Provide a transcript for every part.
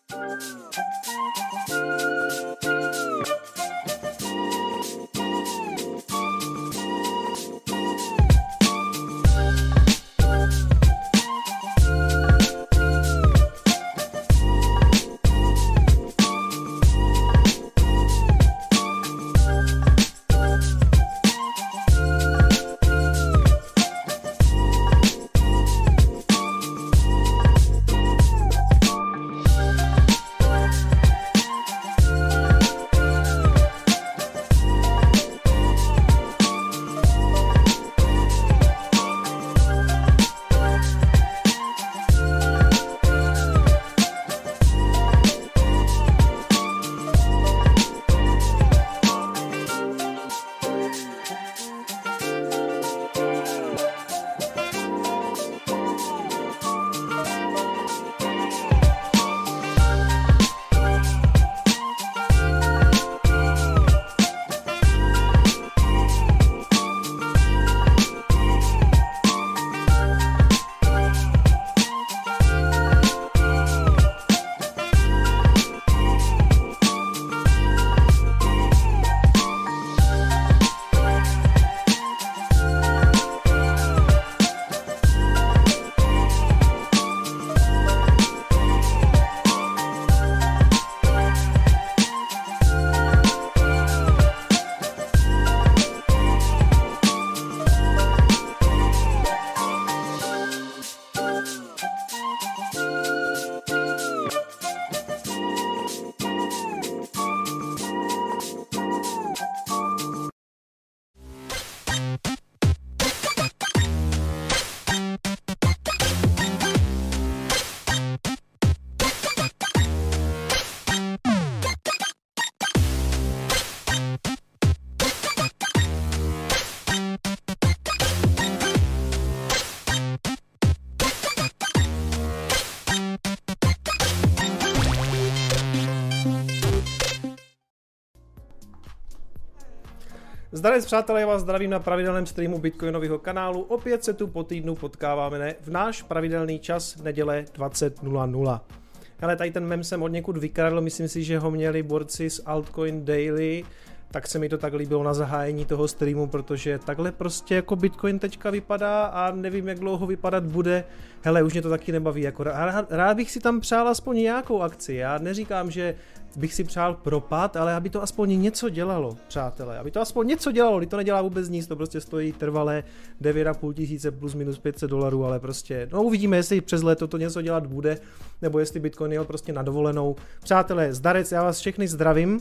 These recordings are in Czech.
Zdarec přátelé, já vás zdravím na pravidelném streamu Bitcoinového kanálu. Opět se tu po týdnu potkáváme v náš pravidelný čas neděle 20:00. Hele, tady ten mem jsem od někud vykradl, myslím si, že ho měli borci z Altcoin Daily, tak se mi to tak líbilo na zahájení toho streamu, protože takhle prostě jako Bitcoin teďka vypadá a nevím, jak dlouho vypadat bude. Hele, už mě to taky nebaví, jako rád bych si tam přál aspoň nějakou akci. Já neříkám, že bych si přál propad, ale aby to aspoň něco dělalo, přátelé. Aby to aspoň něco dělalo, když to nedělá vůbec nic, to prostě stojí trvalé 9,5 tisíce plus minus $500, ale prostě, no uvidíme, jestli přes léto to něco dělat bude, nebo jestli Bitcoin jel prostě na dovolenou. Přátelé, zdarec, já vás všechny zdravím.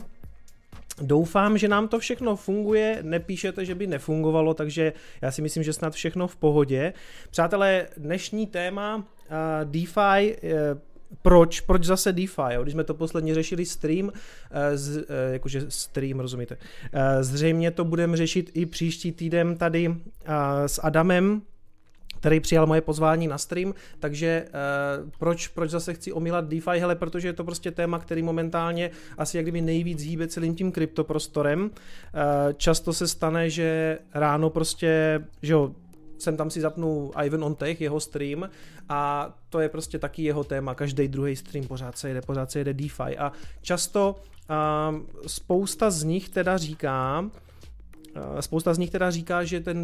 Doufám, že nám to všechno funguje, nepíšete, že by nefungovalo, takže já si myslím, že snad všechno v pohodě. Přátelé, dnešní téma DeFi, proč zase DeFi, jo? Když jsme to posledně řešili stream, jakože stream, rozumíte, zřejmě to budeme řešit i příští týden tady s Adamem, který přijal moje pozvání na stream, takže proč zase chci omílat DeFi, hele, protože je to prostě téma, který momentálně asi jak kdyby nejvíc hýbe celým tím kryptoprostorem. Často se stane, že ráno prostě, že jo, jsem tam si zapnu Ivan on Tech, jeho stream, a to je prostě taky jeho téma, každý druhý stream pořád se jede DeFi a často spousta z nich teda říká, že ten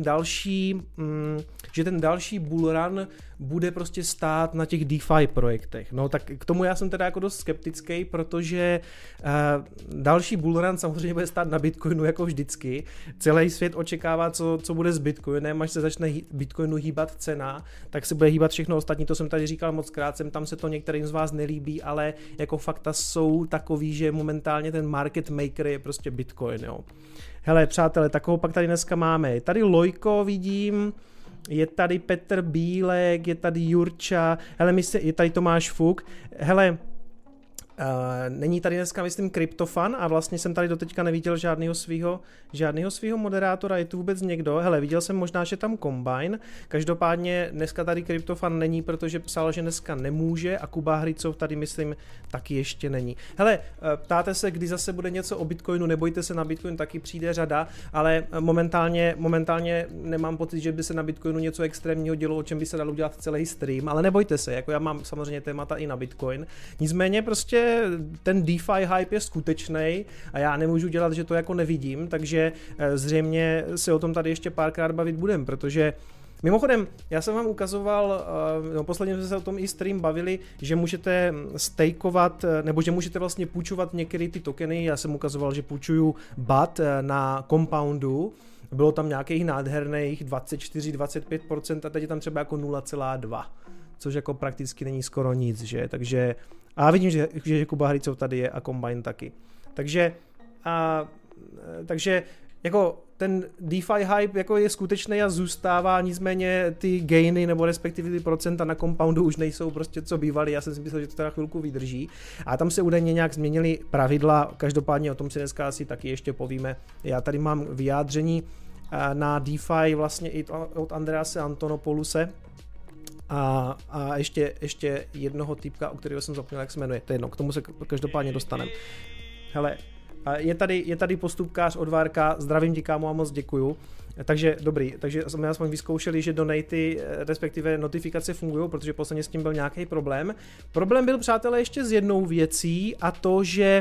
další bullrun bude prostě stát na těch DeFi projektech. No tak k tomu já jsem teda jako dost skeptický, protože další bullrun samozřejmě bude stát na Bitcoinu jako vždycky. Celý svět očekává, co bude s Bitcoinem, až se začne Bitcoinu hýbat cena, tak se bude hýbat všechno ostatní. To jsem tady říkal moc krát, tam se to některým z vás nelíbí, ale jako fakta jsou takový, že momentálně ten market maker je prostě Bitcoin, jo. Hele, přátelé, takovou pak tady dneska máme. Tady Lojko vidím, je tady Petr Bílek, je tady Jurča, hele, je tady Tomáš Fuk. Hele, není tady dneska, myslím, Kryptofan a vlastně jsem tady doteďka neviděl žádného svýho moderátora, je tu vůbec někdo? Hele, viděl jsem možná, že tam Combine, každopádně dneska tady Kryptofan není, protože psal, že dneska nemůže a Kuba Hrycov tady, myslím, taky ještě není. Hele, ptáte se, kdy zase bude něco o Bitcoinu, nebojte se, na Bitcoin taky přijde řada, ale momentálně nemám pocit, že by se na Bitcoinu něco extrémního dělo, o čem by se dalo udělat celý stream, ale nebojte se, jako já mám samozřejmě témata i na Bitcoin, nicméně prostě prostě ten DeFi hype je skutečný a já nemůžu dělat, že to jako nevidím, takže zřejmě se o tom tady ještě párkrát bavit budem, protože mimochodem, já jsem vám ukazoval, posledně jsme se o tom i stream bavili, že můžete stakeovat, nebo že můžete vlastně půjčovat některé ty tokeny, já jsem ukazoval, že půjčuju BAT na Compoundu, bylo tam nějakých nádherných 24-25% a teď je tam třeba jako 0,2, což jako prakticky není skoro nic, že, takže, a vidím, že Kuba Hricov tady je a Combine taky, takže jako ten DeFi hype jako je skutečný a zůstává, nicméně ty gainy nebo respektive ty procenta na Compoundu už nejsou prostě co bývaly, já jsem si myslel, že to teda chvilku vydrží a tam se údajně nějak změnily pravidla, každopádně o tom si dneska asi taky ještě povíme. Já tady mám vyjádření na DeFi vlastně i od Andrease Antonopoulose a ještě jednoho týpka, o kterého jsem zapomněl, jak se jmenuje, to je jedno, k tomu se každopádně dostaneme. Hele, je tady postupkář od Várka, zdravím ti kámo a moc děkuju. Takže dobrý, takže jsme aspoň vyzkoušeli, že donaty, respektive notifikace fungují, protože posledně s tím byl nějaký problém. Problém byl, přátelé, ještě s jednou věcí a to, že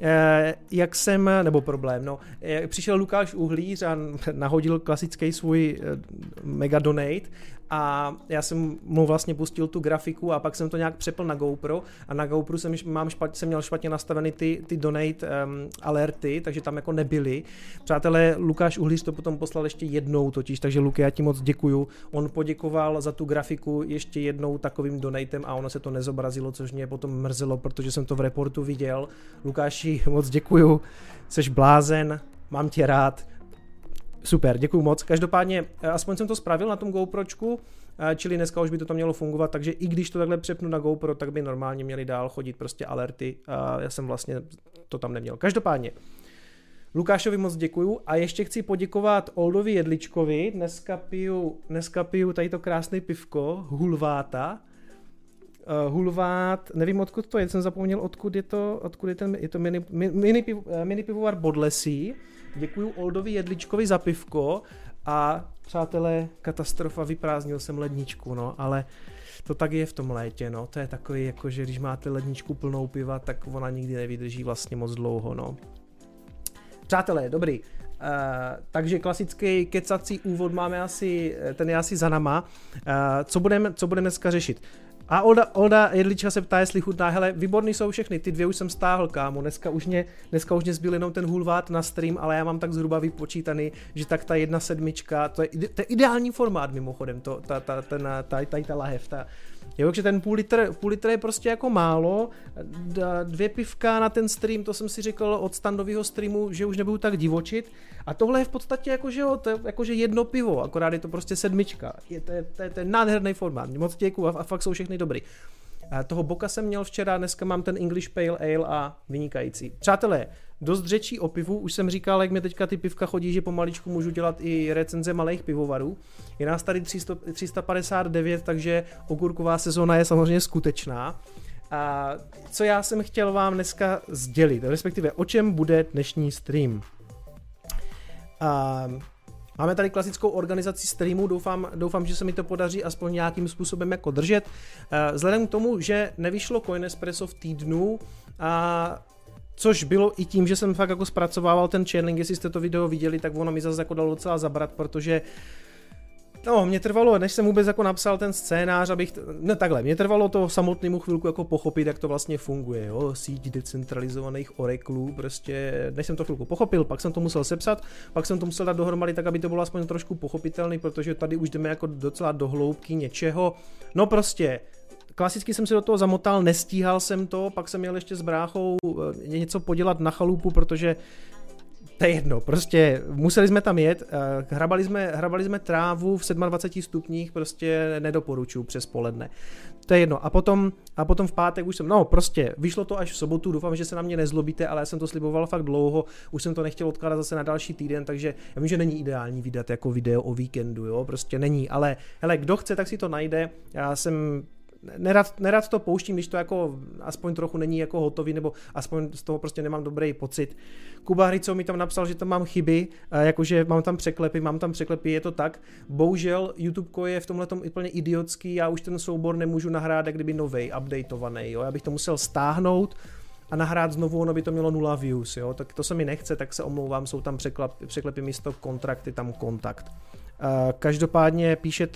přišel Lukáš Uhlíř a nahodil klasický svůj mega donate a já jsem mu vlastně pustil tu grafiku a pak jsem to nějak přepl na GoPro a na GoPro jsem měl špatně nastaveny ty donate alerty, takže tam jako nebyly. Přátelé, Lukáš Uhlíř to potom poslal ještě jednou totiž, takže Luky, já ti moc děkuju. On poděkoval za tu grafiku ještě jednou takovým donatem a ono se to nezobrazilo, což mě potom mrzelo, protože jsem to v reportu viděl. Lukáši, moc děkuju, seš blázen, mám tě rád. Super, děkuju moc. Každopádně, aspoň jsem to spravil na tom GoPročku, čili dneska už by to tam mělo fungovat, takže i když to takhle přepnu na GoPro, tak by normálně měly dál chodit prostě alerty. Já jsem vlastně to tam neměl. Každopádně, Lukášovi moc děkuju a ještě chci poděkovat Oldovi Jedličkovi. Dneska piju tady to krásné pivko, Hulváta. Hulvát, nevím odkud to je, jsem zapomněl odkud je to mini pivovar Bodlesí. Děkuju Oldovi Jedličkovi za pivko a přátelé, katastrofa, vyprázdnil jsem ledničku, no, ale to tak je v tom létě, no, to je takový, jako že když máte ledničku plnou piva, tak ona nikdy nevydrží vlastně moc dlouho, no. Přátelé, dobrý, takže klasický kecací úvod máme ten je asi za náma, co budeme dneska řešit? A Olda Jedlička se ptá, jestli chutná, hele, výborný jsou všechny, ty dvě už jsem stáhl, kámo, dneska už mě zbyl jenom ten hulvát na stream, ale já mám tak zhruba vypočítaný, že tak ta 1/7, to je ideální formát mimochodem, ta lahev, jo, takže ten půl litr je prostě jako málo, 2 pivka na ten stream, to jsem si řekl od standového streamu, že už nebudu tak divočit a tohle je v podstatě jakože 1 pivo, akorát je to prostě 7, to je nádherný formát, moc děkuju a fakt jsou všechny dobrý. Toho boka jsem měl včera, dneska mám ten English Pale Ale a vynikající. Přátelé, dost řečí o pivu, už jsem říkal, jak mi teďka ty pivka chodí, že pomaličku můžu dělat i recenze malých pivovarů. Je nás tady 359, takže okurková sezóna je samozřejmě skutečná. A co já jsem chtěl vám dneska sdělit, respektive o čem bude dnešní stream. Máme tady klasickou organizaci streamu, doufám, že se mi to podaří aspoň nějakým způsobem jako držet. Vzhledem k tomu, že nevyšlo Coinespresso v týdnu, což bylo i tím, že jsem fakt jako zpracovával ten channeling, jestli jste to video viděli, tak ono mi zase jako dalo docela zabrat, protože mě trvalo, než jsem vůbec jako napsal ten scénář, mě trvalo to samotnému chvilku jako pochopit, jak to vlastně funguje, jo, síť decentralizovaných oraklů, prostě, než jsem to chvilku pochopil, pak jsem to musel sepsat, pak jsem to musel dát dohromady tak, aby to bylo aspoň trošku pochopitelný, protože tady už jdeme jako docela do hloubky něčeho, no prostě, klasicky jsem se do toho zamotal, nestíhal jsem to, pak jsem měl ještě s bráchou něco podělat na chalupu, protože to je jedno, prostě museli jsme tam jet, hrabali jsme trávu v 27 stupních, prostě nedoporučuju přes poledne. To je jedno. A potom v pátek už jsem, prostě vyšlo to až v sobotu, doufám, že se na mě nezlobíte, ale já jsem to sliboval fakt dlouho, už jsem to nechtěl odkládat zase na další týden, takže já vím, že není ideální vydat jako video o víkendu, jo, prostě není, ale hele, kdo chce, tak si to najde, já jsem nerad to pouštím, když to jako aspoň trochu není jako hotový, nebo aspoň z toho prostě nemám dobrý pocit. Kuba Hricov mi tam napsal, že tam mám chyby, jakože mám tam překlepy, je to tak. Bohužel YouTube je v tomhletom úplně idiotský, já už ten soubor nemůžu nahrát, jak kdyby novej, updateovaný, jo. Já bych to musel stáhnout, a nahrát znovu, ono by to mělo 0 views, jo, tak to se mi nechce, tak se omlouvám, jsou tam překlepy místo kontrakt, je tam kontakt. Každopádně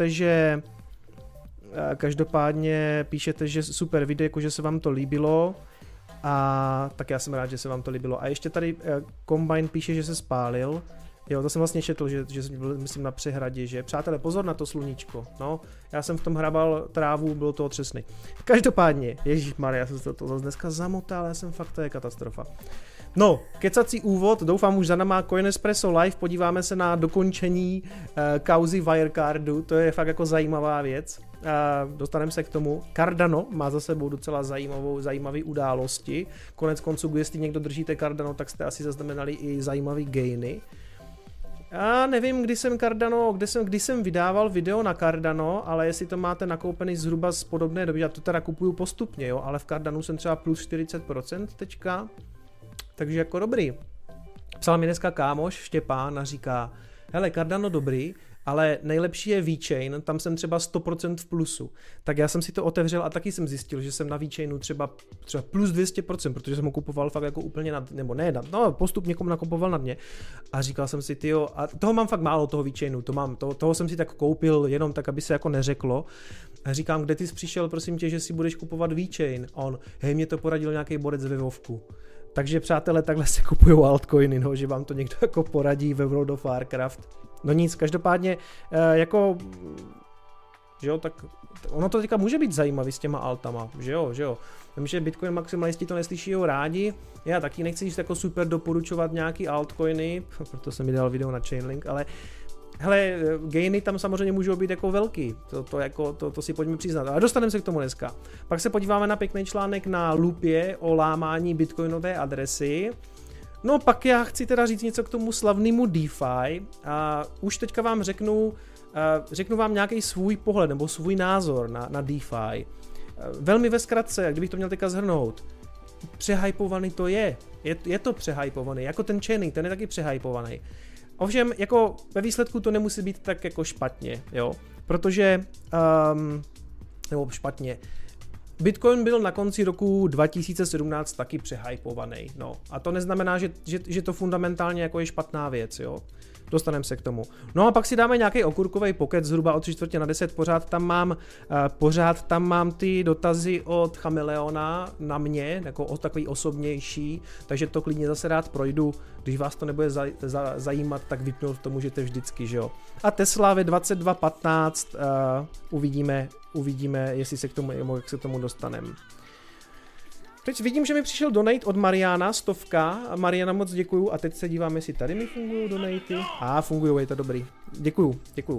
píšete, že super video, že se vám to líbilo, a tak já jsem rád, že se vám to líbilo. A ještě tady Combine píše, že se spálil. Jo, to jsem vlastně četl, že byl, myslím, na přehradě, že přátelé, pozor na to sluníčko. No, já jsem v tom hrabal trávu, bylo to otřesný. Každopádně, ježišmarja, já jsem to zase dneska zamotal, já jsem fakt, to je katastrofa. No, kecací úvod, doufám už za náma Coinespresso Live, podíváme se na dokončení kauzy Wirecardu, to je fakt jako zajímavá věc. Dostaneme se k tomu. Cardano má za sebou docela zajímavé události. Konec konců, jestli někdo držíte Cardano, tak jste asi zaznamenali i zajímavý gainy. Já nevím, kdy jsem vydával video na Cardano, ale jestli to máte nakoupený zhruba z podobné doby, já to teda kupuju postupně, jo, ale v Cardanu jsem třeba plus 40% teďka, takže jako dobrý. Psal mi dneska kámoš Štěpán a říká, hele, Cardano dobrý, ale nejlepší je VeChain, tam jsem třeba 100% v plusu. Tak já jsem si to otevřel a taky jsem zjistil, že jsem na VeChainu třeba plus 200%, protože jsem ho kupoval fakt jako úplně postupně někomu nakupoval na dně. A říkal jsem si, tyjo, a toho mám fakt málo, toho VeChainu, toho jsem si tak koupil jenom tak, aby se jako neřeklo. A říkám, kde ty jsi přišel, prosím tě, že si budeš kupovat VeChain? On, hej, mě to poradil nějaký borec ve Vovku. Takže přátelé, takhle se kupují altcoiny, no, že vám to někdo jako poradí ve World of Warcraft. No nic, každopádně, jako, že jo, tak ono to teďka může být zajímavý s těma altama, že jo. Vím, že Bitcoin maximalisti to neslyší rádi, já taky nechci jako super doporučovat nějaký altcoiny, proto jsem mi dal video na Chainlink, ale hele, gainy tam samozřejmě můžou být jako velký, to si pojďme přiznat, ale dostaneme se k tomu dneska. Pak se podíváme na pěkný článek na Lupě o lámání bitcoinové adresy. No pak já chci teda říct něco k tomu slavnému DeFi a už teďka vám řeknu vám nějaký svůj pohled nebo svůj názor na DeFi. Velmi ve zkratce, kdybych to měl teďka shrnout, přehypovaný to je to přehypovaný, jako ten Chainlink, ten je taky přehypovaný. Ovšem, jako ve výsledku to nemusí být tak jako špatně, jo, protože, nebo špatně, Bitcoin byl na konci roku 2017 taky přehypovaný, no, a to neznamená, že to fundamentálně jako je špatná věc, jo. Dostaneme se k tomu. No a pak si dáme nějaký okurkový pokec, zhruba od 3:45, pořád tam mám ty dotazy od Chameleona na mě, jako o takový osobnější, takže to klidně zase rád projdu, když vás to nebude zajímat, tak vypnout to můžete vždycky, že jo. A Tesla ve 22:15, uvidíme, jestli se k tomu, jak se k tomu dostaneme. Teď vidím, že mi přišel donate od Mariana, 100. Mariana, moc děkuju a teď se dívám, jestli tady mi fungují donaty. Fungují, je to dobrý. Děkuju.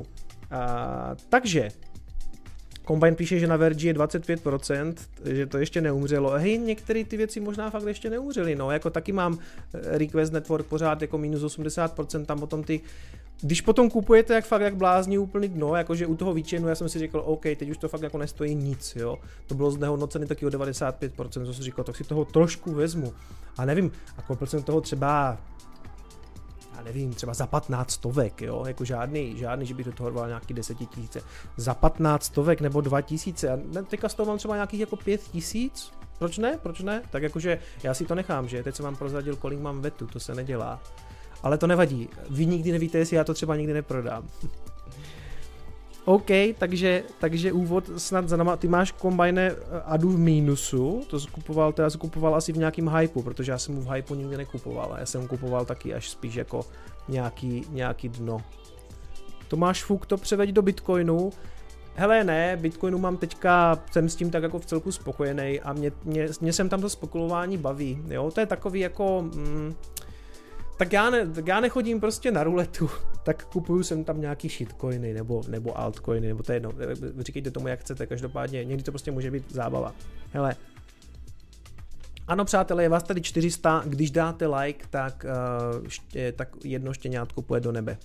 Takže Combine píše, že na Verge je 25%, že to ještě neumřelo. Hej, některé ty věci možná fakt ještě neumřely, no, jako taky mám Request Network pořád jako minus 80%, tam potom ty, když potom kupujete jak blázni úplný dno, jakože u toho VeChainu já jsem si říkal, OK, teď už to fakt jako nestojí nic, jo. To bylo znehodnocené taky o 95%, co jsem říkal, tak si toho trošku vezmu. A nevím, a koupil jsem toho třeba, třeba za 15 stovek, jo, jako žádný, že bych do toho dal nějaký 10 000, za 15 stovek nebo 2000, a teďka z toho mám třeba nějakých jako 5000, proč ne, tak jakože já si to nechám, že, teď jsem vám prozradil, kolik mám vetu, to se nedělá, ale to nevadí, vy nikdy nevíte, jestli já to třeba nikdy neprodám. OK, takže úvod snad za náma, ty máš Combine adu v mínusu, to kupoval asi v nějakým hypeu, protože já jsem mu v hypeu nikdy nekupoval, já jsem kupoval taky až spíš jako nějaký dno. Tomáš Fuk to převeď do Bitcoinu, hele ne, Bitcoinu mám teďka, jsem s tím tak jako v celku spokojený a mě sem tam to spekulování baví, jo, to je takový jako, tak já nechodím prostě na ruletu, tak kupuju sem tam nějaký shitcoiny nebo altcoiny, nebo to je jedno, říkejte tomu jak chcete, každopádně někdy to prostě může být zábava. Hele, ano přátelé, je vás tady 400, když dáte like, tak jedno štěňátko půjde do nebe.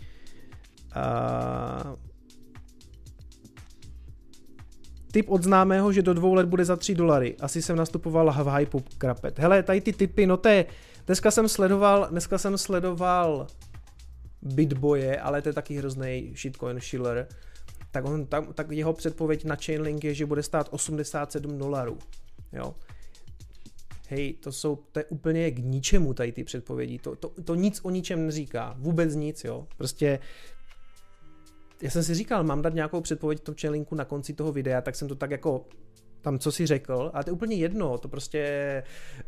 Tip od známého, že do 2 let bude za $3, asi jsem nastupoval v hypeu krapet. Hele, tady ty tipy, no to je, dneska jsem sledoval Bitboye, ale to je taky hrozný shitcoin shiller. Tak jeho předpověď na Chainlink je, že bude stát $87. Jo. hej, to je úplně k ničemu tady ty předpovědi, to nic o ničem neříká, vůbec nic, jo, prostě já jsem si říkal, mám dát nějakou předpověď v tom Chainlinku na konci toho videa, tak jsem to tak jako tam co si řekl, ale to je úplně jedno, to prostě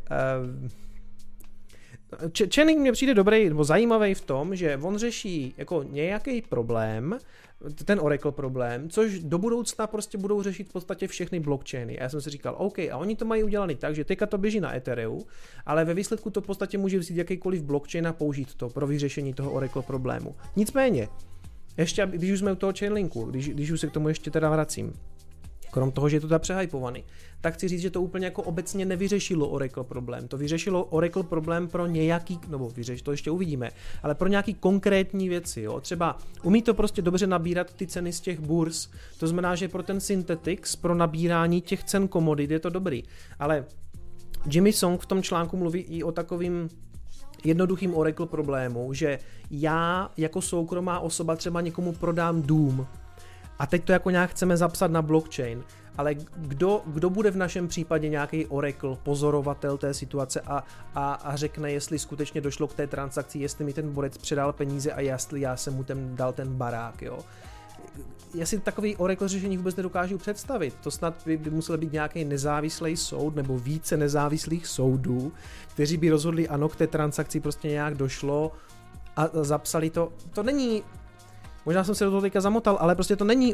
Chainlink mně přijde dobrý nebo zajímavý v tom, že on řeší jako nějaký problém, ten Oracle problém, což do budoucna prostě budou řešit v podstatě všechny blockchainy. A já jsem si říkal, OK, a oni to mají udělaný tak, že teďka to běží na Ethereum, ale ve výsledku to v podstatě může vzít jakýkoliv blockchain a použít to pro vyřešení toho Oracle problému. Nicméně, ještě když už jsme u toho Chainlinku, když už se k tomu ještě teda vracím, krom toho, že je to teda přehypovaný, tak chci říct, že to úplně jako obecně nevyřešilo Oracle problém. To vyřešilo Oracle problém pro nějaký, nebo to ještě uvidíme, ale pro nějaký konkrétní věci, jo. Třeba umí to prostě dobře nabírat ty ceny z těch burz, to znamená, že pro ten Synthetix, pro nabírání těch cen komodit je to dobrý. Ale Jimmy Song v tom článku mluví i o takovým jednoduchým Oracle problému, že já jako soukromá osoba třeba někomu prodám dům, a teď to jako nějak chceme zapsat na blockchain, ale kdo bude v našem případě nějaký Oracle, pozorovatel té situace a řekne, jestli skutečně došlo k té transakci, jestli mi ten borec předal peníze a jestli já jsem mu dal ten barák, jo. Já si takový Oracle řešení vůbec nedokážu představit. To snad by musel být nějaký nezávislý soud nebo více nezávislých soudů, kteří by rozhodli, ano, k té transakci prostě nějak došlo a zapsali to. To není, možná jsem se do toho teďka zamotal, ale prostě to není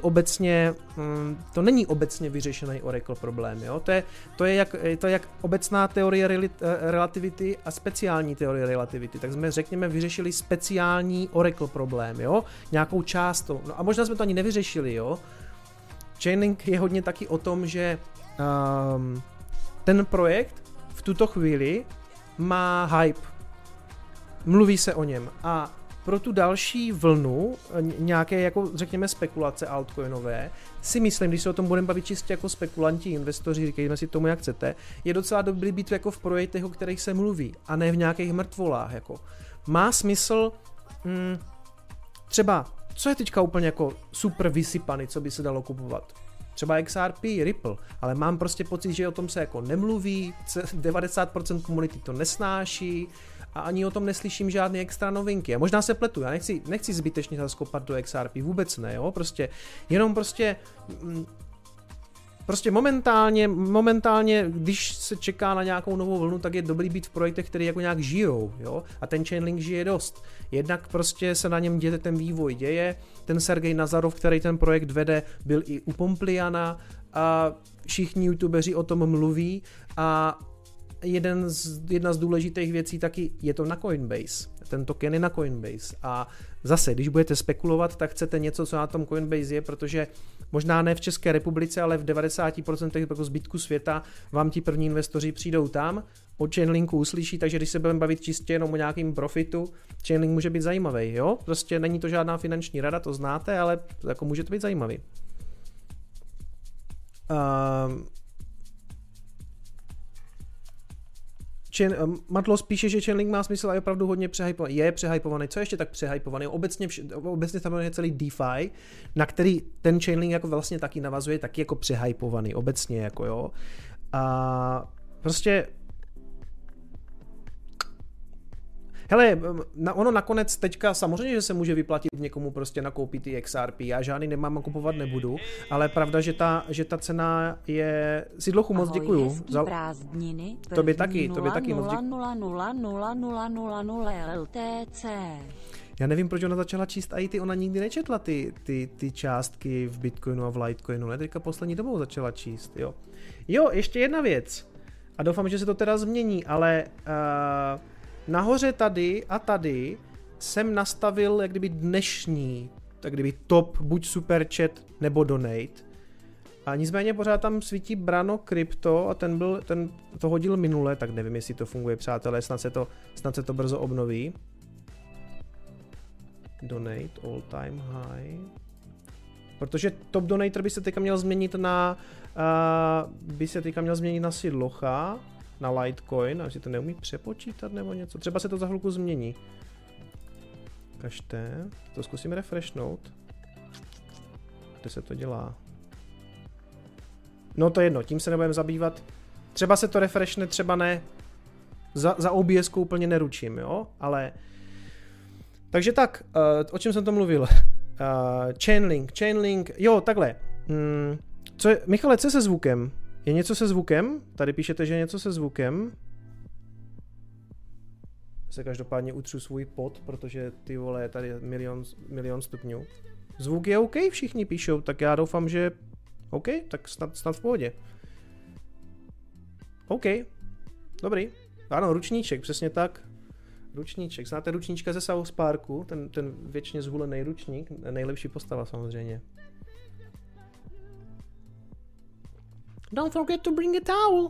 obecně vyřešený Oracle problém, jo? To je jak obecná teorie relativity a speciální teorie relativity. Tak jsme, řekněme, vyřešili speciální Oracle problém, jo? Nějakou část. No a možná jsme to ani nevyřešili, jo? Chainlink je hodně taky o tom, že ten projekt v tuto chvíli má hype. Mluví se o něm a pro tu další vlnu nějaké, jako řekněme, spekulace altcoinové, si myslím, když se o tom budeme bavit čistě jako spekulanti, investoři, říkejme si tomu, jak chcete, je docela dobrý být jako v projektech, o kterých se mluví, a ne v nějakých mrtvolách. Jako. Má smysl třeba, co je teďka úplně jako super vysypaný, co by se dalo kupovat? Třeba XRP, Ripple, ale mám prostě pocit, že o tom se jako nemluví, 90% komunity to nesnáší, a ani o tom neslyším žádné extra novinky. A možná se pletu, já nechci zbytečně zaskopat do XRP, vůbec ne, jo, prostě momentálně, když se čeká na nějakou novou vlnu, tak je dobrý být v projektech, které jako nějak žijou, jo, a ten Chainlink žije dost. Jednak prostě se na něm ten vývoj děje, ten Sergej Nazarov, který ten projekt vede, byl i u Pompliana a všichni youtubeři o tom mluví a jedna z důležitých věcí taky je to na Coinbase. Ten token je na Coinbase a zase, když budete spekulovat, tak chcete něco, co na tom Coinbase je, protože možná ne v České republice, ale v 90% jako zbytku světa vám ti první investoři přijdou tam, o Chainlinku uslyší, takže když se budeme bavit čistě jenom o nějakým profitu, Chainlink může být zajímavý, jo? Prostě není to žádná finanční rada, to znáte, ale jako může to být zajímavý. Matlos píše, že Chainlink má smysl a je opravdu hodně přehypovaný. Je přehypovaný. Co ještě tak přehypovaný? Obecně tam je celý DeFi, na který ten Chainlink jako vlastně taky navazuje, taky jako přehypovaný. Obecně jako jo. A prostě hele, ono nakonec teďka samozřejmě, že se může vyplatit někomu prostě nakoupit ty XRP, já žádný nemám a kupovat nebudu, ale pravda, že ta cena je... Sidlochu moc děkuju. To by taky moc děkuju. Já nevím, proč ona začala číst IT, ona nikdy nečetla ty částky v Bitcoinu a v Litecoinu, ne? Teďka poslední dobou začala číst, jo. Jo, ještě jedna věc. A doufám, že se to teda změní, ale... nahoře tady a tady jsem nastavil jak kdyby dnešní, tak kdyby top, buď super chat nebo donate. A nicméně pořád tam svítí Brano Crypto a ten to hodil minule, tak nevím, jestli to funguje, přátelé, snad se to brzo obnoví. Donate all time high. Protože top donator by se teďka měl změnit na Sidlocha, na Litecoin, a si to neumí přepočítat nebo něco. Třeba se to za chvilku změní. Kažte, to zkusím refreshnout. Kde se to dělá? No to je jedno, tím se nebudeme zabývat. Třeba se to refreshne, třeba ne. Za OBS úplně neručím, jo, ale... Takže tak, o čem jsem to mluvil? Chainlink, jo, takhle. Michale, co se zvukem? Je něco se zvukem? Tady píšete, že je něco se zvukem. Se každopádně utřu svůj pot, protože ty vole, tady je milion stupňů. Zvuk je OK, všichni píšou, tak já doufám, že OK, tak snad v pohodě. OK, dobrý. Ano, ručníček, přesně tak. Ručníček, znáte ručníčka ze South Parku, ten věčně zhulený ručník, nejlepší postava samozřejmě. Don't forget to bring a towel.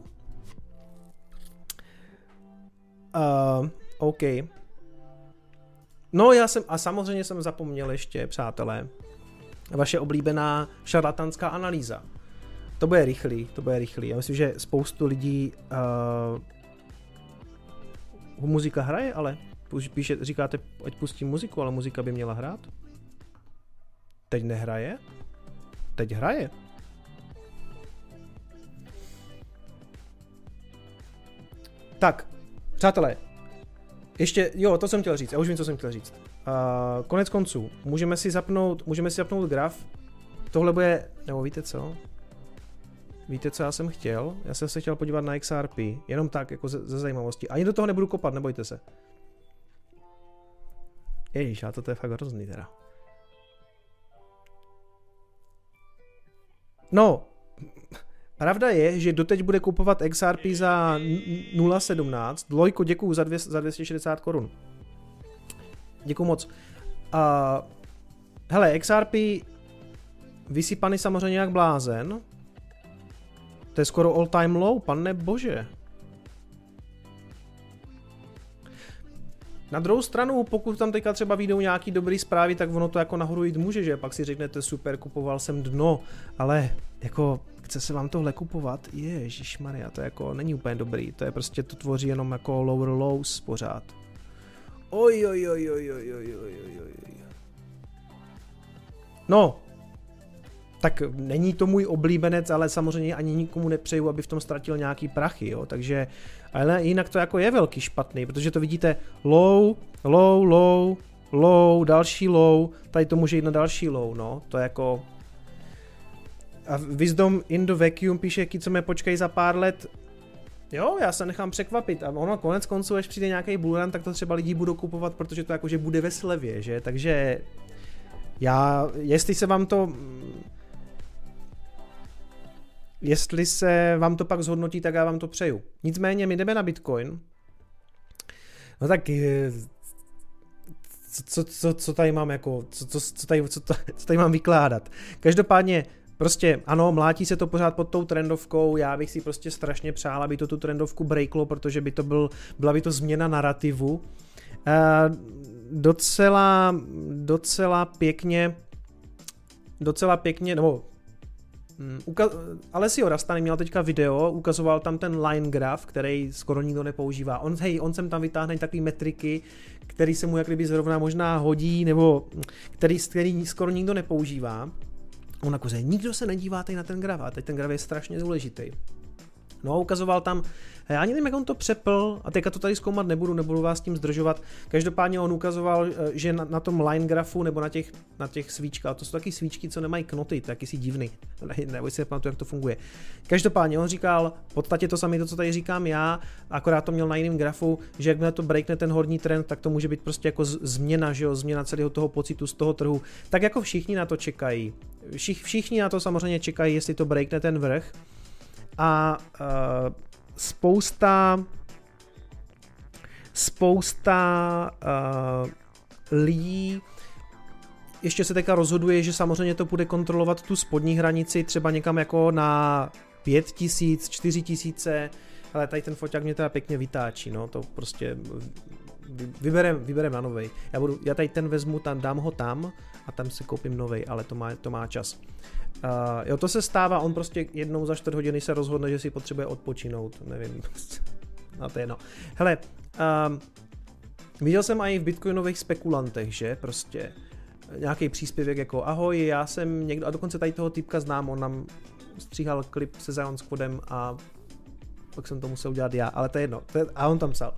OK. No a samozřejmě jsem zapomněl ještě, přátelé, vaše oblíbená šarlatánská analýza. To bude rychlý. Já myslím, že spoustu lidí muzika hraje, ale říkáte, ať pustím muziku, ale muzika by měla hrát. Teď nehraje? Teď hraje. Tak, přátelé, ještě, jo, to jsem chtěl říct, já už vím, co jsem chtěl říct. Konec konců, můžeme si zapnout graf. Tohle bude, nebo víte co? Víte, co já jsem chtěl? Já jsem se chtěl podívat na XRP, jenom tak, jako ze zajímavosti. Ani do toho nebudu kopat, nebojte se. Ježiš, a to je fakt hrozný teda. No, pravda je, že doteď bude kupovat XRP za 0,17. Lojko, děkuju za 260 korun. Děkuju moc. Hele, XRP vysypaný samozřejmě jak blázen. To je skoro all time low, pane bože. Na druhou stranu, pokud tam teďka třeba vyjdou nějaký dobrý zprávy, tak ono to jako nahoru jít může, že? Pak si řeknete, super, kupoval jsem dno, ale jako chce se vám tohle kupovat? Ježišmarja, to jako není úplně dobrý, to je prostě, to tvoří jenom jako lower lows pořád. Oj. No, tak není to můj oblíbenec, ale samozřejmě ani nikomu nepřeju, aby v tom ztratil nějaký prachy, jo, takže, ale jinak to jako je velký špatný, protože to vidíte low, další low, tady to může jít na další low, no, to je jako... A Wisdom in the Vacuum píše, co mě počkej za pár let, jo, já se nechám překvapit a ono konec konců, až přijde nějaký bullrun, tak to třeba lidi budou kupovat, protože to jakože bude ve slevě, že, takže jestli se vám to pak zhodnotí, tak já vám to přeju. Nicméně my jdeme na Bitcoin. No tak co tady mám jako, co tady mám vykládat. Každopádně prostě ano, mlátí se to pořád pod tou trendovkou, já bych si prostě strašně přál, aby to tu trendovku breaklo, protože byla by to změna narrativu. Docela pěkně, nebo Alessio Rastani měl teďka video, ukazoval tam ten line graph, který skoro nikdo nepoužívá. On sem tam vytáhne takový metriky, který se mu jak kdyby zrovna možná hodí, nebo který skoro nikdo nepoužívá. On jakože nikdo se nedívá tady na ten graf, a teď ten graf je strašně důležitý. No, ukazoval tam, já ani nevím, jak on to přepl, a teďka to tady zkoumat nebudu vás tím zdržovat. Každopádně on ukazoval, že na tom line grafu nebo na těch svíčkách, to jsou taky svíčky, co nemají knoty, taky si divný, nebo si nepamatuju, jak to funguje. Každopádně on říkal, v podstatě to samé, to, co tady říkám já, akorát to měl na jiném grafu, že jakmile to breakne ten horní trend, tak to může být prostě jako změna, že jo, změna celého toho pocitu z toho trhu. Tak jako všichni na to čekají. Všichni na to samozřejmě čekají, jestli to breakne ten vrch. A spousta lidí ještě se teďka rozhoduje, že samozřejmě to bude kontrolovat tu spodní hranici třeba někam jako na 5000, 4000, ale tady ten foťák mě teda pěkně vytáčí, no, to prostě vyberem na novej. Já tady ten vezmu, dám ho tam a tam si koupím novej, ale to má čas. Jo, to se stává, on prostě jednou za 4 hodiny se rozhodne, že si potřebuje odpočinout, nevím, no to je jedno. Hele, viděl jsem i v bitcoinových spekulantech, že prostě nějaký příspěvek jako ahoj, já jsem někdo, a dokonce tady toho typka znám, on nám stříhal klip se Zion Squadem a pak jsem to musel udělat já, ale to je jedno. A on tam psal.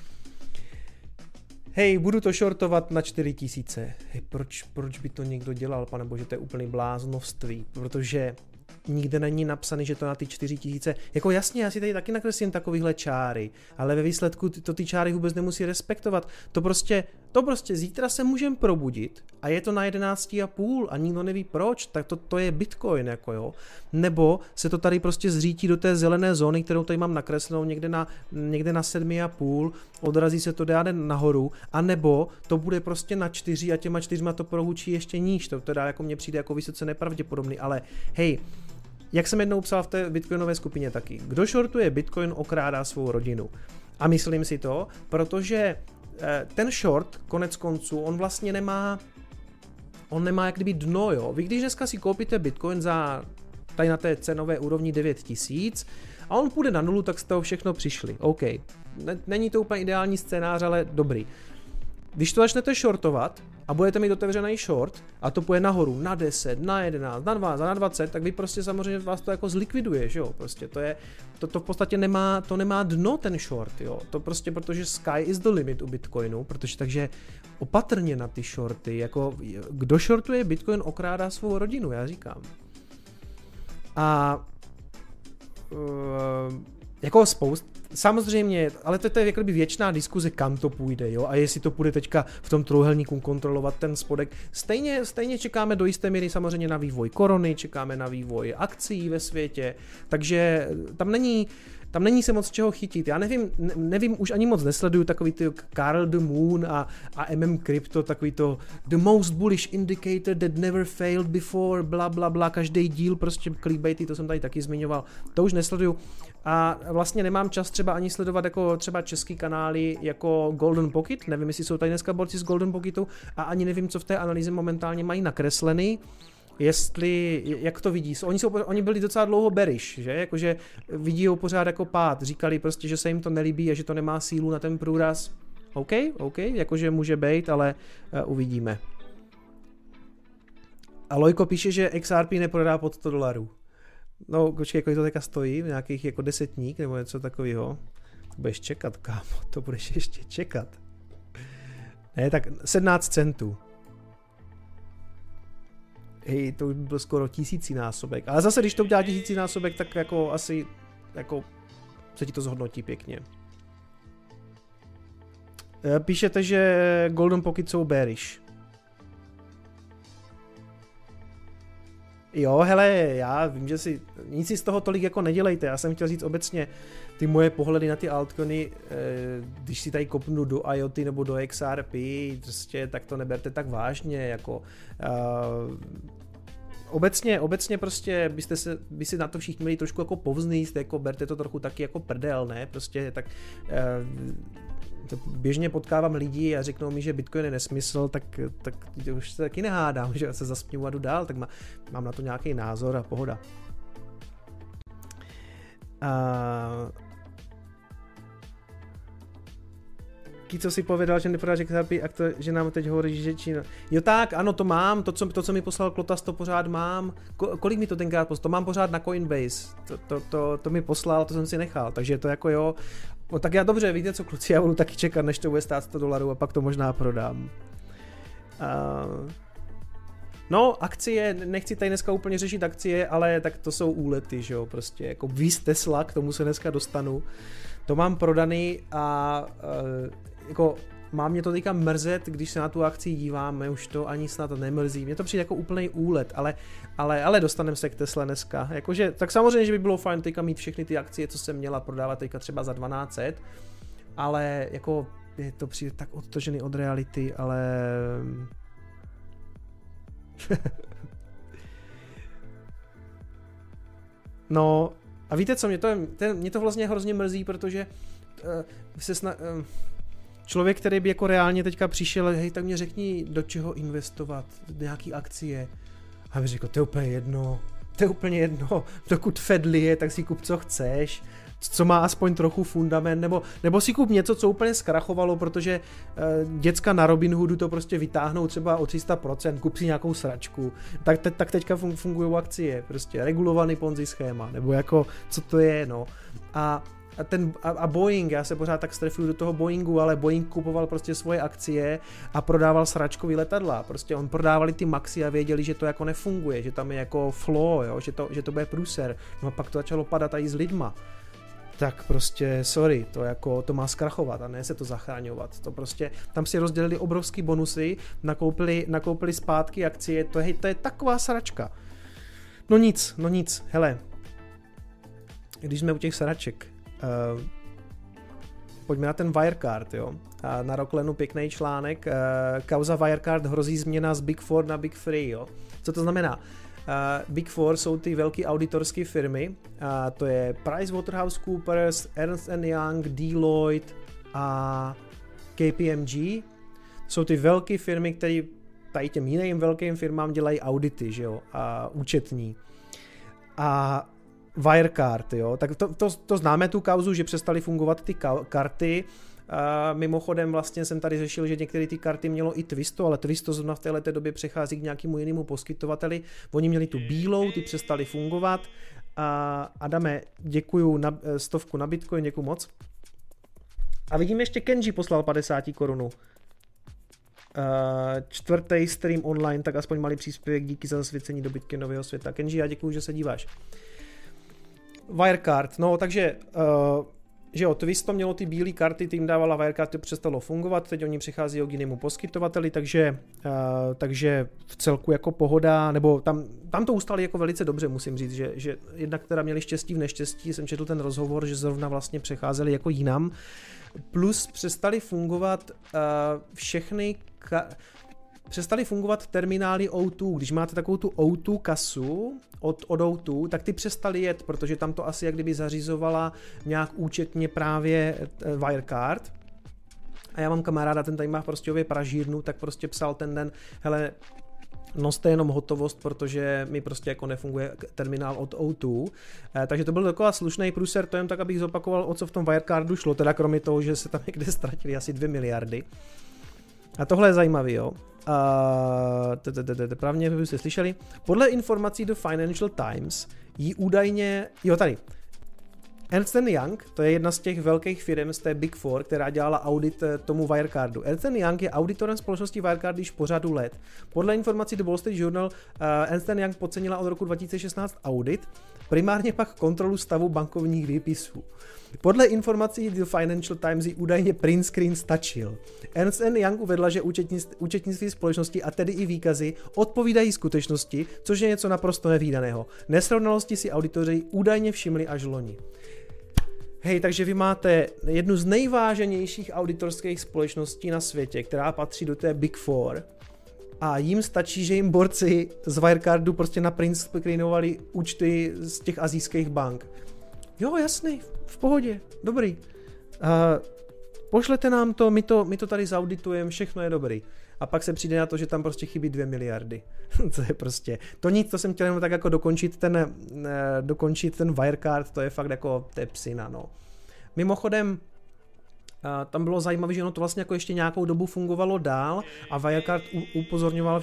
Hej, budu to shortovat na 4000. Hej, proč by to někdo dělal, panebože, to je úplný bláznovství, protože nikde není napsaný, že to na ty 4000, jako jasně, já si tady taky nakreslím takovýhle čáry, ale ve výsledku to ty čáry vůbec nemusí respektovat. To prostě zítra se můžeme probudit a je to na 11,5 a nikdo neví proč, tak to je Bitcoin, jako jo. Nebo se to tady prostě zřítí do té zelené zóny, kterou tady mám nakreslenou někde na 7,5, odrazí se to dále nahoru, a nebo to bude prostě na 4 a těma 4 to prohučí ještě níž, to teda jako mně přijde jako vysoce nepravděpodobný, ale hej, jak jsem jednou psal v té bitcoinové skupině taky, kdo shortuje Bitcoin, okrádá svou rodinu. A myslím si to, protože ten short, konec konců, on vlastně nemá jak kdyby dno, jo. Vy když dneska si koupíte Bitcoin za tady na té cenové úrovni 9000 a on půjde na nulu, tak z toho všechno přišli. OK. Není to úplně ideální scénář, ale dobrý. Když to začnete shortovat a budete mít otevřený short a to půjde nahoru na 10, na 11, na 12, na 20, tak vy prostě samozřejmě vás to jako zlikviduje, že jo, prostě to v podstatě nemá dno ten short, jo, to prostě protože sky is the limit u Bitcoinu, takže opatrně na ty shorty, jako kdo shortuje Bitcoin, okrádá svou rodinu, já říkám. A jako samozřejmě, ale to je jakoby věčná diskuze, kam to půjde, jo, a jestli to půjde teďka v tom trojúhelníku kontrolovat ten spodek. Stejně čekáme do jisté míry samozřejmě na vývoj korony, čekáme na vývoj akcií ve světě, takže tam není se moc čeho chytit. Já nevím, už ani moc nesleduju takový ty Carl the Moon a MM Crypto, takový to the most bullish indicator that never failed before, bla bla bla, každý díl prostě clickbaity, to jsem tady taky zmiňoval, to už nesleduju. A vlastně nemám čas třeba ani sledovat jako třeba český kanály jako Golden Pocket, nevím, jestli jsou tady dneska borci z Golden Pocketu a ani nevím, co v té analýze momentálně mají nakreslený. Jak to vidí, oni byli docela dlouho bearish, že, jakože vidí ho pořád jako pád, říkali prostě, že se jim to nelíbí a že to nemá sílu na ten průraz. OK, jakože může být, ale uvidíme. A Lojko píše, že XRP neprodá pod $100. No, počkej, kolik to teďka stojí, nějakých jako desetník nebo něco takového. To budeš čekat, kámo, to budeš ještě čekat. Ne, tak 17 centů. Hej, to by byl skoro 1000násobek. Ale zase, když to udělá 1000násobek, tak jako asi jako se ti to zhodnotí pěkně. Píšete, že Golden Pocket jsou bearish. Jo, hele, já vím, že nic si z toho tolik jako nedělejte. Já jsem chtěl říct obecně ty moje pohledy na ty altcoiny, když si tady kopnu do IoT nebo do XRP, prostě, tak to neberte tak vážně, jako obecně prostě by si na to všichni měli trošku jako povznést, jako berte to trochu taky jako prdel, ne, prostě tak běžně potkávám lidi a řeknou mi, že Bitcoin je nesmysl, tak už se taky nehádám, že se zasměju a jdu dál, tak mám na to nějaký názor a pohoda. Co si povedal, že neprodáš XRP a to, že nám teď hovoří, že Čína. Jo tak, ano, to mám, to co mi poslal Klotas, to pořád mám. Kolik mi to tenkrát poslal? To mám pořád na Coinbase, to mi poslal, to jsem si nechal, takže to jako jo. No tak já dobře, víte co kluci, já budu taky čekat, než to bude stát $100 a pak to možná prodám. No, akcie, nechci tady dneska úplně řešit akcie, ale tak to jsou úlety, že jo, prostě jako víc Tesla, k tomu se dneska dostanu. To mám prodaný a jako má mě to teďka mrzet, když se na tu akci díváme, už to ani snad nemrzí. Mně to přijde jako úplný úlet, ale dostaneme se k Tesle dneska. Jakože, tak samozřejmě, že by bylo fajn teďka mít všechny ty akcie, co jsem měla prodávat teďka třeba za 1200, ale jako je to přijde tak odtržený od reality, ale no a víte co, mě to vlastně hrozně mrzí, protože člověk, který by jako reálně teďka přišel, hej, tak mě řekni, do čeho investovat, nějaký akcie. A bych řekl, to je úplně jedno, dokud Fed lije, tak si kup, co chceš, co má aspoň trochu fundament, nebo si kup něco, co úplně zkrachovalo, protože děcka na Robinhoodu to prostě vytáhnou třeba o 300%, kup si nějakou sračku, tak teďka fungují akcie, prostě regulovaný Ponzi schéma, nebo jako, co to je, no. A a Boeing, já se pořád tak strefuju do toho Boeingu, ale Boeing kupoval prostě svoje akcie a prodával sračkový letadla. Prostě on prodávali ty Maxi a věděli, že to jako nefunguje, že tam je jako flow, jo? Že to bude průser. No a pak to začalo padat i s lidma. Tak prostě, sorry, to má zkrachovat a ne se to zachráňovat. To prostě, tam si rozdělili obrovský bonusy, nakoupili zpátky akcie, to je taková sračka. No nic, hele. Když jsme u těch sraček, pojďme na ten Wirecard, jo. A na Rocklenu pěkný článek, kauza Wirecard hrozí změna z Big Four na Big Three, jo. Co to znamená? Big Four jsou ty velké auditorské firmy, to je PricewaterhouseCoopers, Ernst & Young, Deloitte a KPMG. Jsou ty velké firmy, které tady těm jiným velkým firmám dělají audity, že jo, a účetní. A Wirecard, jo, tak to známe tu kauzu, že přestaly fungovat ty karty. Mimochodem vlastně jsem tady řešil, že některé ty karty mělo i Twisto, ale Twisto zrovna v této době přechází k nějakému jinému poskytovateli. Oni měli tu bílou, ty přestaly fungovat. Adame, děkuju 100 na Bitcoin, děkuju moc. A vidím, ještě Kenji poslal 50 korunu. Čtvrtý stream online, tak aspoň malý příspěvek, díky za zasvěcení do bitcoinového světa. Kenji, já děkuju, že se díváš. Wirecard, no takže že jo, Twisto mělo ty bílé karty, tím dávala Wirecard, to přestalo fungovat, teď oni přichází k jinému poskytovateli, takže v celku jako pohoda, nebo tam to ustali jako velice dobře, musím říct, že jednak teda měli štěstí v neštěstí, jsem četl ten rozhovor, že zrovna vlastně přecházeli jako jinam, plus přestali fungovat přestali fungovat terminály O2, když máte takovou tu O2 kasu od O2, tak ty přestali jet, protože tam to asi jak kdyby zařizovala nějak účetně právě Wirecard. A já mám kamaráda, ten tady má v Prostějově pražírnu, tak prostě psal ten den, hele, noste jenom hotovost, protože mi prostě jako nefunguje terminál od O2. Takže to byl taková slušný průser, to jen tak, abych zopakoval, o co v tom Wirecardu šlo, teda kromě toho, že se tam někde ztratili asi 2 miliardy. A tohle je zajímavý, jo. Právě byste slyšeli. Podle informací do Financial Times jí údajně, jo tady, Ernst & Young, to je jedna z těch velkých firm z té Big Four, která dělala audit tomu Wirecardu. Ernst & Young je auditorem společnosti Wirecard již po řadu let. Podle informací do Wall Street Journal Ernst & Young podcenila od roku 2016 audit, primárně pak kontrolu stavu bankovních výpisů. Podle informací do Financial Times jí údajně print screen stačil. Ernst & Young uvedla, že účetnictví společnosti a tedy i výkazy odpovídají skutečnosti, což je něco naprosto nevídaného. Nesrovnalosti si auditoři údajně všimli až loni. Hej, takže vy máte jednu z nejváženějších auditorských společností na světě, která patří do té Big Four, a jim stačí, že jim borci z Wirecardu prostě na print screenovali účty z těch asijských bank. Jo, jasný, v pohodě, dobrý. Pošlete nám to, my to tady zauditujeme, všechno je dobrý. A pak se přijde na to, že tam prostě chybí 2 miliardy. To je prostě, to nic, to jsem chtěl jenom tak jako dokončit ten Wirecard, to je fakt jako, to je psina, no. Mimochodem, tam bylo zajímavé, že ono to vlastně jako ještě nějakou dobu fungovalo dál a Wirecard upozorňoval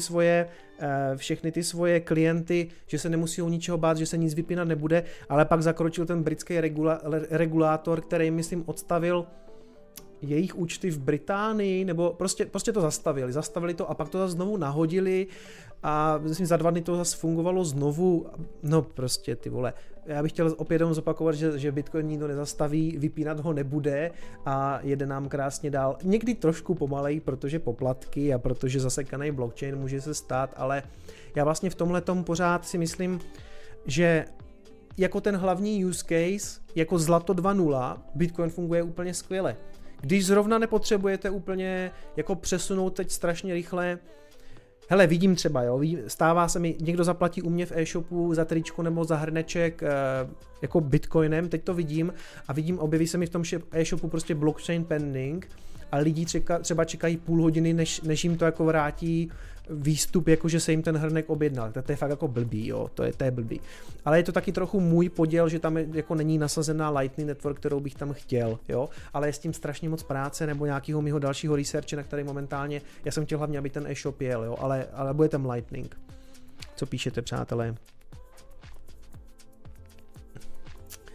všechny ty svoje klienty, že se nemusí o ničeho bát, že se nic vypínat nebude, ale pak zakročil ten britský regulátor, který, myslím, odstavil jejich účty v Británii, nebo prostě to zastavili to a pak to zase znovu nahodili a myslím, za 2 dny to zase fungovalo znovu, no prostě ty vole. Já bych chtěl opět jenom zopakovat, že Bitcoin nikdo nezastaví, vypínat ho nebude a jede nám krásně dál. Někdy trošku pomalej, protože poplatky a protože zasekaný blockchain může se stát, ale já vlastně v tomhletom pořád si myslím, že jako ten hlavní use case, jako zlato 2.0, Bitcoin funguje úplně skvěle. Když zrovna nepotřebujete úplně jako přesunout teď strašně rychle, hele, vidím třeba, jo, stává se mi, někdo zaplatí u mě v e-shopu za tričko nebo za hrneček jako bitcoinem, teď to vidím a vidím, objeví se mi v tom e-shopu prostě blockchain pending a lidi třeba čekají půl hodiny, než jim to jako vrátí výstup, jako že se jim ten hrnek objednal. To je fakt jako blbý, jo, to je blbý. Ale je to taky trochu můj podíl, že tam jako není nasazená Lightning Network, kterou bych tam chtěl, jo, ale je s tím strašně moc práce nebo nějakého mého dalšího researche, na který momentálně, já jsem chtěl hlavně, aby ten e-shop jel, jo, ale bude tam Lightning. Co píšete, přátelé?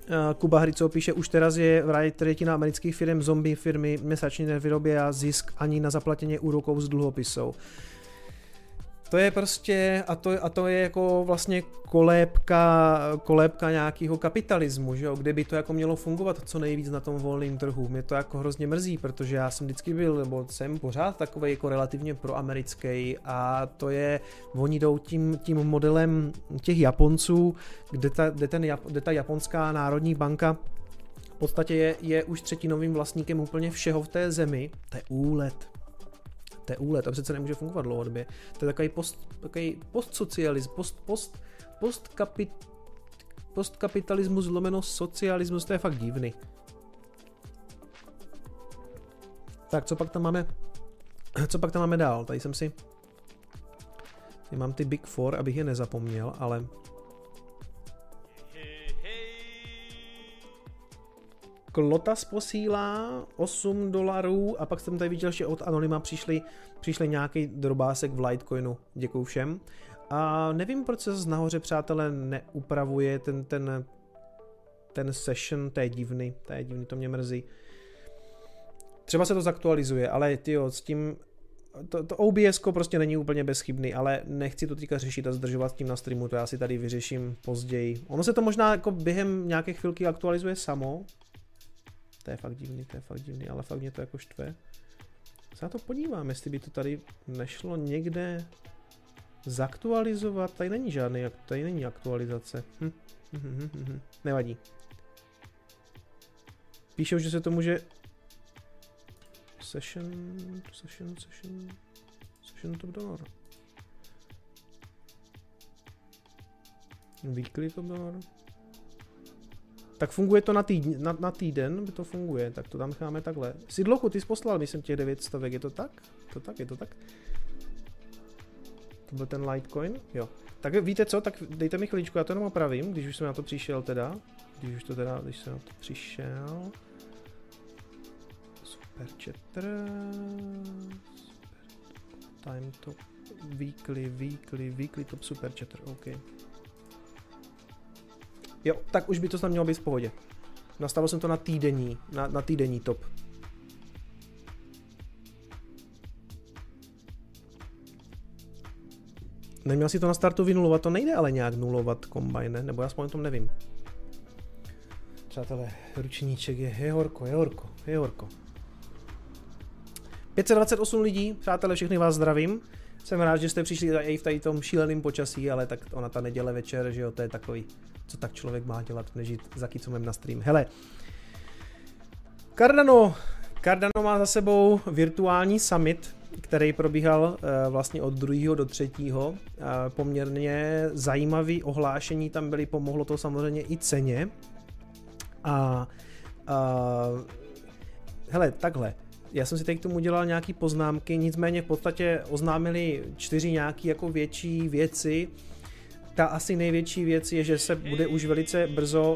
Kuba Hryco píše, už teraz je v tretina amerických firm zombie firmy mesačně nevyrobia zisk ani na zaplatění úrokov z dluhopisov. To je prostě, a to je jako vlastně kolébka nějakého kapitalismu, že jo, kde by to jako mělo fungovat co nejvíc na tom volném trhu. Mě to jako hrozně mrzí, protože já jsem vždycky byl, nebo jsem pořád takovej jako relativně proamerický a to je, oni jdou tím modelem těch Japonců, kde ta japonská národní banka v podstatě je už třetinovým vlastníkem úplně všeho v té zemi. To je úlet. To přece nemůže fungovat dlouhodobě. To je takový postsocialismus, postkapitalismus lomeno socialismus, to je fakt divný. Tak, co pak tam máme dál? Tady mám ty Big Four, abych je nezapomněl, ale... Klotas posílá $8 a pak jsem tady viděl, že od Anonyma přišli nějaký drobásek v Litecoinu. Děkuju všem. A nevím, proč se nahoře, přátelé, neupravuje ten session, to je divný, to mě mrzí. Třeba se to zaktualizuje, ale tyjo, s tím, to OBS-ko prostě není úplně bezchybný, ale nechci to teďka řešit a zdržovat s tím na streamu, to já si tady vyřeším později. Ono se to možná jako během nějaké chvilky aktualizuje samo. To je fakt divný, ale fakt mě to jako štve. Se na to podívám, jestli by to tady nešlo někde zaktualizovat. Tady není aktualizace. Nevadí. Píšou, že se to může... Session top donor. Weekly top donor. Tak funguje to na týden, by to funguje, tak to tam necháme takhle. Sidloku, ty jsi poslal, myslím, těch 900, je to tak? Je to tak? To byl ten Litecoin? Jo. Tak víte co, tak dejte mi chviličku, já to jenom opravím, když už jsem na to přišel teda. Když jsem na to přišel. Super chatter. Time top. Weekly top super chatter, OK. Jo, tak už by to snad mělo být v pohodě. Nastavil jsem to na týdenní top. Neměl si to na startu vynulovat, to nejde ale nějak nulovat Combine, nebo já aspoň o tom nevím. Přátelé, ručníček je horko. 528 lidí, přátelé, všechny vás zdravím. Jsem rád, že jste přišli i v tady tom šíleném počasí, ale tak ona ta neděle večer, že jo, to je takový, co tak člověk má dělat, než jít za Kicumem na stream. Hele, Cardano má za sebou virtuální summit, který probíhal vlastně od 2. do 3. Poměrně zajímavý ohlášení tam byly, pomohlo to samozřejmě i ceně. Hele, takhle. Já jsem si teď k tomu udělal nějaký poznámky, nicméně v podstatě oznámili 4 nějaký jako větší věci. Ta asi největší věc je, že se bude už velice brzo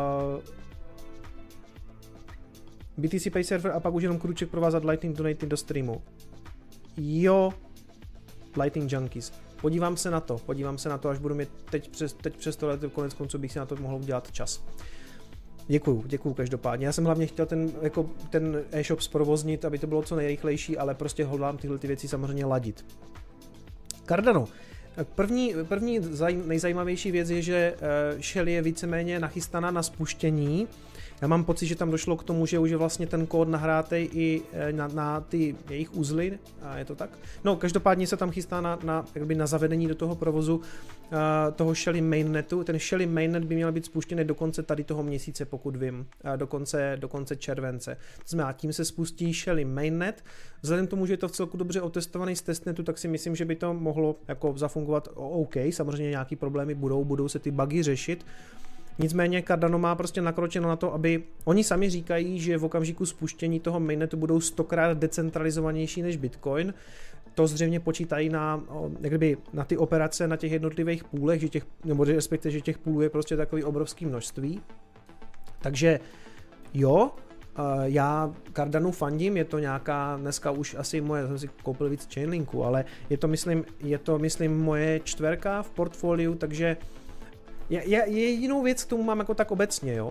BTC Pay Server a pak už jenom Kruček provázat Lightning Donaty do streamu. Jo, Lightning Junkies. Podívám se na to, až budu mít teď přes tohle, konec konců bych si na to mohl udělat čas. Děkuju každopádně. Já jsem hlavně chtěl ten e-shop zprovoznit, aby to bylo co nejrychlejší, ale prostě hodlám tyhle ty věci samozřejmě ladit. Cardano. První nejzajímavější věc je, že Shell je víceméně nachystaná na spuštění. Já mám pocit, že tam došlo k tomu, že už je vlastně ten kód nahrátej i na ty jejich uzly, a je to tak? No, každopádně se tam chystá na zavedení do toho provozu toho Shelly mainnetu. Ten Shelly mainnet by měl být spuštěný do konce tady toho měsíce, pokud vím, do konce července. To znamená, tím se spustí Shelly mainnet. Vzhledem k tomu, že je to v celku dobře otestovaný z testnetu, tak si myslím, že by to mohlo jako zafungovat OK. Samozřejmě nějaký problémy budou se ty bugy řešit. Nicméně Cardano má prostě nakročeno na to, aby oni sami říkají, že v okamžiku spuštění toho mainnetu budou 100krát decentralizovanější než Bitcoin. To zřejmě počítají na ty operace na těch jednotlivých půlech, nebo respektive, že těch půlů je prostě takový obrovský množství. Takže jo, já Cardanu fandím, je to nějaká, dneska už asi moje, jsem si koupil víc Chainlinku, ale je to myslím moje 4. v portfoliu, takže Jedinou věc k tomu mám jako tak obecně, jo.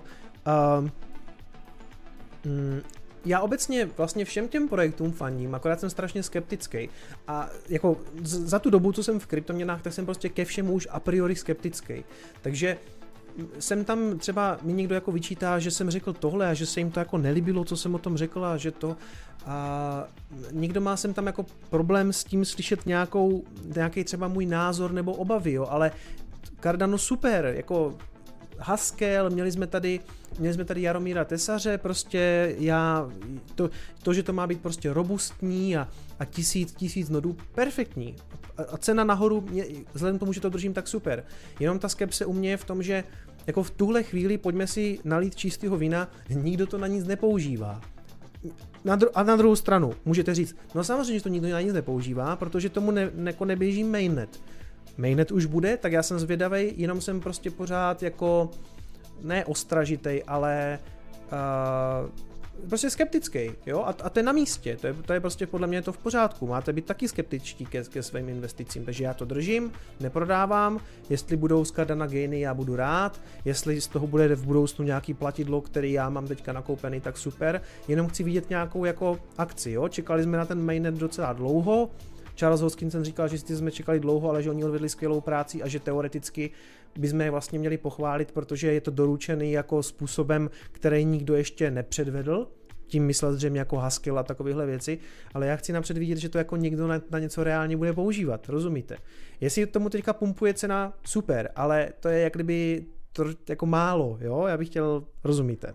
Já obecně vlastně všem těm projektům fandím, akorát jsem strašně skeptický. A jako za tu dobu, co jsem v kryptoměnách, tak jsem prostě ke všemu už a priori skeptický. Takže jsem tam třeba, mi někdo jako vyčítá, že jsem řekl tohle a že se jim to jako nelíbilo, co jsem o tom řekl a že to... A někdo má sem tam jako problém s tím slyšet nějaký třeba můj názor nebo obavy, jo, ale Cardano super, jako Haskell, měli jsme tady Jaromíra Tesaře, prostě to, že to má být prostě robustní a tisíc nodů, perfektní. A cena nahoru, vzhledem k tomu, že to držím, tak super. Jenom ta skepse u mě je v tom, že jako v tuhle chvíli pojďme si nalít čistého vína, nikdo to na nic nepoužívá. A na druhou stranu můžete říct, no samozřejmě, že to nikdo na nic nepoužívá, protože tomu neběží mainnet. Mainnet už bude, tak já jsem zvědavej, jenom jsem prostě pořád jako ne ostražitej, ale prostě skeptický, jo, a to je na místě, to je prostě podle mě to v pořádku, máte být taky skeptičtí ke svým investicím, takže já to držím, neprodávám, jestli budou z Cardana gainy, já budu rád, jestli z toho bude v budoucnu nějaký platidlo, který já mám teďka nakoupený, tak super, jenom chci vidět nějakou jako akci, jo, čekali jsme na ten mainnet docela dlouho, Charles Hoskinson říkal, že jsme čekali dlouho, ale že oni odvedli skvělou práci a že teoreticky bychom je vlastně měli pochválit, protože je to doručený jako způsobem, který nikdo ještě nepředvedl. Tím myslel zřejmě jako Haskell a takovéhle věci, ale já chci napřed vidět, že to jako někdo na něco reálně bude používat, rozumíte? Jestli tomu teďka pumpuje cena, super, ale to je jak kdyby to jako málo, jo? Já bych chtěl, rozumíte?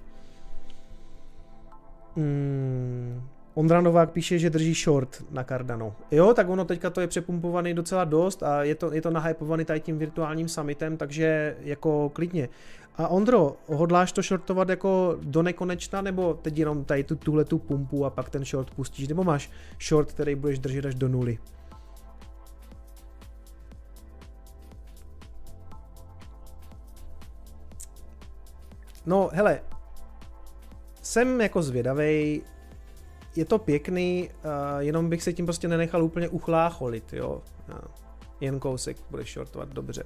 Ondra Novák píše, že drží short na Cardano. Jo, tak ono teďka to je přepumpovaný docela dost a je to nahypovaný tady tím virtuálním summitem, takže jako klidně. A Ondro, hodláš to shortovat jako do nekonečna, nebo teď jenom tady tuhletu pumpu a pak ten short pustíš, nebo máš short, který budeš držet až do nuly? No, hele, jsem jako zvědavej, je to pěkný, jenom bych se tím prostě nenechal úplně uchlácholit, jo. Jen kousek budeš shortovat, dobře.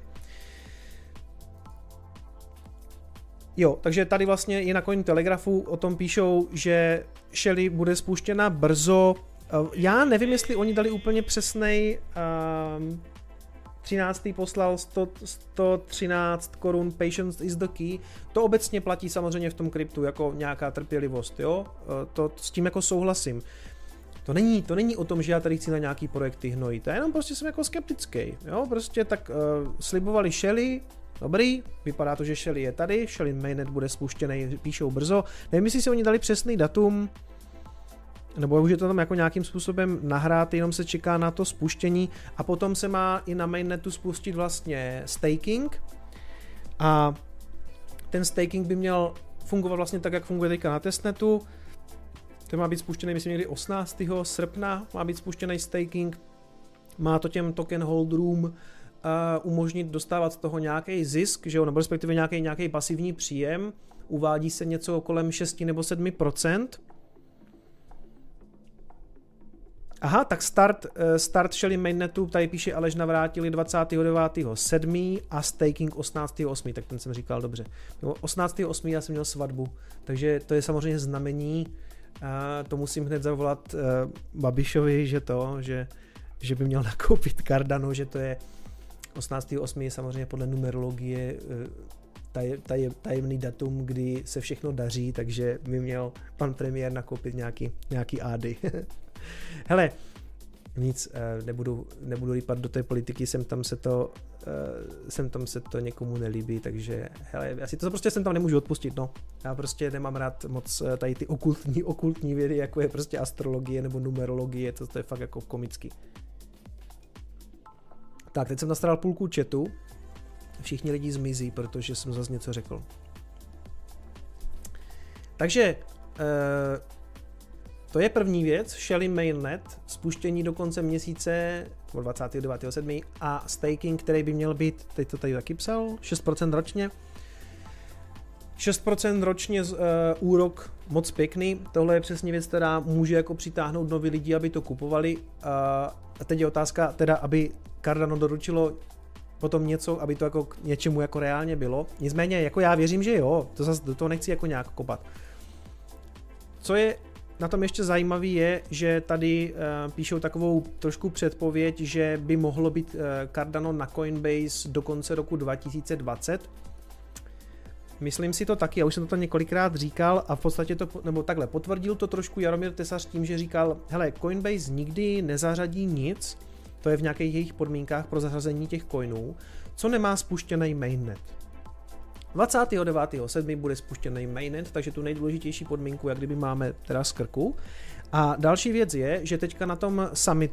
Jo, takže tady vlastně i na Cointelegrafu o tom píšou, že Shelly bude spuštěna brzo. Já nevím, jestli oni dali úplně přesnej 13. poslal 113 korun, patience is the key. To obecně platí samozřejmě v tom kryptu jako nějaká trpělivost, jo? To s tím jako souhlasím. To není o tom, že já tady chci na nějaký projekty hnojit, já jenom prostě jsem jako skeptický, jo? Prostě tak slibovali Shelly, dobrý, vypadá to, že Shelly je tady, Shelly mainnet bude spuštěný, píšou brzo. Nevím, jestli si oni dali přesný datum, nebo už je to tam jako nějakým způsobem nahrát, jenom se čeká na to spuštění a potom se má i na mainnetu spustit vlastně staking a ten staking by měl fungovat vlastně tak, jak funguje teďka na testnetu. To má být spuštěný, myslím, někdy 18. srpna má být spuštěný staking. Má to těm token holderům umožnit dostávat z toho nějaký zisk, že jo, nebo respektive nějaký pasivní příjem. Uvádí se něco kolem 6 nebo 7%. Aha, tak start Shelly mainnetu, tady píše Aleš navrátili 29.7. a staking 18.8. Tak ten jsem říkal dobře. 18.8. já jsem měl svatbu, takže to je samozřejmě znamení. To musím hned zavolat Babišovi, že by měl nakoupit Cardano, že to je 18.8. je samozřejmě podle numerologie tajemný datum, kdy se všechno daří, takže by měl pan premiér nakoupit nějaký ády. Hele, nic, nebudu lípat do té politiky, sem tam se to někomu nelíbí, takže hele, já si to prostě sem tam nemůžu odpustit, no. Já prostě nemám rád moc tady ty okultní vědy, jako je prostě astrologie nebo numerologie, to je fakt jako komický. Tak, teď jsem nastaral půlku chatu, všichni lidi zmizí, protože jsem zase něco řekl. Takže, to je první věc, Shelly mainnet, spuštění do konce měsíce, 29.7. a staking, který by měl být, teď to tady taky psal, 6% ročně. 6% ročně úrok, moc pěkný, tohle je přesně věc, která může jako přitáhnout nový lidi, aby to kupovali. A teď je otázka, teda aby Cardano doručilo potom něco, aby to jako k něčemu jako reálně bylo. Nicméně jako já věřím, že jo, to zase do toho nechci jako nějak kopat. Co je na tom ještě zajímavý je, že tady píšou takovou trošku předpověď, že by mohlo být Cardano na Coinbase do konce roku 2020. Myslím si to taky, já už jsem to několikrát říkal a v podstatě to, nebo takhle, potvrdil to trošku Jaromír Tesař tím, že říkal, hele, Coinbase nikdy nezařadí nic, to je v nějakých jejich podmínkách pro zařazení těch coinů, co nemá spuštěný mainnet. 29.7. bude spuštěný mainnet, takže tu nejdůležitější podmínku, jak kdyby máme teda z krku. A další věc je, že teďka na tom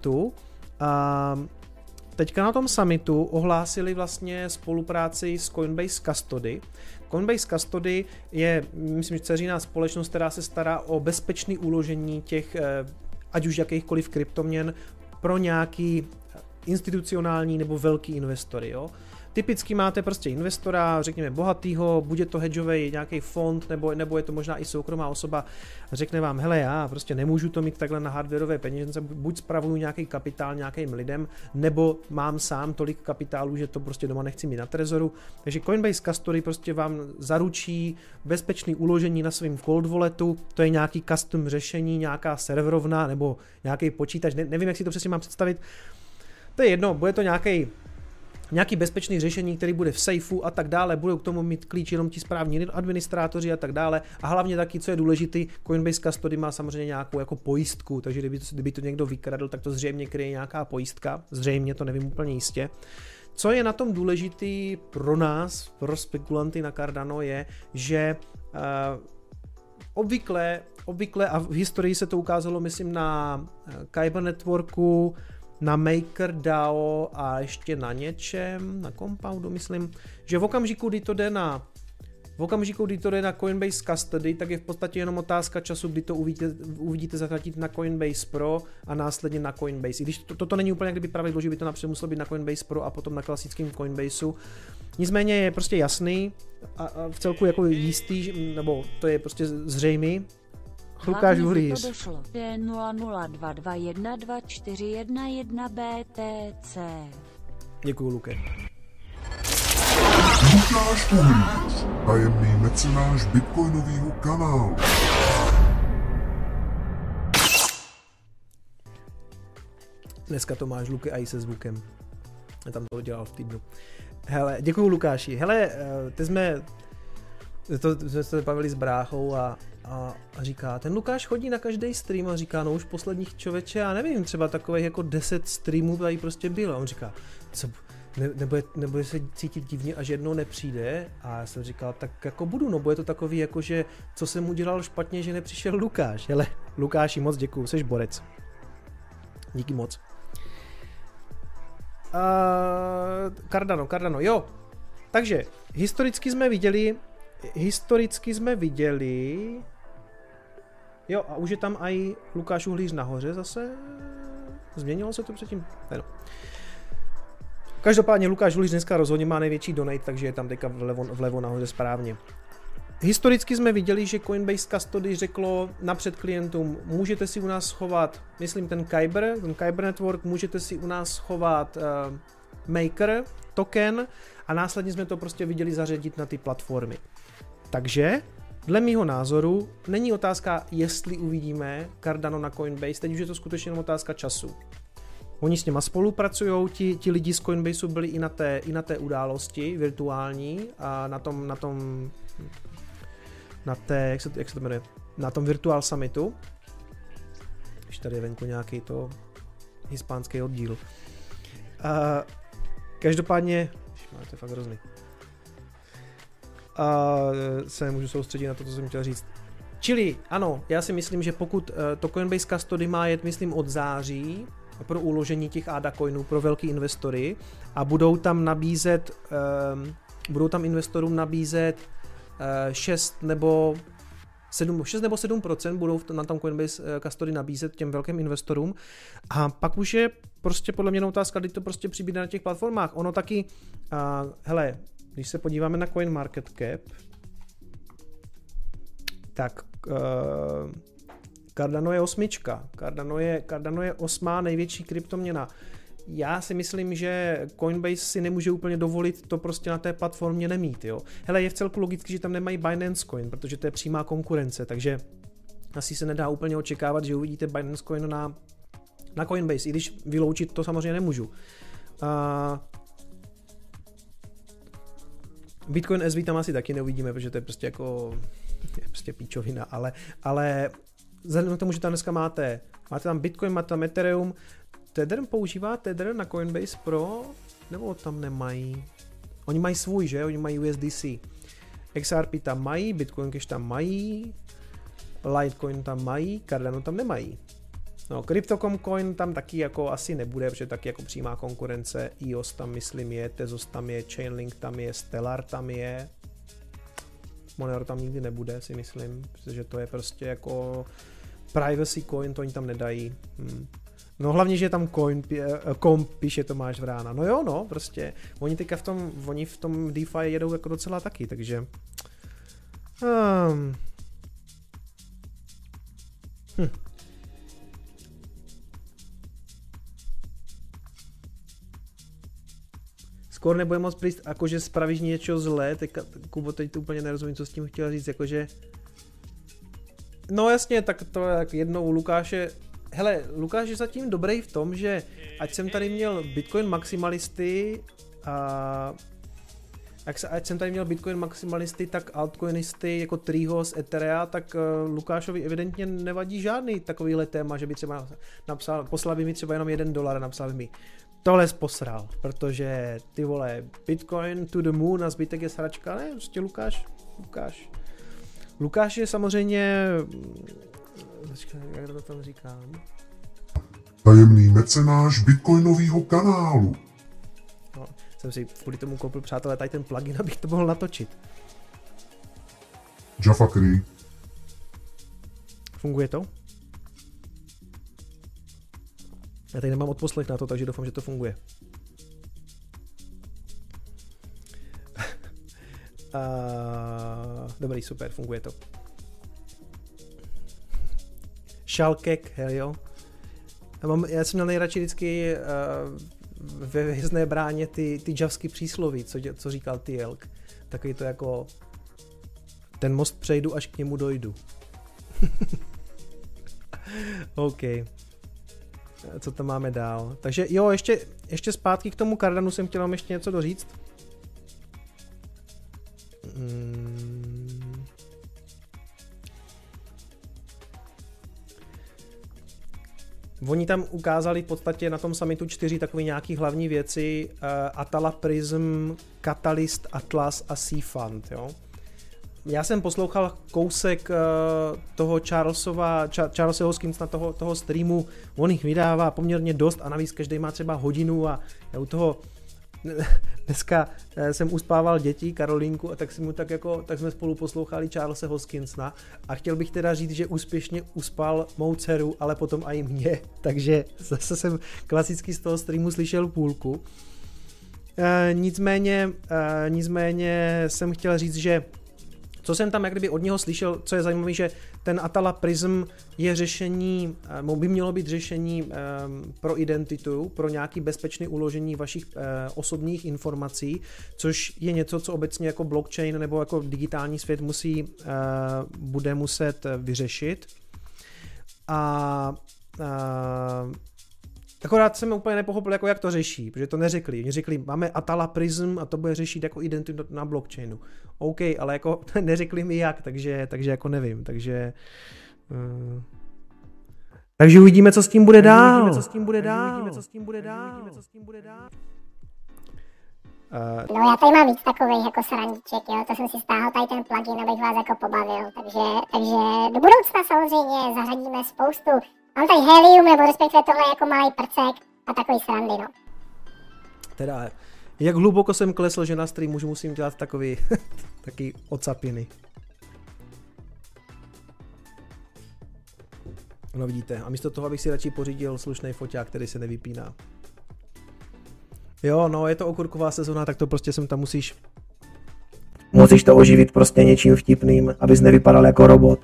summitu ohlásili vlastně spolupráci s Coinbase Custody. Coinbase Custody je, myslím, že dceřiná společnost, která se stará o bezpečné uložení těch, ať už jakýchkoliv kryptoměn, pro nějaký institucionální nebo velký investory. Jo? Typicky máte prostě investora, řekněme bohatýho, buď je to hedžový nějaký fond, nebo je to možná i soukromá osoba, řekne vám, hele, já prostě nemůžu to mít takhle na hardwareové peněžence, buď spravuju nějaký kapitál nějakým lidem, nebo mám sám tolik kapitálu, že to prostě doma nechci mít na trezoru. Takže Coinbase Custody prostě vám zaručí bezpečné uložení na svém cold walletu, to je nějaký custom řešení, nějaká serverovna nebo nějaký počítač, nevím, jak si to přesně mám představit. To je jedno, bude to nějaký bezpečný řešení, který bude v safeu a tak dále, budou k tomu mít klíč jenom ti správní administrátoři a tak dále a hlavně taky, co je důležitý, Coinbase Custody má samozřejmě nějakou jako pojistku, takže kdyby to někdo vykradl, tak to zřejmě kryje nějaká pojistka, zřejmě, to nevím úplně jistě. Co je na tom důležitý pro nás, pro spekulanty na Cardano je, že obvykle a v historii se to ukázalo, myslím, na Kyber Networku, na MakerDAO a ještě na něčem, na Compoundu myslím, že v okamžiku, kdy to jde na Coinbase Custody, tak je v podstatě jenom otázka času, kdy to uvidíte zatratit na Coinbase Pro a následně na Coinbase. I když toto není úplně kdyby pravidlo, že by to napřed muselo být na Coinbase Pro a potom na klasickém Coinbaseu. Nicméně je prostě jasný a v celku jako jistý, nebo to je prostě zřejmý. Lukáš Uhlíř. To došlo. 0022122411 Děkuju, Luke. Lukáš Uhlíř, tajemný mecenáš bitcoinového kanálu. Dneska to máš, Luke, i se zvukem. Já tam to dělal v týdnu. Hele, děkuju, Lukáši. Hele, teď jsme se bavili s bráchou a říká, ten Lukáš chodí na každý stream a říká, no už posledních člověče, já nevím, třeba takových jako 10 streamů tady prostě bylo. A on říká, co, nebude se cítit divně, až jednou nepřijde? A já jsem říkal, tak jako budu, no bude to takový jako, že co jsem udělal špatně, že nepřišel Lukáš. Hele, Lukáši, moc děkuju, seš borec. Díky moc. Cardano, jo. Takže, historicky jsme viděli, jo, a už je tam i Lukáš Uhlíř nahoře zase, změnilo se to předtím? No. Každopádně Lukáš Uhlíř dneska rozhodně má největší donate, takže je tam teďka vlevo nahoře správně. Historicky jsme viděli, že Coinbase Custody řeklo napřed klientům, můžete si u nás schovat, myslím ten Kyber Network, můžete si u nás schovat Maker token a následně jsme to prostě viděli zařadit na ty platformy. Takže, dle mýho názoru, není otázka, jestli uvidíme Cardano na Coinbase, teď už je to skutečně jenom otázka času. Oni s něma spolupracujou, ti lidi z Coinbaseu byli i na té události virtuální a jak se to jmenuje, na tom Virtual Summitu. Když tady je venku nějaký to hispánský oddíl. Každopádně, to je fakt hrozný. Se můžu soustředit na to, co jsem chtěl říct. Čili ano, já si myslím, že pokud to Coinbase Custody má jet, myslím, od září pro uložení těch ADA coinů pro velký investory a budou tam investorům nabízet 6 nebo 7% budou na tom Coinbase Custody nabízet těm velkým investorům a pak už je prostě podle mě otázka, kdy to prostě přibýde na těch platformách. Ono taky, hele, když se podíváme na CoinMarketCap, tak Cardano je 8. Cardano je 8. největší kryptoměna. já si myslím, že Coinbase si nemůže úplně dovolit to prostě na té platformě nemít, jo. Hele, je v celku logicky, že tam nemají Binance Coin, protože to je přímá konkurence, takže asi se nedá úplně očekávat, že uvidíte Binance Coin na Coinbase, i když vyloučit to samozřejmě nemůžu. Bitcoin SV tam asi taky neuvidíme, protože to je prostě jako prostě píčovina, ale vzhledem k tomu, že tam dneska máte tam Bitcoin, máte tam Ethereum, Tether používá Tether na Coinbase Pro, nebo tam nemají? Oni mají svůj, že? Oni mají USDC. XRP tam mají, Bitcoin Cash tam mají, Litecoin tam mají, Cardano tam nemají. No, Crypto.com Coin tam taky jako asi nebude, protože taky jako přímá konkurence. EOS tam myslím je, Tezos tam je, Chainlink tam je, Stellar tam je. Monero tam nikdy nebude, si myslím, protože to je prostě jako privacy coin, to oni tam nedají. No hlavně, že je tam comp, píše Tomáš Vrána. No jo, no, prostě. Oni teďka v tom DeFi jedou jako docela taky, takže... Skoro nebude moc přijít, jakože spravíš něčeho zlé, Kubo, teď to úplně nerozumím, co s tím chtěl říct, jakože... No jasně, tak to je tak jednou Lukáše... Hele, Lukáš je zatím dobrý v tom, že ať jsem tady měl Bitcoin maximalisty tak altcoinisty jako Triho z Etherea, tak Lukášovi evidentně nevadí žádný takovýhle téma, že by třeba poslal by mi třeba jenom $1 a napsal by mi tohle posral, protože ty vole, Bitcoin to the moon a zbytek je sračka, ne, prostě Lukáš je samozřejmě, jak to tam říkám? Tajemný mecenáš bitcoinového kanálu. No, jsem si kvůli tomu koupil, přátelé, tady ten plugin, abych to mohl natočit. Jaffa Cree. Funguje to? Já tady nemám odposlech na to, takže doufám, že to funguje. Dobrý, super, funguje to. Šalkek, hell jo. Já jsem měl nejradši vždycky ve Hvězdné bráně ty javský přísloví, co říkal Tielk. Takový to jako ten most přejdu, až k němu dojdu. OK. Co tam máme dál? Takže jo, ještě zpátky k tomu Cardanu jsem chtěl vám ještě něco doříct. Oni tam ukázali v podstatě na tom summitu 4 takové nějaký hlavní věci. Atala, Prism, Catalyst, Atlas a Seafund, jo. Já jsem poslouchal kousek toho Charlesa Hoskinsona toho streamu, on jich vydává poměrně dost a navíc každý má třeba hodinu a já u toho dneska jsem uspával děti, Karolínku, a tak jsme spolu poslouchali Charlesa Hoskinsona a chtěl bych teda říct, že úspěšně uspal mou dceru, ale potom i mě, takže zase jsem klasicky z toho streamu slyšel půlku. Nicméně jsem chtěl říct, že co jsem tam jak kdyby od něho slyšel, co je zajímavé, že ten Atala Prism je řešení, by mělo být řešení pro identitu, pro nějaký bezpečné uložení vašich osobních informací, což je něco, co obecně jako blockchain nebo jako digitální svět bude muset vyřešit. Akorát jsem úplně nepochopil, jako jak to řeší, protože to neřekli. Oni řekli, máme Atala Prism a to bude řešit jako identitu na blockchainu. OK, ale jako neřekli mi jak, takže jako nevím, takže uvidíme, co s tím bude dál. No já tady mám víc takových jako srandiček, jo, to jsem si stáhl tady ten plugin, abych vás jako pobavil, takže do budoucna samozřejmě zařadíme spoustu. Mám tady helium, nebo respektive tohle jako malý prcek a takový srandy, no. Teda, jak hluboko jsem klesl, že na streamu už musím dělat takový taky ocapiny. No vidíte, a místo toho, abych si radši pořídil slušný foťák, který se nevypíná. Jo, no, je to okurková sezona, tak to prostě sem tam musíš to oživit prostě něčím vtipným, abys nevypadal jako robot.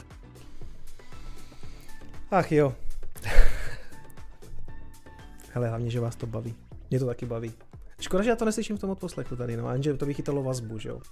Ach jo. Hele, hlavně, že vás to baví. Mě to taky baví. Škoda, že já to neslyším v tom odposlechu tady, no, jenže to vychytalo vazbu, že jo.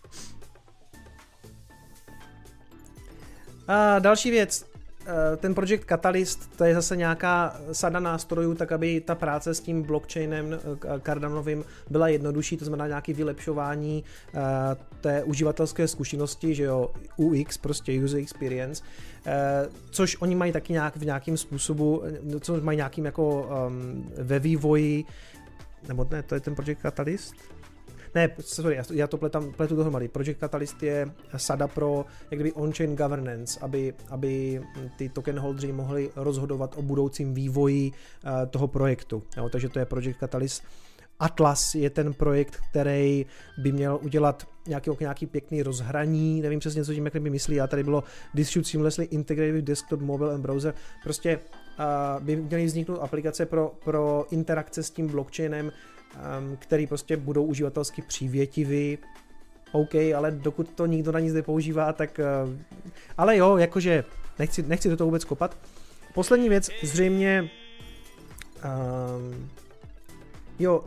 A další věc, ten Project Catalyst, to je zase nějaká sada nástrojů, tak aby ta práce s tím blockchainem Cardanovým byla jednodušší, to znamená nějaké vylepšování té uživatelské zkušenosti, že jo, UX, prostě user experience, což oni mají taky nějak v nějakým způsobu, co mají nějakým jako ve vývoji, nebo ne, to je ten Project Catalyst? Ne, sorry, já to pletu dohromady. Project Catalyst je sada pro jak kdyby on-chain governance, aby ty token holdři mohli rozhodovat o budoucím vývoji toho projektu. Jo, takže to je Project Catalyst. Atlas je ten projekt, který by měl udělat nějaký pěkný rozhraní, nevím přesně, co tím jak by myslí, a tady bylo This should seamlessly integrate with desktop, mobile and browser. Prostě by měly vzniknout aplikace pro interakce s tím blockchainem, který prostě budou uživatelsky přívětivý. OK, ale dokud to nikdo na nic nepoužívá, tak... ale jo, jakože nechci do toho vůbec kopat. Poslední věc, zřejmě... jo...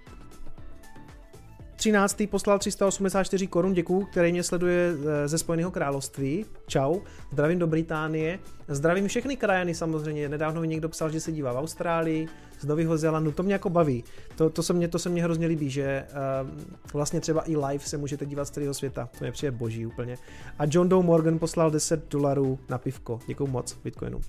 13. poslal 384 korun, děkuju, který mě sleduje ze Spojeného království. Čau, zdravím do Británie, zdravím všechny krajany samozřejmě, nedávno mi někdo psal, že se dívá v Austrálii, z Nového Zélandu, to mě jako baví, to se mně hrozně líbí, že vlastně třeba i live se můžete dívat z celého světa, to mě přijde boží úplně. A John Doe Morgan poslal $10 na pivko, děkuju moc, Bitcoinu.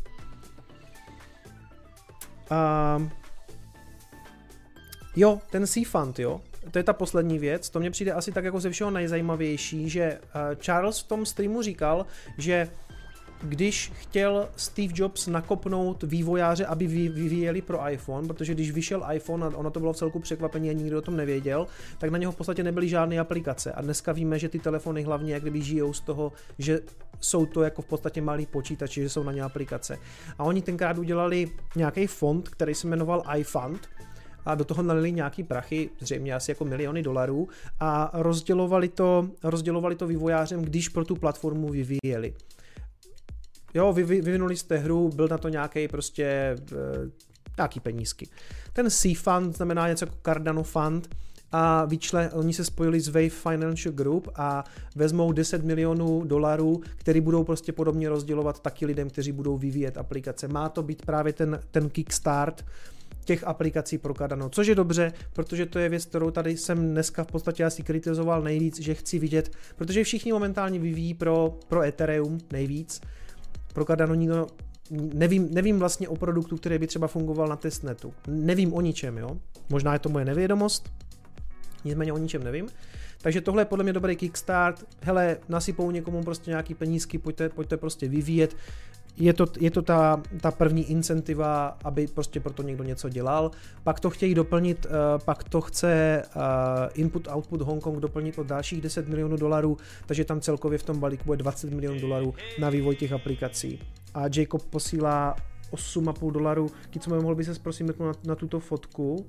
Jo, ten C-Fund, jo. To je ta poslední věc, to mně přijde asi tak jako ze všeho nejzajímavější, že Charles v tom streamu říkal, že když chtěl Steve Jobs nakopnout vývojáře, aby vyvíjeli pro iPhone, protože když vyšel iPhone a ono to bylo v celku překvapení a nikdo o tom nevěděl, tak na něho v podstatě nebyly žádné aplikace a dneska víme, že ty telefony hlavně jak kdyby žijou z toho, že jsou to jako v podstatě malý počítači, že jsou na ně aplikace. A oni tenkrát udělali nějaký fond, který se jmenoval iFund, a do toho nalili nějaký prachy, zřejmě asi jako miliony dolarů a rozdělovali to vývojářem, když pro tu platformu vyvíjeli. Jo, vyvinuli jste hru, byl na to nějaký prostě nějaký penízky. Ten C-Fund znamená něco jako Cardano Fund a oni se spojili s Wave Financial Group a vezmou $10 milionů, který budou prostě podobně rozdělovat taky lidem, kteří budou vyvíjet aplikace. Má to být právě ten kickstart těch aplikací pro Cardano, což je dobře, protože to je věc, kterou tady jsem dneska v podstatě asi kritizoval nejvíc, že chci vidět, protože všichni momentálně vyvíjí pro Ethereum nejvíc, pro Cardano nikdo, nevím vlastně o produktu, který by třeba fungoval na testnetu, nevím o ničem, jo, možná je to moje nevědomost, nicméně o ničem nevím, takže tohle je podle mě dobrý kickstart, hele, nasypou někomu prostě nějaký penízky, pojďte prostě vyvíjet. Je to ta první incentiva, aby prostě proto někdo něco dělal. Pak to chtějí doplnit, pak to chce Input-Output Hong Kong doplnit o dalších $10 milionů, takže tam celkově v tom balíku bude $20 milionů na vývoj těch aplikací. A Jacob posílá $8,5. Kicome, mohl by se prosím na tuto fotku?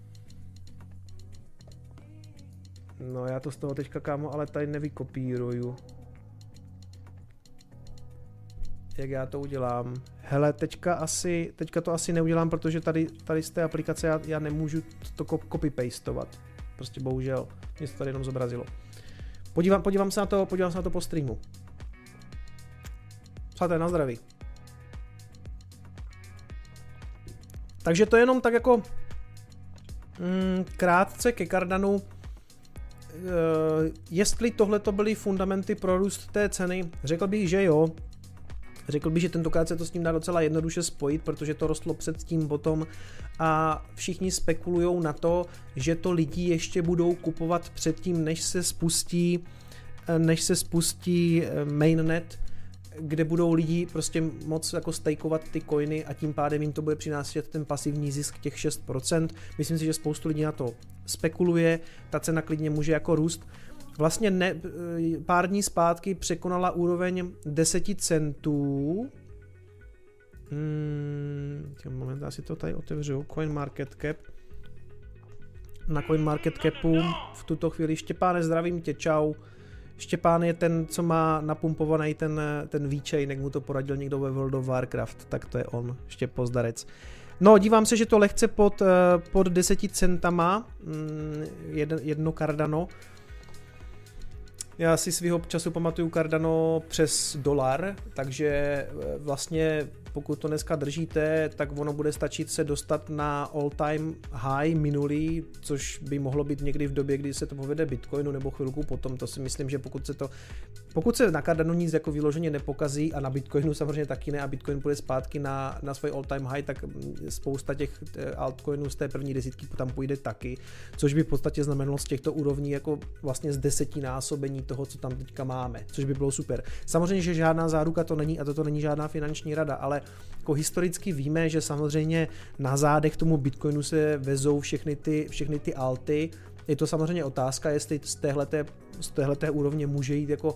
No já to z toho teďka, kámo, ale tady nevykopíruju. Jak já to udělám? Hele, teďka to asi neudělám, protože tady z té aplikace já nemůžu to copy-pastovat. Prostě bohužel, mě se tady jenom zobrazilo. Podívám se na to po streamu. Přátelé, na zdraví. Takže to je jenom tak jako krátce ke Cardanu. Jestli tohle to byly fundamenty pro růst té ceny, řekl bych, že jo. Řekl bych, že tentokrát se to s ním dá docela jednoduše spojit, protože to rostlo předtím, potom a všichni spekulujou na to, že to lidi ještě budou kupovat předtím, než se spustí mainnet, kde budou lidi prostě moc jako stakeovat ty coiny a tím pádem jim to bude přinášet ten pasivní zisk těch 6%. Myslím si, že spoustu lidí na to spekuluje, ta cena klidně může jako růst. Vlastně pár dní zpátky překonala úroveň 10 centů. Moment, já si to tady otevřu. CoinMarketCap. Na CoinMarketCapu v tuto chvíli. Štěpáne, zdravím tě, čau. Štěpán je ten, co má napumpovaný ten VeChain, jak mu to poradil někdo ve World of Warcraft, tak to je on, Štěpo, zdarec. No, dívám se, že to lehce pod 10 centama, jedno Cardano. Já si svýho času pamatuju Cardano přes $1, takže vlastně pokud to dneska držíte, tak ono bude stačit se dostat na all time high minulý, což by mohlo být někdy v době, kdy se to povede Bitcoinu nebo chvilku potom. To si myslím, že pokud se na Cardano nic jako vyloženě nepokazí a na Bitcoinu samozřejmě taky ne a Bitcoin půjde zpátky na svůj all time high, tak spousta těch altcoinů z té první desítky tam půjde taky, což by v podstatě znamenalo z těchto úrovní jako vlastně z 10násobení toho, co tam teďka máme, což by bylo super. Samozřejmě, že žádná záruka to není a toto není žádná finanční rada, ale jako historicky víme, že samozřejmě na zádech tomu Bitcoinu se vezou všechny ty alty. Je to samozřejmě otázka, jestli z téhleté úrovně může jít jako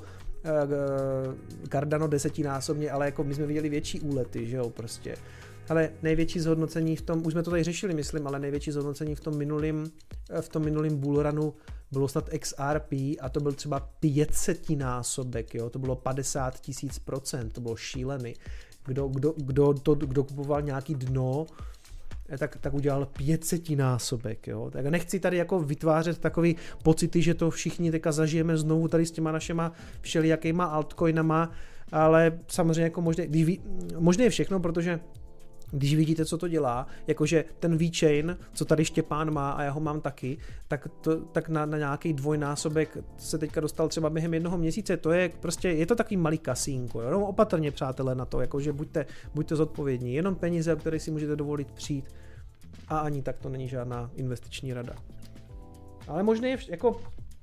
Cardano 10násobně, ale jako my jsme viděli větší úlety, že jo, prostě. Ale největší zhodnocení v tom, už jsme to tady řešili, myslím, ale největší zhodnocení v tom minulým bullrunu bylo snad XRP a to byl třeba 500násobek, jo, to bylo 50 000%, to bylo šílený. Kdo kupoval nějaký dno, tak udělal 500násobek, jo. Tak nechci tady jako vytvářet takový pocity, že to všichni teďka zažijeme znovu tady s těma našima všelijakýma altcoinama, ale samozřejmě jako možné je všechno, protože když vidíte, co to dělá, jakože ten VeChain, co tady Štěpán má a já ho mám taky, tak na nějaký dvojnásobek se teďka dostal třeba během 1 měsíce, to je prostě, je to takový malý kasínko, jo? No, opatrně přátelé na to, jakože buďte zodpovědní, jenom peníze, o které si můžete dovolit přijít a ani tak to není žádná investiční rada. Ale možná je, jako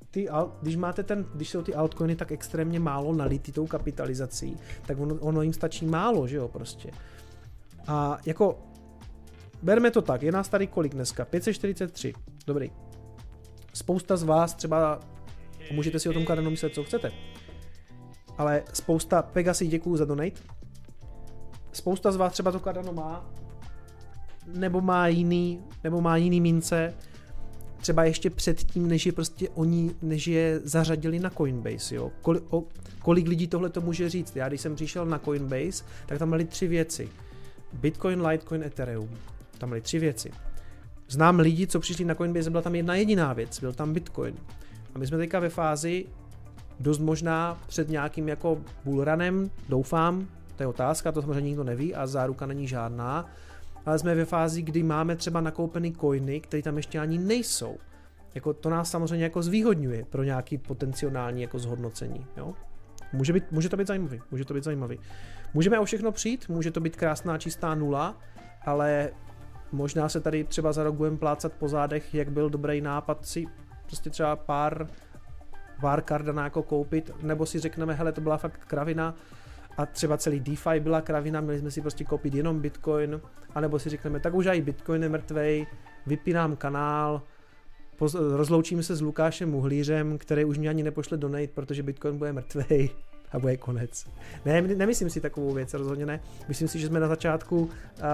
když jsou ty altcoiny tak extrémně málo nalitý tou kapitalizací, tak ono jim stačí málo, že jo, prostě. A jako, berme to tak, je nás tady kolik dneska? 543, dobrý. Spousta z vás třeba, můžete si o tom Cardano myslet, co chcete, ale spousta, Pegasi, děkuju za donate, spousta z vás třeba to Cardano má, nebo má jiný mince, třeba ještě předtím, než je zařadili na Coinbase, jo. Kolik lidí tohle to může říct? Já když jsem přišel na Coinbase, tak tam byly 3 věci. Bitcoin, Litecoin, Ethereum. Tam byly 3 věci. Znám lidi, co přišli na Coinbase, byla tam jedna jediná věc, byl tam Bitcoin. A my jsme teďka ve fázi, dost možná před nějakým jako bullrunem, doufám, to je otázka, to samozřejmě nikdo neví a záruka není žádná, ale jsme ve fázi, kdy máme třeba nakoupený coiny, které tam ještě ani nejsou. Jako to nás samozřejmě jako zvýhodňuje pro nějaký potenciální jako zhodnocení, jo? Může to být zajímavý. Můžeme o všechno přijít, může to být krásná čistá nula, ale možná se tady třeba za rok budeme plácat po zádech, jak byl dobrý nápad si prostě třeba pár Cardana jako koupit, nebo si řekneme, hele, to byla fakt kravina a třeba celý DeFi byla kravina, měli jsme si prostě koupit jenom Bitcoin, anebo si řekneme, tak už i Bitcoin je mrtvej, vypínám kanál, rozloučím se s Lukášem Uhlířem, který už mě ani nepošle donate, protože Bitcoin bude mrtvej a bude konec. Ne, nemyslím si takovou věc, rozhodně ne. Myslím si, že jsme na začátku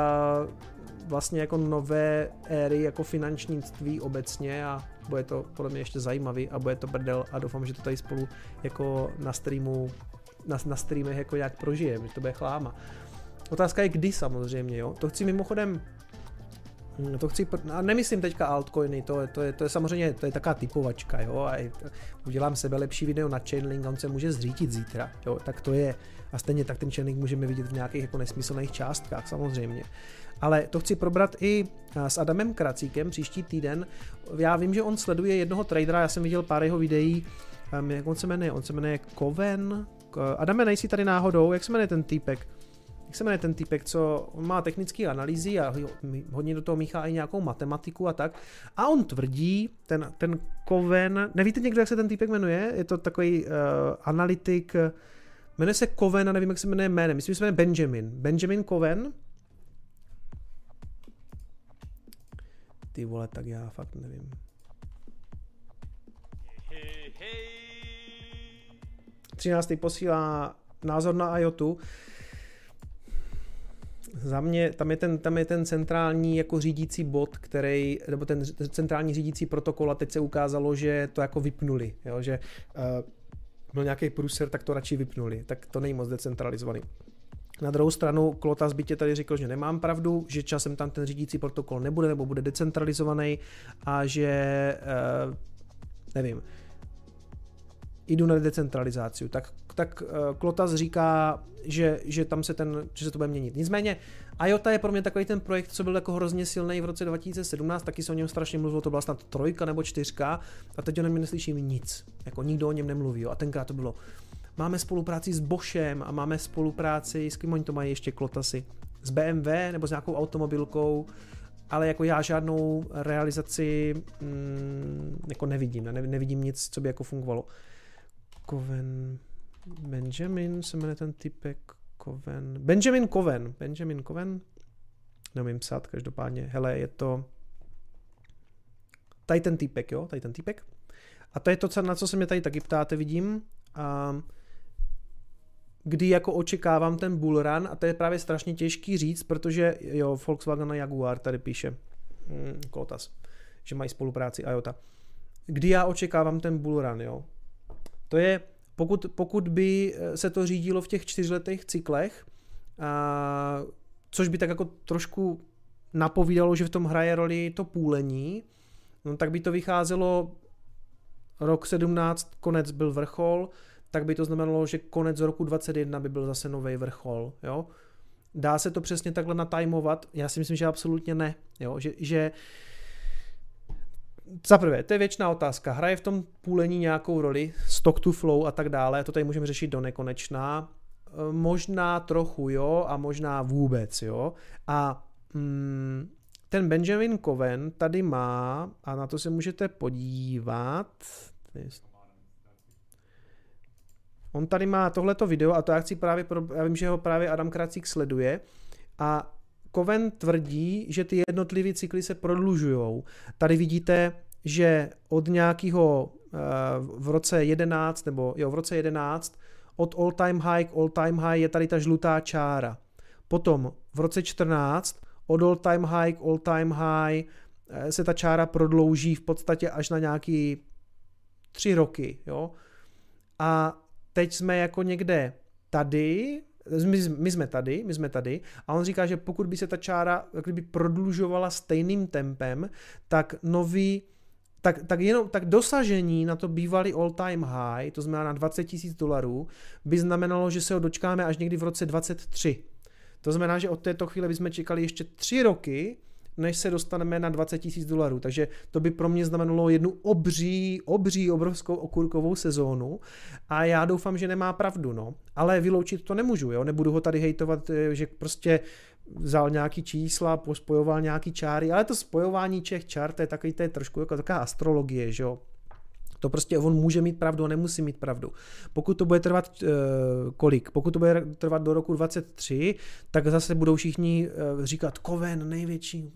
vlastně jako nové éry jako finančnictví obecně a bude to podle mě ještě zajímavý a bude to brdel a doufám, že to tady spolu jako na streamech jako jak prožijeme, že to bude chláma. Otázka je kdy samozřejmě, jo. To chci mimochodem a nemyslím teďka altcoiny, to je samozřejmě, to je taková typovačka, jo, a udělám sebe lepší video na Chainlink, on se může zřítit zítra, jo, tak to je, a stejně tak ten Chainlink můžeme vidět v nějakých jako nesmyslných částkách, samozřejmě. Ale to chci probrat i s Adamem Kracíkem příští týden, já vím, že on sleduje jednoho tradera, já jsem viděl pár jeho videí, jak on se jmenuje Koven, Adame, nejsi tady náhodou, jak se jmenuje ten týpek, co on má technické analýzy a hodně do toho míchá i nějakou matematiku a tak. A on tvrdí, ten Koven, nevíte někdo, jak se ten týpek jmenuje? Je to takový analytik, jmenuje se Koven a nevím, jak se jmenuje jménem. Myslím, že se jmenuje Benjamin Koven. Ty vole, tak já fakt nevím. 13. posílá názor na IOTu. Za mě tam je ten centrální jako řídící bod, nebo ten centrální řídící protokol a teď se ukázalo, že to jako vypnuli, jo, že byl nějaký průser, tak to radši vypnuli, tak to není moc decentralizovaný. Na druhou stranu Klotas by tě tady řekl, že nemám pravdu, že časem tam ten řídící protokol nebude nebo bude decentralizovaný a že nevím, jdu na decentralizaci. Tak Klotas říká, že tam že se to bude měnit. Nicméně IOTA je pro mě takový ten projekt, co byl jako hrozně silný v roce 2017, taky se o něm strašně mluvilo, to byla snad 3 nebo 4 a teď o něm neslyším nic. Jako nikdo o něm nemluví. Jo. A tenkrát to bylo. Máme spolupráci s Boschem a máme spolupráci, s kým oni to mají ještě Klotasy, s BMW nebo s nějakou automobilkou, ale jako já žádnou realizaci jako nevidím nic, co by jako fungovalo. Benjamin se jmenuje ten typek, Benjamin Coven, nevím psát, každopádně, hele, je to tady ten typek, jo, tady ten typek. A to je to, na co se mě tady taky ptáte, vidím, kdy jako očekávám ten bull run, a to je právě strašně těžký říct, protože jo, Volkswagen a Jaguar tady píše Klotas, že mají spolupráci IOTA. Kdy já očekávám ten bull run, jo? To je, pokud by se to řídilo v těch 4letých cyklech, což by tak jako trošku napovídalo, že v tom hraje roli to půlení, no, tak by to vycházelo rok 17, konec byl vrchol, tak by to znamenalo, že konec roku 21 by byl zase nový vrchol, jo. Dá se to přesně takhle natajmovat? Já si myslím, že absolutně ne, jo, že za prvé, to je věčná otázka, hraje v tom půlení nějakou roli, stock to flow a tak dále, to tady můžeme řešit do nekonečna, možná trochu, jo, a možná vůbec, jo, a ten Benjamin Coven tady má, a na to se můžete podívat, on tady má tohleto video a to já chci právě, já vím, že ho právě Adam Kracík sleduje a Coven tvrdí, že ty jednotlivé cykly se prodlužujou. Tady vidíte, že od nějakého v roce 11, nebo jo, v roce 11, od all time high k all time high je tady ta žlutá čára. Potom v roce 14 od all time high k all time high se ta čára prodlouží v podstatě až na nějaký 3 roky. Jo? A teď jsme jako někde tady, my jsme tady a on říká, že pokud by se ta čára kdyby prodlužovala stejným tempem, tak tak dosažení na to bývalý all time high, to znamená na $20,000, by znamenalo, že se ho dočkáme až někdy v roce 23. To znamená, že od této chvíle bychom čekali ještě 3 roky, než se dostaneme na $20,000. Takže to by pro mě znamenalo jednu obrovskou okurkovou sezónu a já doufám, že nemá pravdu, no. Ale vyloučit to nemůžu, jo. Nebudu ho tady hejtovat, že prostě vzal nějaký čísla, spojoval nějaký čáry, ale to spojování těch čár, to je trošku jako taková astrologie, že jo. To prostě on může mít pravdu a nemusí mít pravdu. Pokud to bude trvat Pokud to bude trvat do roku 23, tak zase budou všichni říkat Coven, největší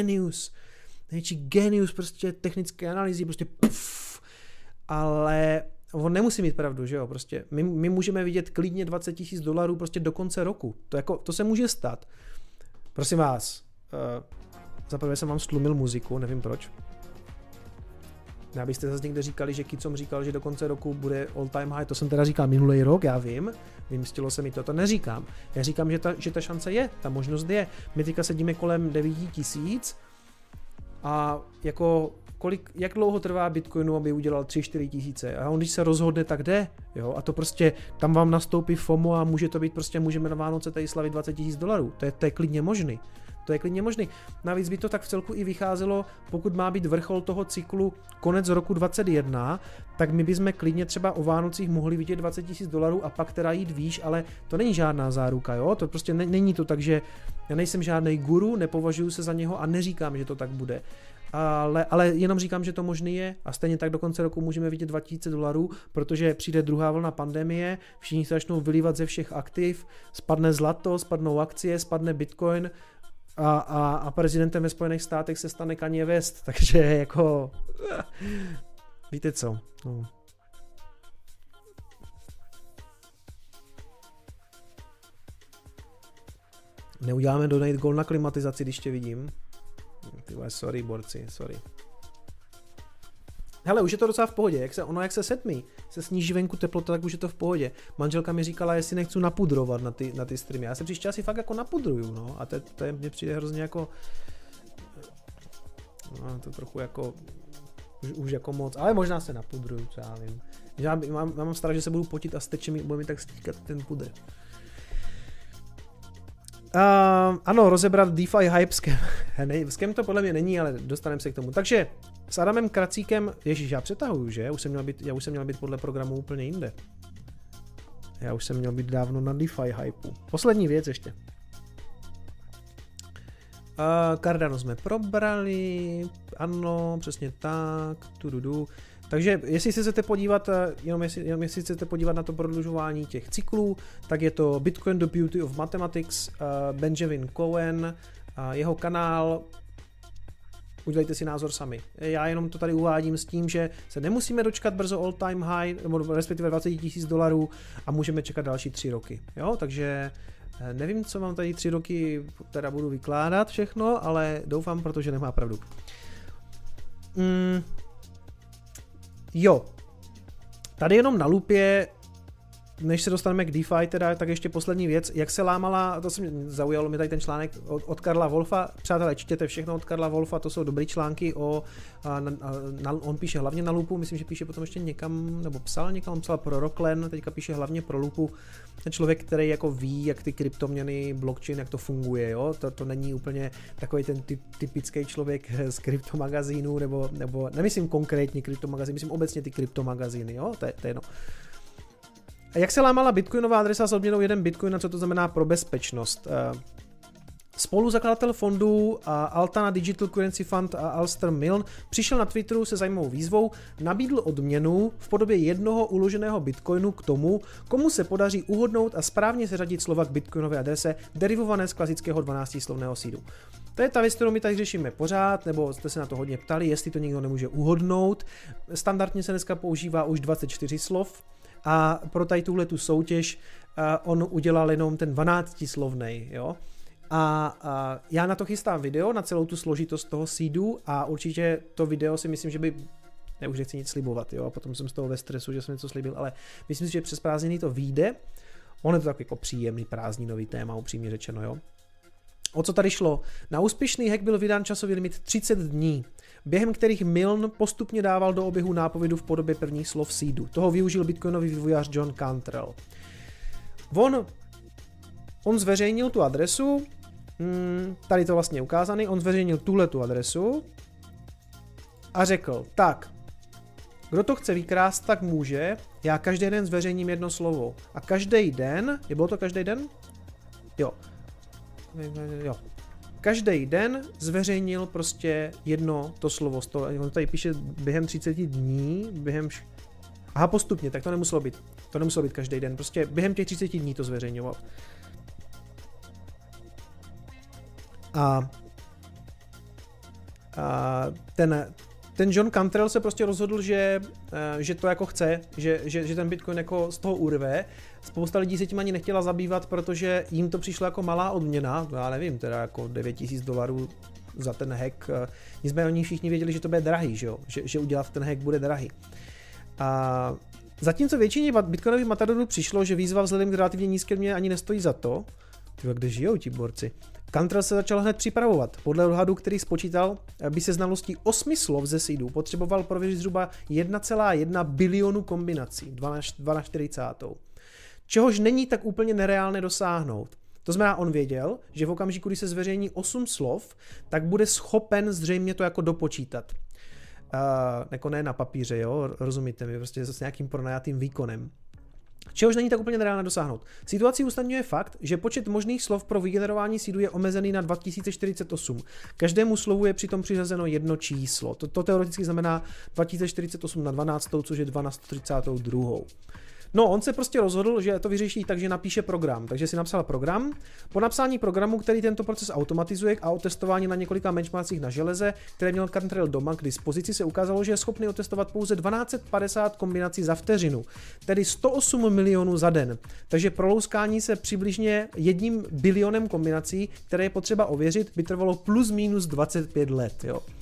genius prostě technické analýzy, prostě puf. Ale on nemusí mít pravdu, že jo, prostě. My můžeme vidět klidně $20,000 prostě do konce roku. To se může stát. Prosím vás, zaprvé jsem vám stlumil muziku, nevím proč. Abyste zase někde říkali, že Kicom říkal, že do konce roku bude all time high, to jsem teda říkal minulý rok, já vím, vymstilo se mi to neříkám. Já říkám, že ta šance je, ta možnost je. My teďka sedíme kolem 9,000 a jako jak dlouho trvá Bitcoinu, aby udělal 3-4 tisíce a on když se rozhodne, tak jde, jo, a to prostě tam vám nastoupí FOMO a může to být prostě, můžeme na Vánoce tady slavit $20,000, to je klidně možný. To je klidně možný. Navíc by to tak v celku i vycházelo, pokud má být vrchol toho cyklu konec roku 2021, tak my bychom klidně třeba o Vánocích mohli vidět $20,000 a pak teda jít výš, ale to není žádná záruka, jo? To prostě není to tak, že já nejsem žádný guru, nepovažuji se za něho a neříkám, že to tak bude. Ale jenom říkám, že to možný je a stejně tak do konce roku můžeme vidět $2,000, protože přijde druhá vlna pandemie, všichni se začnou vylívat ze všech aktiv, spadne zlato, spadnou akcie, spadne Bitcoin, a prezidentem ve Spojených státech se stane Kanye West, takže jako víte co, no. Neuděláme donate goal na klimatizaci, když tě vidím. Tyhle, sorry borci, sorry. Hele, už je to docela v pohodě, jak se setmí, se sníží venku teplota, tak už je to v pohodě. Manželka mi říkala, jestli nechci napudrovat na ty streamy. Já se příště asi fakt jako napudruju, no, a to mně přijde hrozně jako, no, to trochu jako, už jako moc, ale možná se napudruju, co já vím. Já mám strach, že se budu potit a bude mi tak stíkat ten pudr. Ano, rozebrat DeFi hype scam to podle mě není, ale dostaneme se k tomu. Takže s Adamem Kracíkem, ježíš, já přetahuju, že? Já už jsem měl být podle programu úplně jinde. Já už jsem měl být dávno na DeFi hypeu. Poslední věc ještě. Cardano jsme probrali, ano, přesně tak, Takže jestli se chcete podívat, jenom jestli chcete podívat na to prodlužování těch cyklů, tak je to Bitcoin the Beauty of Mathematics, Benjamin Cohen, jeho kanál, udělejte si názor sami. Já jenom to tady uvádím s tím, že se nemusíme dočkat brzo all time high, nebo respektive $20,000 a můžeme čekat další 3 roky. Jo, takže nevím, co vám tady 3 roky teda budu vykládat všechno, ale doufám, protože nemá pravdu. Jo, tady jenom na lupě, než se dostaneme k DeFi teda, tak ještě poslední věc, jak se lámala, to se mě zaujalo mi tady ten článek od Karla Wolfa, přátelé, čtěte všechno od Karla Wolfa, to jsou dobrý články on píše hlavně na lupu, myslím, že píše potom ještě někam, nebo psal někam, on psal pro Rocklen, teďka píše hlavně pro lupu, ten člověk, který jako ví, jak ty kryptoměny, blockchain, jak to funguje, jo, to není úplně takový ten typický člověk z kryptomagazínu, nebo nemyslím konkrétně kryptomagazín, myslím obecně ty kryptomagazíny, jo, to je jedno. A jak se lámala bitcoinová adresa s odměnou 1 bitcoin, a co to znamená pro bezpečnost? Spoluzakladatel fondu Altana Digital Currency Fund Alistair Milne přišel na Twitteru se zajímavou výzvou, nabídl odměnu v podobě 1 uloženého bitcoinu k tomu, komu se podaří uhodnout a správně seřadit slova k bitcoinové adrese derivované z klasického 12slovného seedu. To je ta věc, kterou my tady řešíme pořád, nebo jste se na to hodně ptali, jestli to nikdo nemůže uhodnout. Standardně se dneska používá už 24 slov. A pro tady tuhletu soutěž on udělal jenom ten 12slovnej, jo. A já na to chystám video, na celou tu složitost toho seedu a určitě to video si myslím, že by, už nechci nic slibovat, jo, a potom jsem z toho ve stresu, že jsem něco slibil, ale myslím si, že přes prázdniny to vyjde. On je to takový jako příjemný prázdninový téma, upřímně řečeno, jo. O co tady šlo? Na úspěšný hack byl vydán časový limit 30 dní, během kterých Milne postupně dával do oběhu nápovědu v podobě prvních slov seedu. Toho využil bitcoinový vývojář John Cantrell. On zveřejnil tu adresu, tady to vlastně ukázaný, on zveřejnil tuhletu adresu a řekl, tak, kdo to chce vykrást, tak může, já každý den zveřejním 1 slovo. A každý den, bylo to každý den? Jo. Každý den zveřejnil prostě 1 to slovo. On tady píše během 30 dní, aha, postupně, tak to nemuselo být. To nemuselo být každý den, prostě během těch 30 dní to zveřejňoval. A ten John Cantrell se prostě rozhodl, že to jako chce, že ten Bitcoin jako z toho urve. Spousta lidí se tím ani nechtěla zabývat, protože jim to přišlo jako malá odměna, já nevím, teda jako $9,000 za ten hack. Nicméně oni všichni věděli, že to bude drahý, že jo? Že udělat ten hack bude drahý. A zatímco většině bitcoinových matadorů přišlo, že výzva vzhledem k relativně nízké odměně ani nestojí za to, kde žijou ti borci, Cantrell se začal hned připravovat. Podle odhadu, který spočítal, by se znalostí 8 slov ze seedu potřeboval prověřit zhruba 1,1 bilionu kombinací, 2 na 40. Čehož není tak úplně nereálné dosáhnout. To znamená, on věděl, že v okamžiku, kdy se zveřejní 8 slov, tak bude schopen zřejmě to jako dopočítat. Jako ne na papíře, jo, rozumíte mi, prostě s nějakým pronajatým výkonem. Čehož není tak úplně nereálné dosáhnout. Situaci usnadňuje fakt, že počet možných slov pro vygenerování seedu je omezený na 2048. Každému slovu je přitom přiřazeno 1 číslo. To teoreticky znamená 2048 na 12, což je 2 na 132. No, on se prostě rozhodl, že to vyřeší tak, že napíše program. Takže si napsal program. Po napsání programu, který tento proces automatizuje a otestování na několika benchmarkcích na železe, které měl Cantrell doma k dispozici, se ukázalo, že je schopný otestovat pouze 1250 kombinací za vteřinu, tedy 108 milionů za den. Takže prolouskání se přibližně 1 bilionem kombinací, které je potřeba ověřit, by trvalo plus minus 25 let, jo.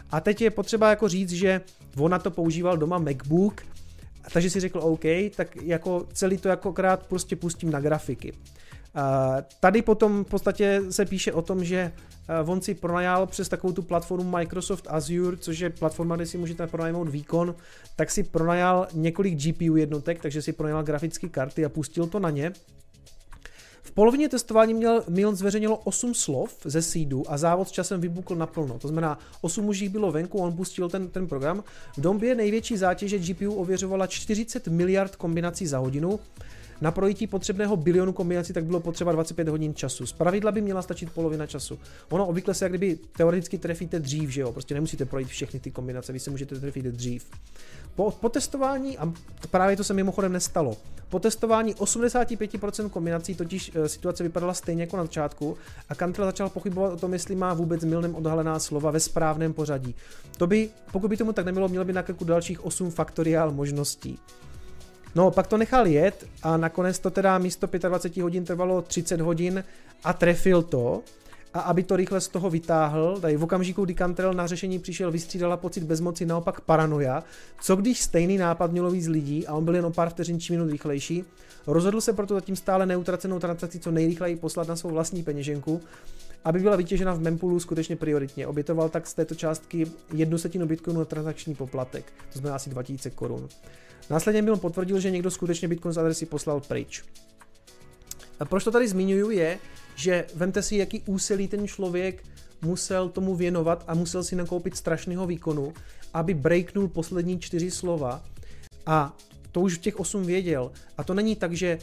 A teď je potřeba jako říct, že on na to používal doma MacBook, takže si řekl OK, tak jako celý to jakokrát prostě pustím na grafiky. Tady potom v podstatě se píše o tom, že on si pronajal přes takovou tu platformu Microsoft Azure, což je platforma, kde si můžete pronajmout výkon, tak si pronajal několik GPU jednotek, takže si pronajal grafické karty a pustil to na ně. V polovině testování měl zveřejnilo 8 slov ze seedu a závod s časem vybukl naplno. To znamená, 8 už jich bylo venku, on pustil ten program. V době největší zátěže GPU ověřovala 40 miliard kombinací za hodinu. Na projití potřebného bilionu kombinací tak bylo potřeba 25 hodin času. Zpravidla by měla stačit polovina času. Ono obvykle se jak kdyby teoreticky trefíte dřív, že jo? Prostě nemusíte projít všechny ty kombinace, vy se můžete trefit dřív. Po testování, a právě to se mimochodem nestalo, po testování 85% kombinací totiž situace vypadala stejně jako na začátku a Cantrell začal pochybovat o tom, jestli má vůbec mylnem odhalená slova ve správném pořadí. Pokud by tomu tak nebylo, mělo by na krku dalších 8 faktoriál možností. No, pak to nechal jet a nakonec to teda místo 25 hodin trvalo 30 hodin a trefil to. A aby to rychle z toho vytáhl, tady v okamžiku, kdy Cantrell na řešení přišel, vystřídala pocit bezmoci, naopak paranoia. Co když stejný nápad mělo víc lidí a on byl jen o pár vteřin či minut rychlejší? Rozhodl se proto zatím stále neutracenou transakci co nejrychleji poslat na svou vlastní peněženku, aby byla vytěžena v mempoolu skutečně prioritně. Obětoval tak z této částky 1/1 bitcoinu na transakční poplatek, to znamená asi 2000 korun. Následně byl potvrdil, že někdo skutečně bitcoin z adresy poslal pryč. A proč to tady zmiňuju je, že vemte si, jaký úsilí ten člověk musel tomu věnovat a musel si nakoupit strašného výkonu, aby breaknul poslední 4 slova a to už v těch 8 věděl. A to není tak, že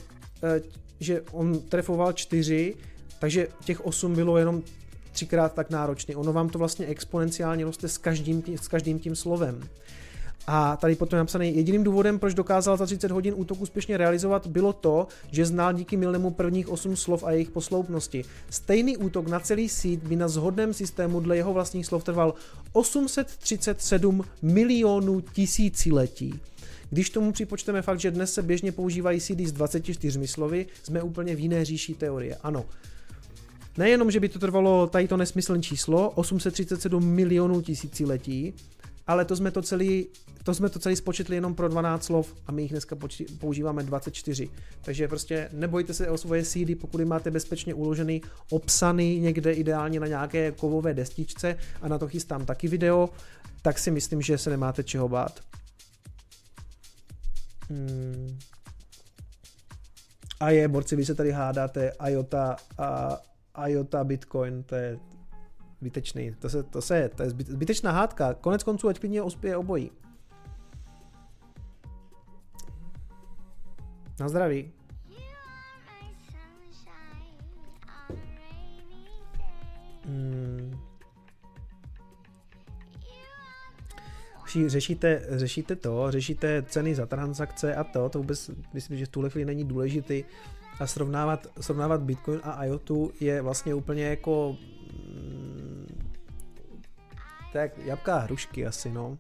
on trefoval 4, takže těch 8 bylo jenom 3krát tak náročný. Ono vám to vlastně exponenciálně roste s každým tím slovem. A tady potom je napsané, jediným důvodem, proč dokázal za 30 hodin útok úspěšně realizovat, bylo to, že znal díky mylnému prvních 8 slov a jejich posloupnosti. Stejný útok na celý seed by na shodném systému dle jeho vlastních slov trval 837 milionů tisíciletí. Když tomu připočteme fakt, že dnes se běžně používají seedy s 24 slovy, jsme úplně v jiné říši teorie. Ano. Nejenom, že by to trvalo tady to nesmyslné číslo, 837 milionů tisíciletí, ale to jsme to celý spočetli jenom pro 12 slov a my jich dneska používáme 24. Takže prostě nebojte se o svoje seedy, pokud je máte bezpečně uložený, obsaný někde ideálně na nějaké kovové destičce a na to chystám taky video, tak si myslím, že se nemáte čeho bát. A je, borci, vy se tady hádáte IOTA Bitcoin, to je zbytečný, to je zbytečná hádka, konec konců ať klidně uspěje obojí. Na zdraví. Řešíte ceny za transakce a to vůbec myslím, že v tuhle chvíli není důležitý a srovnávat Bitcoin a IOTu je vlastně úplně jako tak jabka a hrušky asi, no.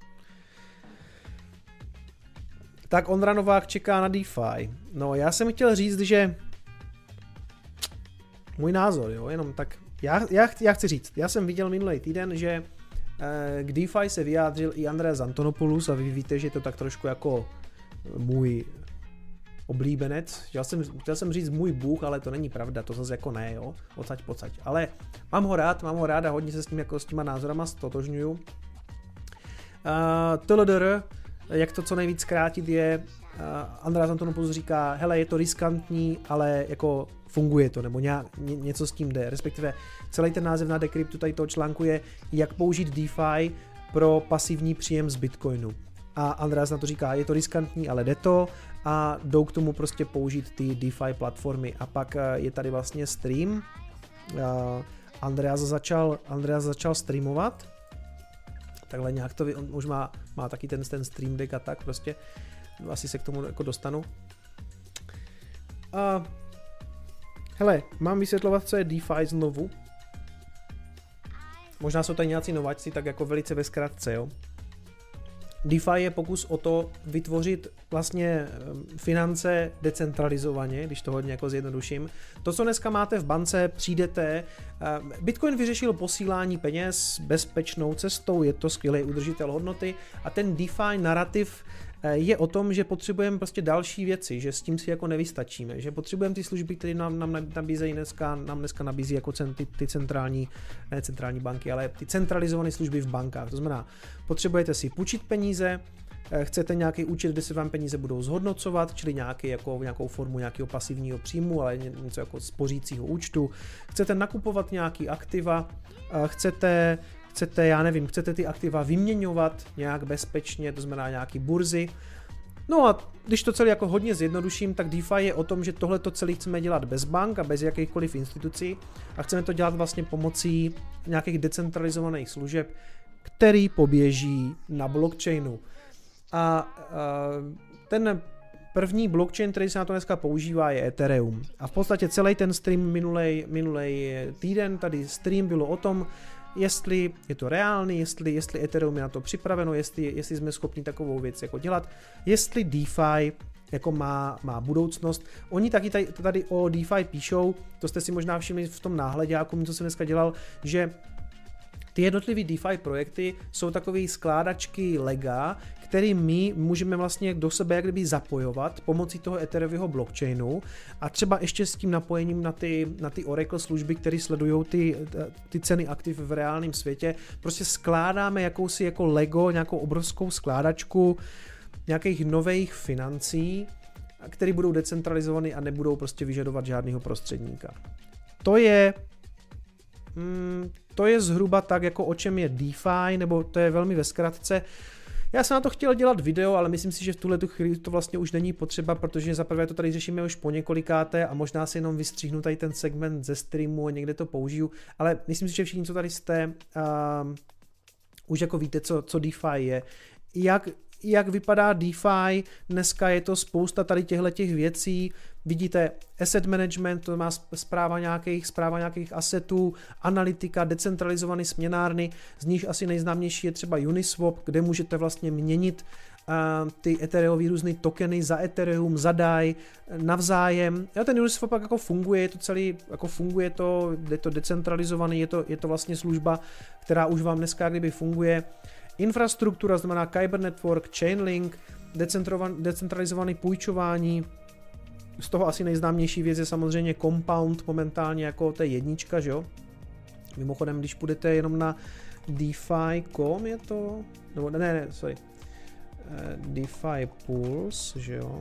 Tak Ondra Novák čeká na DeFi. No, já jsem chtěl říct, že můj názor, jo, jenom tak, já chci říct, já jsem viděl minulý týden, že k DeFi se vyjádřil i Andreas Antonopoulos a vy víte, že je to tak trošku jako můj oblíbenec. Chtěl jsem říct můj bůh, ale to není pravda, to zase jako ne, jo, odsaď pocať. Ale mám ho rád a hodně se s ním jako s těma názorama stotožňuju. TLDR, jak to co nejvíc zkrátit je, Andreas Antonopoulos říká, hele, je to riskantní, ale jako funguje to, nebo něco s tím jde, respektive celý ten název na Decryptu tady toho článku je, jak použít DeFi pro pasivní příjem z Bitcoinu. A Andreas na to říká, je to riskantní, ale jde to a jdou k tomu prostě použít ty DeFi platformy. A pak je tady vlastně stream. Andreas začal streamovat. Takhle nějak to, on už má taky ten stream deck a tak prostě. Asi se k tomu jako dostanu. Hele, mám vysvětlovat, co je DeFi znovu. Možná jsou tady nějací nováčci, tak jako velice ve zkratce, jo. DeFi je pokus o to vytvořit vlastně finance decentralizovaně, když to hodně jako zjednoduším. To, co dneska máte v bance, přijdete, Bitcoin vyřešil posílání peněz bezpečnou cestou, je to skvělý udržitel hodnoty a ten DeFi narrativ je o tom, že potřebujeme prostě další věci, že s tím si jako nevystačíme, že potřebujeme ty služby, které nám nabízejí dneska nabízí jako ty centrální, ne centrální banky, ale ty centralizované služby v bankách. To znamená, potřebujete si půjčit peníze, chcete nějaký účet, kde se vám peníze budou zhodnocovat, čili nějakou formu nějakého pasivního příjmu, ale něco jako spořícího účtu. Chcete nakupovat nějaký aktiva, chcete, chcete ty aktiva vyměňovat nějak bezpečně, to znamená nějaký burzy. No a když to celé jako hodně zjednoduším, tak DeFi je o tom, že tohle to celé chceme dělat bez bank a bez jakýchkoliv institucí a chceme to dělat vlastně pomocí nějakých decentralizovaných služeb, který poběží na blockchainu. A ten první blockchain, který se na to dneska používá, je Ethereum. A v podstatě celý ten stream minulej týden, tady stream bylo o tom, jestli je to reálný, jestli Ethereum je na to připraveno, jestli jsme schopni takovou věc jako dělat, jestli DeFi jako má budoucnost. Oni taky tady o DeFi píšou, to jste si možná všimli v tom náhledáku, co jsem dneska dělal, že ty jednotlivé DeFi projekty jsou takové skládačky lega, který my můžeme vlastně do sebe jak kdyby zapojovat pomocí toho Ethereového blockchainu a třeba ještě s tím napojením na ty Oracle služby, které sledují ty ceny aktiv v reálném světě. Prostě skládáme jakousi jako Lego, nějakou obrovskou skládačku nějakých nových financí, které budou decentralizované a nebudou prostě vyžadovat žádného prostředníka. To je zhruba tak, jako o čem je DeFi, nebo to je velmi ve zkratce. Já jsem na to chtěl dělat video, ale myslím si, že v tuhle chvíli to vlastně už není potřeba, protože zaprvé to tady řešíme už po několikáté a možná si jenom vystříhnu tady ten segment ze streamu a někde to použiju, ale myslím si, že všichni, co tady jste, už jako víte, co DeFi je. Jak vypadá DeFi, dneska je to spousta tady těch věcí, vidíte asset management, to má správa nějakých assetů, analytika, decentralizované směnárny, z nich asi nejznámější je třeba Uniswap, kde můžete vlastně měnit ty Ethereumové různé tokeny za Ethereum, za DAI, navzájem. A ten Uniswap jako funguje, je to celý, jako funguje to, je to decentralizovaný, je to vlastně služba, která už vám dneska kdyby funguje. Infrastruktura, znamená Kyber Network, Chainlink, decentralizované půjčování, z toho asi nejznámější věc je samozřejmě Compound, momentálně jako to je jednička, že jo? Mimochodem, když půjdete jenom na DeFi.com je to, nebo sorry, DeFi Pulse, že jo?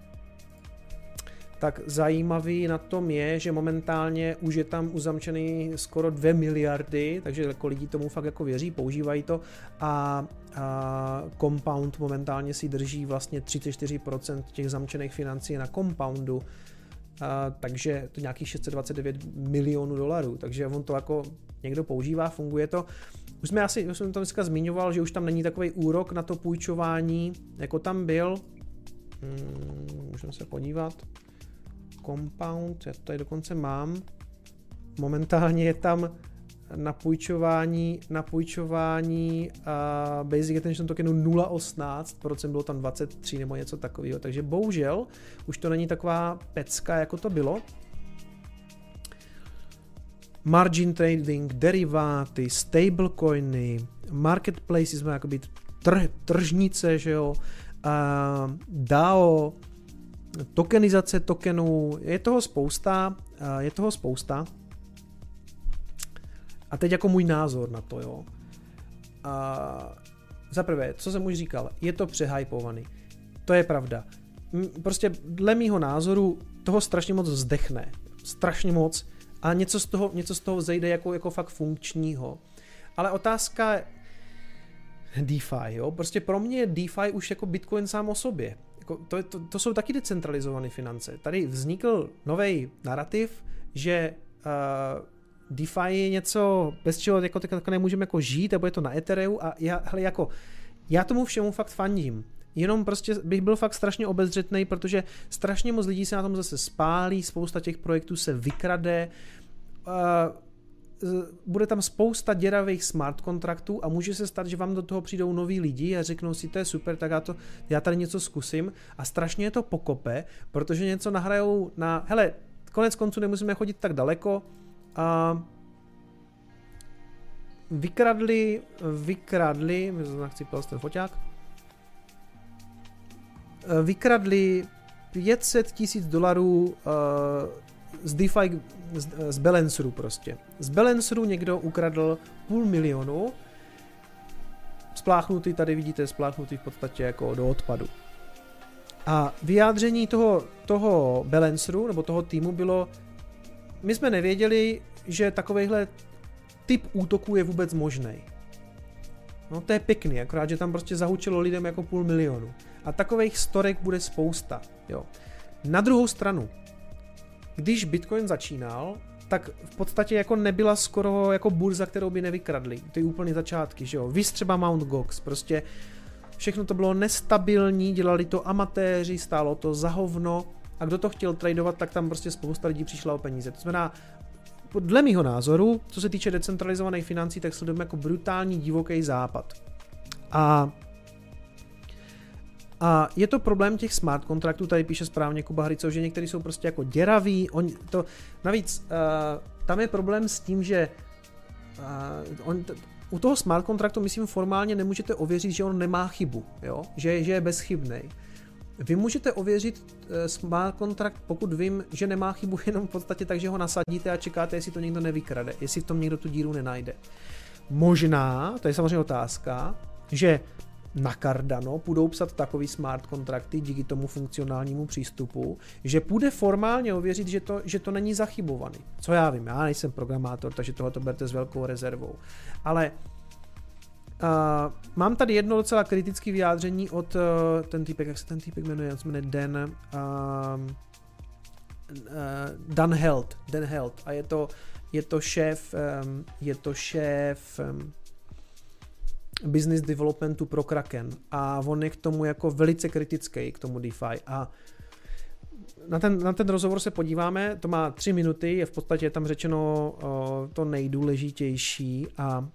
Tak zajímavý na tom je, že momentálně už je tam uzamčený skoro 2 miliardy, takže jako lidi tomu fakt jako věří, používají to a Compound momentálně si drží vlastně 34% těch zamčených financí na Compoundu, takže to nějakých 629 milionů dolarů, takže on to jako někdo používá, funguje to. Už jsem to dneska zmiňoval, že už tam není takový úrok na to půjčování, jako tam byl, můžeme se podívat, Compound, já to tady dokonce mám, momentálně je tam na půjčování Basic Attention Tokenu 0,18%, bylo tam 23 nebo něco takového, takže bohužel už to není taková pecka, jako to bylo. Margin trading, deriváty, stablecoiny, marketplaces, má jako být tržnice, že jo, DAO, tokenizace tokenů, je toho spousta. A teď jako můj názor na to, jo. Za prvé, co jsem už říkal, je to přehypovaný. To je pravda. Prostě dle mýho názoru toho strašně moc vzdechne. Strašně moc. A něco z toho vzejde jako fakt funkčního. Ale otázka DeFi, jo. Prostě pro mě je DeFi už jako Bitcoin sám o sobě. To jsou taky decentralizované finance. Tady vznikl nový narrativ, že DeFi je něco, bez čeho jako nemůžeme jako žít, nebo je to na Ethereu a já tomu všemu fakt fandím. Jenom prostě bych byl fakt strašně obezřetnej, protože strašně moc lidí se na tom zase spálí, spousta těch projektů se vykrade. bude tam spousta děravých smart kontraktů a může se stát, že vám do toho přijdou noví lidi a řeknou si, to je super, tak já tady něco zkusím a strašně je to pokope, protože něco nahrajou na, hele, konec konců nemusíme chodit tak daleko a chci plést ten foťák, vykradli $500,000 z DeFi, z Balanceru prostě. Z Balanceru někdo ukradl $500,000, spláchnutý, tady vidíte, spláchnutý v podstatě jako do odpadu. A vyjádření toho Balanceru, nebo toho týmu bylo, my jsme nevěděli, že takovejhle typ útoků je vůbec možný. No to je pěkný, akorát, že tam prostě zahučilo lidem jako $500,000. A takových storek bude spousta, jo. Na druhou stranu, když Bitcoin začínal, tak v podstatě jako nebyla skoro jako burza, kterou by nevykradli. Ty úplný začátky, že jo. Víš třeba Mt. Gox, prostě všechno to bylo nestabilní, dělali to amatéři, stálo to za hovno a kdo to chtěl tradovat, tak tam prostě spousta lidí přišla o peníze. To znamená, dle mýho názoru, co se týče decentralizovaných financí, tak sledujeme jako brutální divoký západ. A je to problém těch smart kontraktů, tady píše správně Kuba Hrycov, že některý jsou prostě jako děraví, navíc tam je problém s tím, že u toho smart kontraktu, myslím, formálně nemůžete ověřit, že on nemá chybu, jo? Že je bezchybnej. Vy můžete ověřit smart kontrakt, pokud vím, že nemá chybu jenom v podstatě tak, že ho nasadíte a čekáte, jestli to někdo nevykrade, jestli v tom někdo tu díru nenajde. Možná, to je samozřejmě otázka, že na Cardano půjdou psat takový smart kontrakty díky tomu funkcionálnímu přístupu, že půjde formálně ověřit, že to není zachybovaný. Co já vím, já nejsem programátor, takže tohle to berte s velkou rezervou. Ale mám tady jedno docela kritické vyjádření od ten týpek, jak se ten týpek jmenuje, on se jmenuje Dan Held a je to šéf business developmentu pro Kraken a on je k tomu jako velice kritický, k tomu DeFi a na ten rozhovor se podíváme, to má 3 minuty, je v podstatě tam řečeno to nejdůležitější a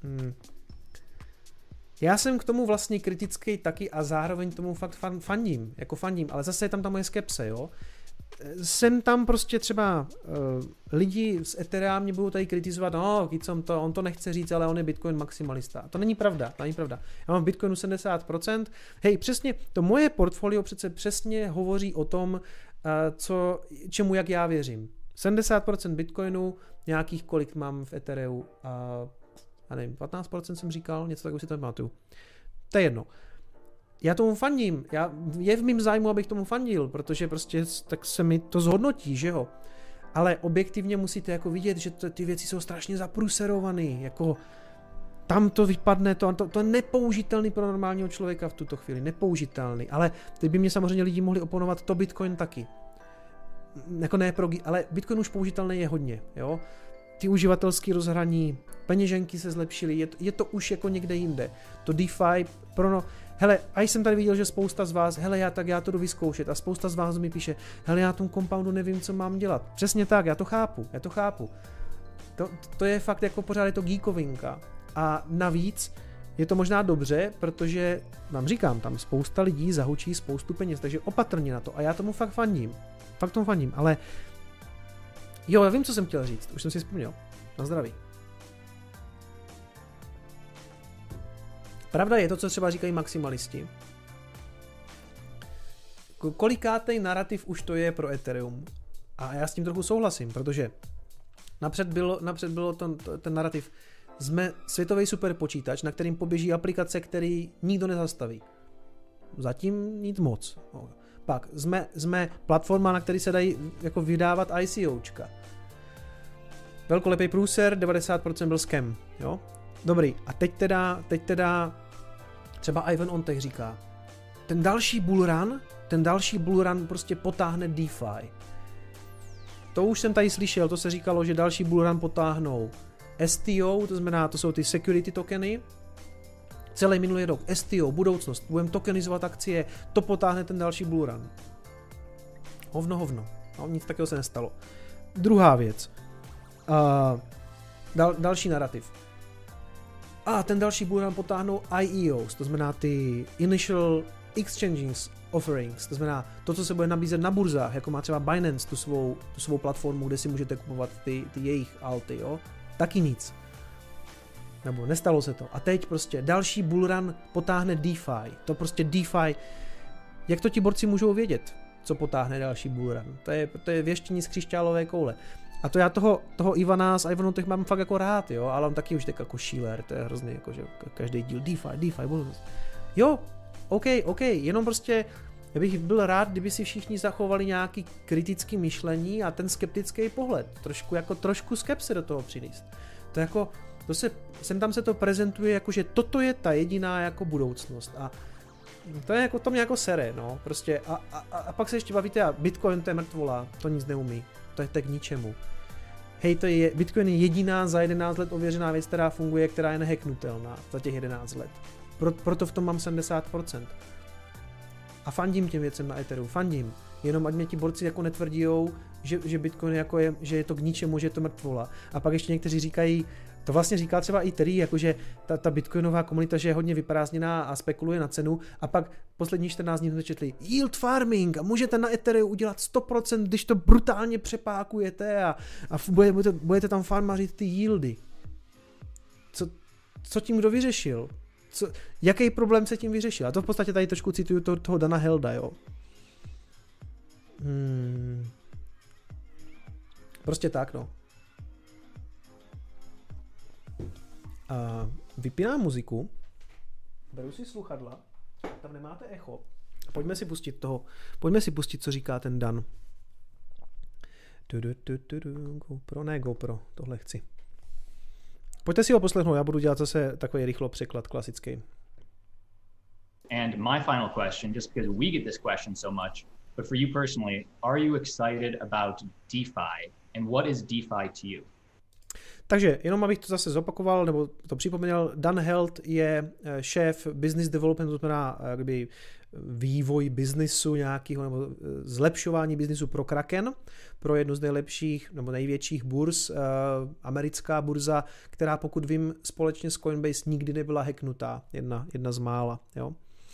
já jsem k tomu vlastně kritický taky a zároveň tomu fakt fandím, ale zase je tam ta moje skepse, jo. Jsem tam prostě třeba lidi z Etherea mě budou tady kritizovat, on to nechce říct, ale on je Bitcoin maximalista. To není pravda. Já mám v Bitcoinu 70%. Hej, přesně, to moje portfolio přesně hovoří o tom, čemu jak já věřím. 70% Bitcoinu, nějakých kolik mám v Ethereu, já nevím, 15% jsem říkal, něco takového si to pamatuju. To je jedno. Já tomu fandím, je v mým zájmu, abych tomu fandil, protože prostě tak se mi to zhodnotí, že jo. Ale objektivně musíte jako vidět, že ty věci jsou strašně zapruserovaný, jako tam to vypadne, to je nepoužitelný pro normálního člověka v tuto chvíli, nepoužitelný, ale teď by mě samozřejmě lidi mohli oponovat, to Bitcoin taky. Jako ne ale Bitcoin už použitelný je hodně, jo. Ty uživatelský rozhraní, peněženky se zlepšily, je to už jako někde jinde. To DeFi, hele, a jsem tady viděl, že spousta z vás, hele, já to jdu vyzkoušet a spousta z vás mi píše, hele, já tomu compoundu nevím, co mám dělat. Přesně tak, já to chápu. To je fakt jako pořád je to geekovinka. A navíc je to možná dobře, protože vám říkám, tam spousta lidí zahučí spoustu peněz, takže opatrně na to a já tomu fakt fandím, ale jo, já vím, co jsem chtěl říct, už jsem si vzpomněl. Na zdraví. Pravda je to, co třeba říkají maximalisti. Kolikátej narrativ už to je pro Ethereum? A já s tím trochu souhlasím, protože napřed bylo ten narrativ. Jsme světový superpočítač, na kterým poběží aplikace, který nikdo nezastaví. Zatím nic moc. Pak jsme platforma, na který se dají jako vydávat ICOčka. Velkolepý průser, 90% byl scam, jo? Dobrý, a teď teda třeba Ivan Ontech říká, ten další bullrun prostě potáhne DeFi. To už jsem tady slyšel, to se říkalo, že další bullrun potáhnou STO, to znamená, to jsou ty security tokeny, celý minulý rok, STO, budoucnost, budeme tokenizovat akcie, to potáhne ten další bullrun. Hovno. No, nic takového se nestalo. Druhá věc. Další narrativ. A ten další bude nám potáhnout IEOs, to znamená ty Initial Exchanges Offerings, to znamená to, co se bude nabízet na burzách, jako má třeba Binance tu svou platformu, kde si můžete kupovat ty jejich alty, jo? Taky nic. Nebo nestalo se to. A teď prostě další bullrun potáhne DeFi. To prostě DeFi, jak to ti borci můžou vědět, co potáhne další bullrun? To je věštění z křišťálové koule. A to já toho Ivana s Ivanou těch mám fakt jako rád, jo, ale on taky už tak jako šíler, to je hrozně jako, že každý díl DeFi, jo, OK, jenom prostě já bych byl rád, kdyby si všichni zachovali nějaký kritický myšlení a ten skeptický pohled, trošku skepse do toho přinést. To jako, sem tam se to prezentuje jako, že toto je ta jediná jako budoucnost a to je jako, to mě jako sere, no, prostě a pak se ještě bavíte a Bitcoin to je mrtvola, to nic neumí, to je k ničemu. Hej, Bitcoin je jediná za 11 let ověřená věc, která funguje, která je nehacknutelná za těch 11 let. Proto v tom mám 70%. A fandím těm věcem na Etheru, fandím. Jenom ať mě ti borci jako netvrdijou, že Bitcoin jako že je to k ničemu, že je to mrtvola. A pak ještě někteří říkají, to vlastně říká třeba i Terry, jakože ta bitcoinová komunita, že je hodně vyprázdněná a spekuluje na cenu a pak poslední 14 dní jsme četli yield farming a můžete na Ethereum udělat 100%, když to brutálně přepákujete a budete tam farmařit ty yieldy. Co tím kdo vyřešil? Jaký problém se tím vyřešil? A to v podstatě tady trošku cituju toho Dana Helda, jo. Prostě tak, no. Vypínám muziku, beru si sluchadla, tam nemáte echo. Pojďme si pustit, co říká ten Dan. GoPro, tohle chci. Pojďte si ho poslechnout, já budu dělat zase takový rychlo překlad klasický. And my final question, just because we get this question so much, but for you personally, are you excited about DeFi? And what is DeFi to you? Takže jenom abych to zase zopakoval, nebo to připomněl, Dan Held je šéf business development, to znamená jakby vývoj biznisu nějakého, nebo zlepšování biznisu pro Kraken, pro jednu z nejlepších nebo největších burz, americká burza, která pokud vím společně s Coinbase nikdy nebyla hacknutá, jedna z mála, jo.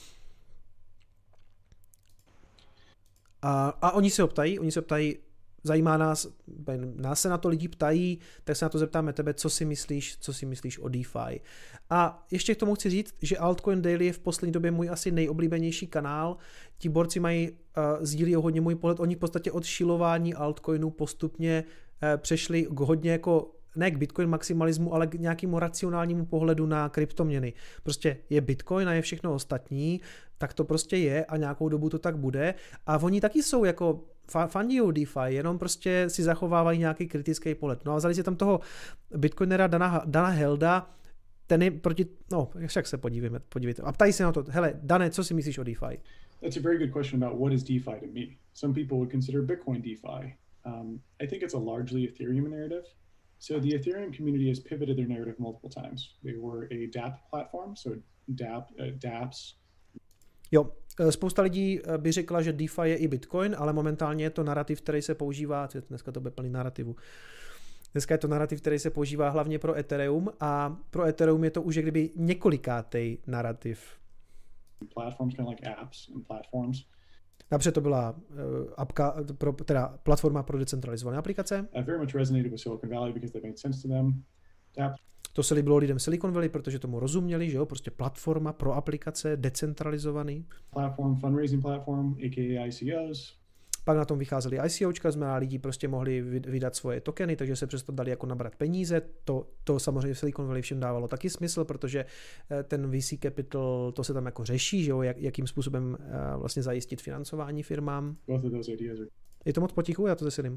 A oni se ptají, zajímá nás se na to lidi ptají, tak se na to zeptáme tebe, co si myslíš o DeFi. A ještě k tomu chci říct, že Altcoin Daily je v poslední době můj asi nejoblíbenější kanál. Ti borci sdílí hodně můj pohled, oni v podstatě od šilování altcoinů postupně přešli k hodně jako ne k Bitcoin maximalismu, ale k nějakému racionálnímu pohledu na kryptoměny. Prostě je Bitcoin a je všechno ostatní, tak to prostě je a nějakou dobu to tak bude. A oni taky jsou jako fandijou DeFi, jenom prostě si zachovávají nějaký kritický pohled. No a vzali si tam toho bitcoinera Dana Helda, ten je proti, no, však se podívejte. A ptají se na to, hele, Dane, co si myslíš o DeFi? That's a very good question about what is DeFi to me. Some people would consider Bitcoin DeFi. I think it's a largely Ethereum narrative. So the Ethereum community has pivoted their narrative multiple times. They were a dApp platform, so dApps. Jo, spousta lidí by řekla, že DeFi je i Bitcoin, ale momentálně je to narrativ, který se používá, dneska to bude plný narrativu. Dneska je to narrativ, který se používá hlavně pro Ethereum a pro Ethereum je to už kdyby několikátej narrativ. Platforms kind of like apps and platforms. Napřed to byla platforma pro decentralizované aplikace. Very much resonated with Silicon Valley because they made sense to them. To se líbilo lidem Silicon Valley, protože tomu rozuměli, že jo, prostě platforma pro aplikace, decentralizovaný. Platform, fundraising platform, aka ICOs. Pak na tom vycházely ICOčka, znamená lidi prostě mohli vydat svoje tokeny, takže se přesto dali jako nabrat peníze. To samozřejmě v Silicon Valley všem dávalo taky smysl, protože ten VC Capital, to se tam jako řeší, že jo, jakým způsobem vlastně zajistit financování firmám. Je to moc potichu, já to zesilím.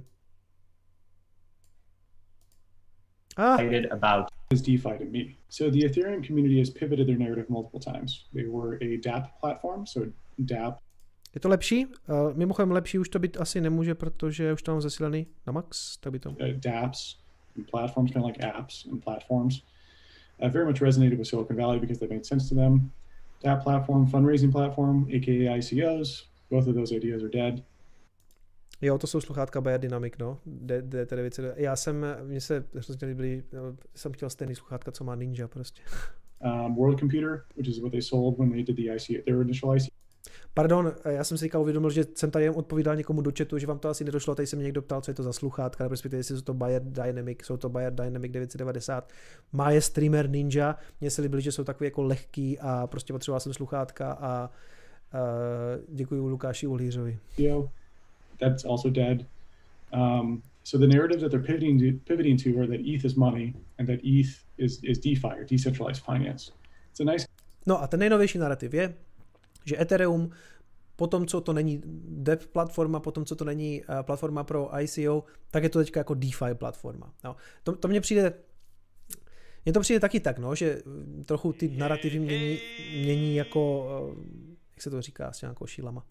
About is DeFi to me. So the Ethereum community has pivoted their narrative multiple times. They were a dApp platform, so dApp. Je to lepší? Mimochodem lepší už to být asi nemůže, protože už to mám zesílený na max, tak by to... dApps and platforms, kind of like apps and platforms. Very much resonated with Silicon Valley because they made sense to them. dApp platform, fundraising platform, aka ICOs. Both of those ideas are dead. Jo, to jsou sluchátka Bayer Dynamic, no. DT9. Mně se hrozně líbily, jsem chtěl stejný sluchátka, co má Ninja prostě. World Computer, which is what they sold when they did the IC, their initial IC. Pardon, já jsem si uvědomil, že jsem tady jen odpovídal někomu do chatu, že vám to asi nedošlo, tady se mě někdo ptal, co je to za sluchátka, respektive jestli jsou to Bayer Dynamic, jsou to Bayer Dynamic 990, má je Streamer Ninja, mně se líbily, že jsou takový jako lehký a prostě potřeboval jsem sluchátka a děkuji Lukáši Uhlířovi. That's also dead. So the narratives that they're pivoting to are that ETH is money and that ETH is DeFi or decentralized finance. It's a nice. No a ten nejnovější narrativ je, že Ethereum, potom co to není dev platforma, potom co to není platforma pro ICO, tak je to teďka jako DeFi platforma. No, to mně přijde taky tak, no, že trochu ty narrativy mění jako, jak se to říká, s nějakou šílama.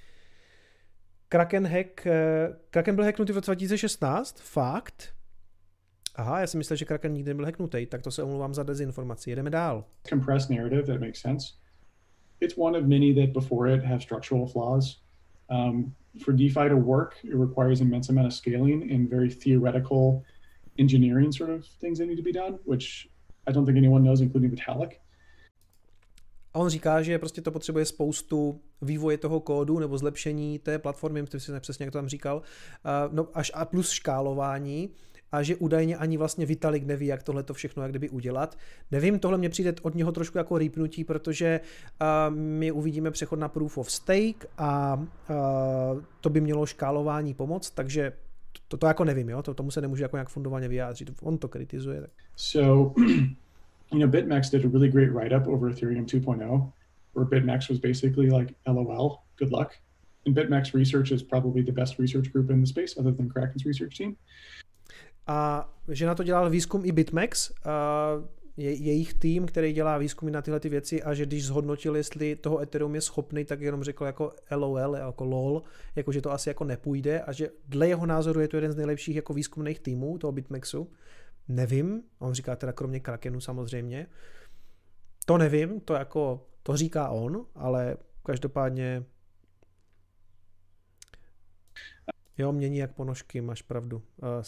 Kraken byl hacknutý v roce 2016, fakt. Aha, já si myslel, že Kraken nikdy nebyl hacknutý, tak to se omlouvám za dezinformaci. Jedeme dál. Compressed narrative that makes sense. It's one of many that before it have structural flaws. For DeFi to work, it requires immense amount of scaling and very theoretical engineering sort of things that need to be done, which I don't think anyone knows, including Vitalik. A on říká, že prostě to potřebuje spoustu vývoje toho kódu nebo zlepšení té platformy, přesně jak to tam říkal, no až a plus škálování, a že údajně ani vlastně Vitalik neví, jak tohle to všechno jak kdyby udělat. Nevím, tohle mně přijde od něho trošku jako rýpnutí, protože my uvidíme přechod na Proof of Stake a to by mělo škálování pomoct, takže to jako nevím, jo? Tomu se nemůže jako nějak fundovaně vyjádřit. On to kritizuje. Tak. So, BitMEX did a really great write-up over Ethereum 2.0, where BitMEX was basically like, LOL, good luck. And BitMEX research is probably the best research group in the space, other than Kraken's research team. A že na to dělal výzkum i BitMEX, jejich tým, který dělá výzkumy na tyhle ty věci, a že když zhodnotil, jestli toho Ethereum je schopný, tak jenom řekl jako LOL, jako LOL, jako že to asi jako nepůjde, a že dle jeho názoru je to jeden z nejlepších jako výzkumných týmů toho BitMEXu. Nevím, on říká teda kromě Krakenu samozřejmě. To nevím, to říká on, ale každopádně jo, mění jak ponožky, máš pravdu.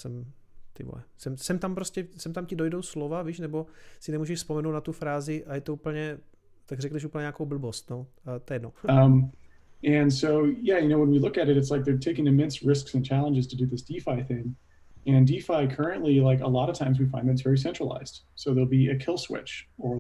Sem tam ti dojdou slova, víš, nebo si nemůžeš vzpomenout na tu frázi a je to úplně, tak řekneš úplně nějakou blbost, no, to je jedno. And so, yeah, when we look at it, it's like they're taking immense risks and challenges to do this DeFi thing. And DeFi currently, like a lot of times we find that it's very centralized. So there'll be a kill switch.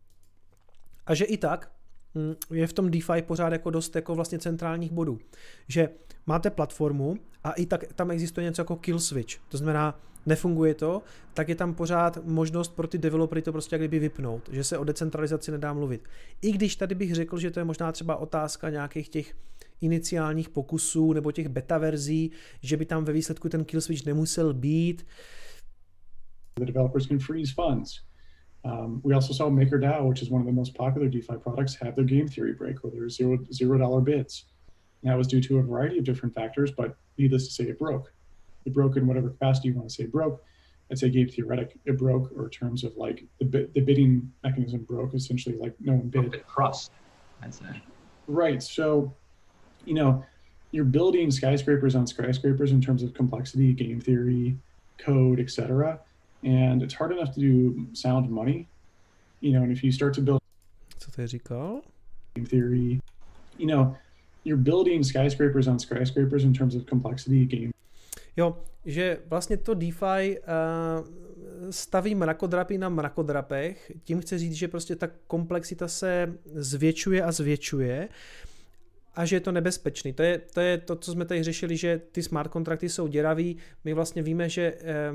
A že i tak je v tom DeFi pořád jako dost jako vlastně centrálních bodů. Že máte platformu a i tak tam existuje něco jako kill switch. To znamená, nefunguje to, tak je tam pořád možnost pro ty developery to prostě jak kdyby vypnout, že se o decentralizaci nedá mluvit. I když tady bych řekl, že to je možná třeba otázka nějakých těch iniciálních pokusů nebo těch beta verzí, že by tam ve výsledku ten kill switch nemusel být. The developers can freeze funds. We also saw MakerDAO, which is one of the most popular DeFi products, have their game theory break where there's $0 bids. And that was due to a variety of different factors, but needless to say, it broke. It broke in whatever capacity you want to say it broke. I'd say game theoretic, it broke, or in terms of like the bidding mechanism broke, essentially like no one bid. Crust, I'd say. Right. So, you're building skyscrapers on skyscrapers in terms of complexity, game theory, code, etc. And it's hard enough to do sound money, and if you start to build co to říkal? Game theory, you're building skyscrapers on skyscrapers in terms of complexity, game. Jo, že vlastně to DeFi staví mrakodrapy na mrakodrapech, tím chci říct, že prostě ta komplexita se zvětšuje a zvětšuje a že je to nebezpečný. To je to, co jsme tady řešili, že ty smart kontrakty jsou děravý. My vlastně víme, že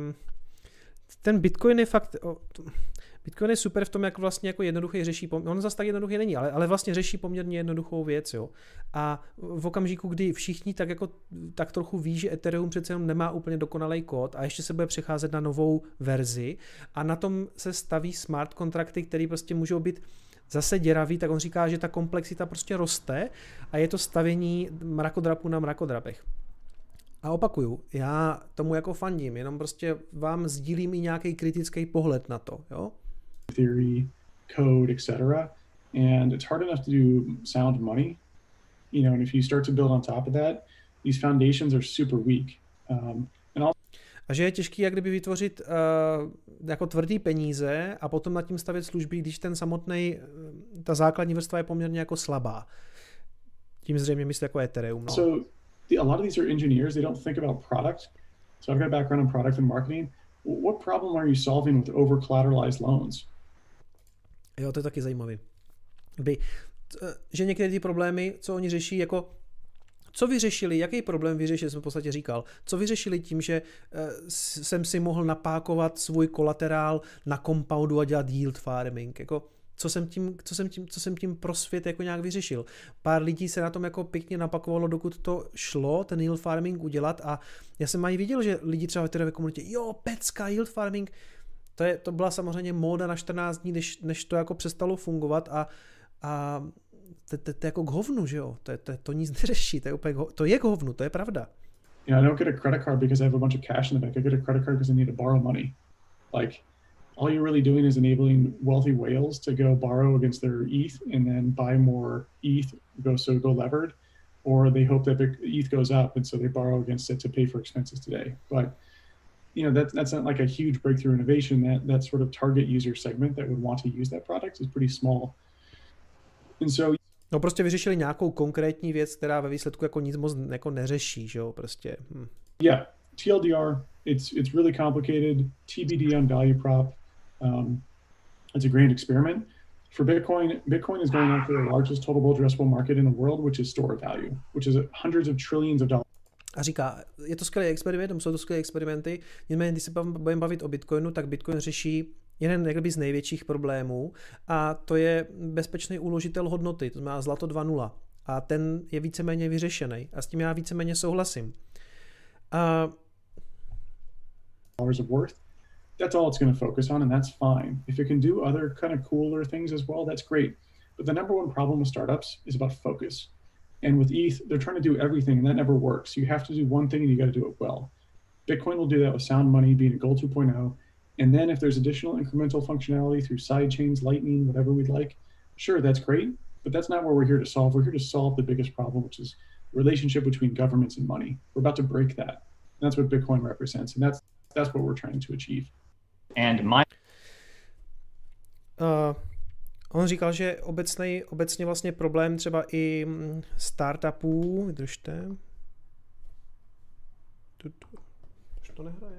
ten Bitcoin je fakt... Bitcoin je super v tom, jak vlastně jako jednoduchý řeší, on zase tak jednoduchý není, ale vlastně řeší poměrně jednoduchou věc, jo. A v okamžiku, kdy všichni tak trochu ví, že Ethereum přece jenom nemá úplně dokonalý kód a ještě se bude přecházet na novou verzi a na tom se staví smart kontrakty, které prostě můžou být zase děravý, tak on říká, že ta komplexita prostě roste a je to stavění mrakodrapu na mrakodrapech. A opakuju, já tomu jako fandím, jenom prostě vám sdílím i nějaký kritický pohled na to, jo? Theory, code, etc. And it's hard enough to do sound money, and if you start to build on top of that, these foundations are super weak. A že je těžký jak kdyby vytvořit jako tvrdý peníze a potom nad tím stavět služby, když ten samotný, ta základní vrstva je poměrně jako slabá. Tím zřejmě myslí jako Ethereum. No. So a lot of these are engineers, they don't think about product. So I've got a background in product and marketing. What problem are you solving with over-collateralized loans? Jo, to je taky zajímavý. Že některé ty problémy, co oni řeší, jako co vyřešili, jaký problém vyřešili, jsem v podstatě říkal, co vyřešili tím, že jsem si mohl napákovat svůj kolaterál na compoundu a dělat yield farming, jako co jsem tím pro svět jako nějak vyřešil. Pár lidí se na tom jako pěkně napakovalo, dokud to šlo, ten yield farming udělat a já jsem ani viděl, že lidi třeba v té komunitě, jo, pecka, yield farming, to byla samozřejmě móda na 14 dní, než to jako přestalo fungovat a to je jako k hovnu, že jo? To nic neřeší, to je k hovnu, to je pravda. You know, I don't get a credit card because I have a bunch of cash in the bank. I get a credit card because I need to borrow money. Like, all you're really doing is enabling wealthy whales to go borrow against their ETH and then buy more ETH, go levered, or they hope that ETH goes up and so they borrow against it to pay for expenses today. But you know, that's not like a huge breakthrough innovation. That sort of target user segment that would want to use that product is pretty small. And so no prostě vyřešili nějakou konkrétní věc, která ve výsledku jako nic moc jako neřeší, že jo, prostě. Yeah, TLDR, it's really complicated. TBD on value prop. It's a grand experiment. For Bitcoin is going after the largest total addressable market in the world, which is store of value, which is hundreds of trillions of dollars. A říká, je to skvělý experiment, jsou to skvělé experimenty, nicméně když se budeme bavit o Bitcoinu, tak Bitcoin řeší jeden z největších problémů a to je bezpečný uložitel hodnoty, to znamená zlato 2.0 a ten je víceméně vyřešený a s tím já víceméně souhlasím. That's all it's going to focus on and that's fine. If it can do other kind of cooler things as well, that's great. But the number one problem with startups is about focus. And with ETH, they're trying to do everything and that never works. You have to do one thing and you got to do it well. Bitcoin will do that with sound money being a gold 2.0. And then if there's additional incremental functionality through side chains, Lightning, whatever we'd like, sure, that's great. But that's not what we're here to solve. We're here to solve the biggest problem, which is relationship between governments and money. We're about to break that. And that's what Bitcoin represents. And that's what we're trying to achieve. And on říkal, že obecně vlastně problém třeba i startupů, vydržte. Už to nehraje.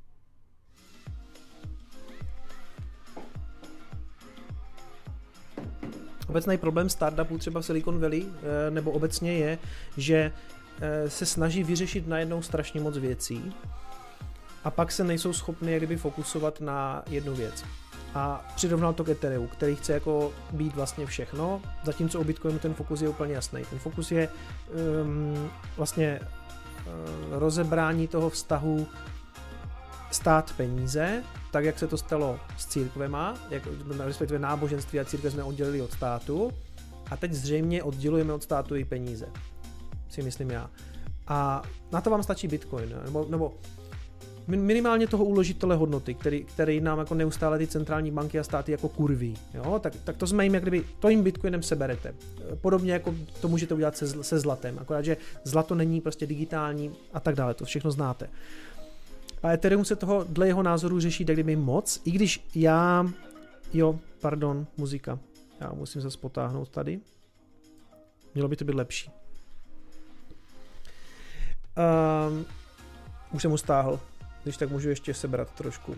Obecný problém startupů třeba v Silicon Valley, nebo obecně je, že se snaží vyřešit najednou strašně moc věcí a pak se nejsou schopni jak kdyby fokusovat na jednu věc. A přirovnal to k Ethereum, který chce jako být vlastně všechno, zatímco u Bitcoinu ten fokus je úplně jasný. Ten fokus je vlastně rozebrání toho vztahu stát peníze, tak jak se to stalo s církvema, respektive náboženství a církev jsme oddělili od státu a teď zřejmě oddělujeme od státu i peníze, si myslím já. A na to vám stačí Bitcoin, nebo minimálně toho uložitele hodnoty, který nám jako neustále ty centrální banky a státy jako kurví, jo? Tak to jsme jim, jak kdyby, to jim Bitcoinem seberete. Podobně jako to můžete udělat se zlatem, akorát, že zlato není prostě digitální a tak dále, to všechno znáte. A Ethereum se toho dle jeho názoru řeší tak kdyby moc, i když muzika. Já musím se potáhnout tady. Mělo by to být lepší. Už jsem ho stáhl. Když tak můžu ještě sebrat trošku.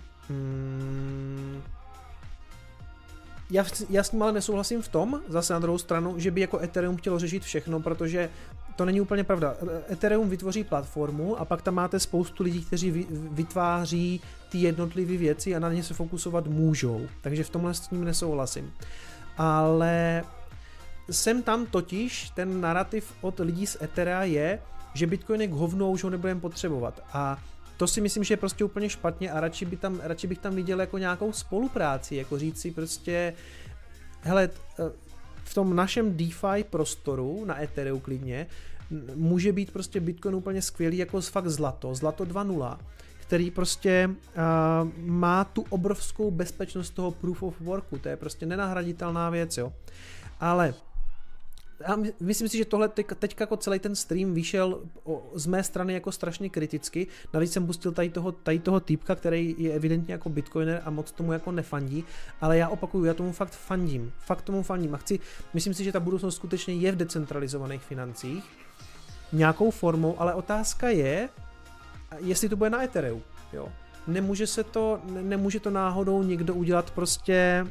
Já s tím ale nesouhlasím v tom, zase na druhou stranu, že by jako Ethereum chtělo řešit všechno, protože to není úplně pravda. Ethereum vytvoří platformu a pak tam máte spoustu lidí, kteří vytváří ty jednotlivé věci a na ně se fokusovat můžou. Takže v tomhle s ním nesouhlasím. Ale sem tam totiž ten narrativ od lidí z Ethera je, že Bitcoin je k hovnu, už ho nebudeme potřebovat. A to si myslím, že je prostě úplně špatně a radši bych tam viděl jako nějakou spolupráci, jako říct si prostě, hele, v tom našem DeFi prostoru, na Ethereum klidně, může být prostě Bitcoin úplně skvělý jako fakt zlato 2.0, který prostě má tu obrovskou bezpečnost toho proof of worku, to je prostě nenahraditelná věc, jo. Ale a myslím si, že tohle teď jako celý ten stream vyšel z mé strany jako strašně kriticky. Navíc jsem pustil tady toho týpka, který je evidentně jako bitcoiner a moc tomu jako nefandí, ale já opakuju, já tomu fakt fandím a myslím si, že ta budoucnost skutečně je v decentralizovaných financích nějakou formou, ale otázka je, jestli to bude na Ethereum, jo. Nemůže to náhodou někdo udělat prostě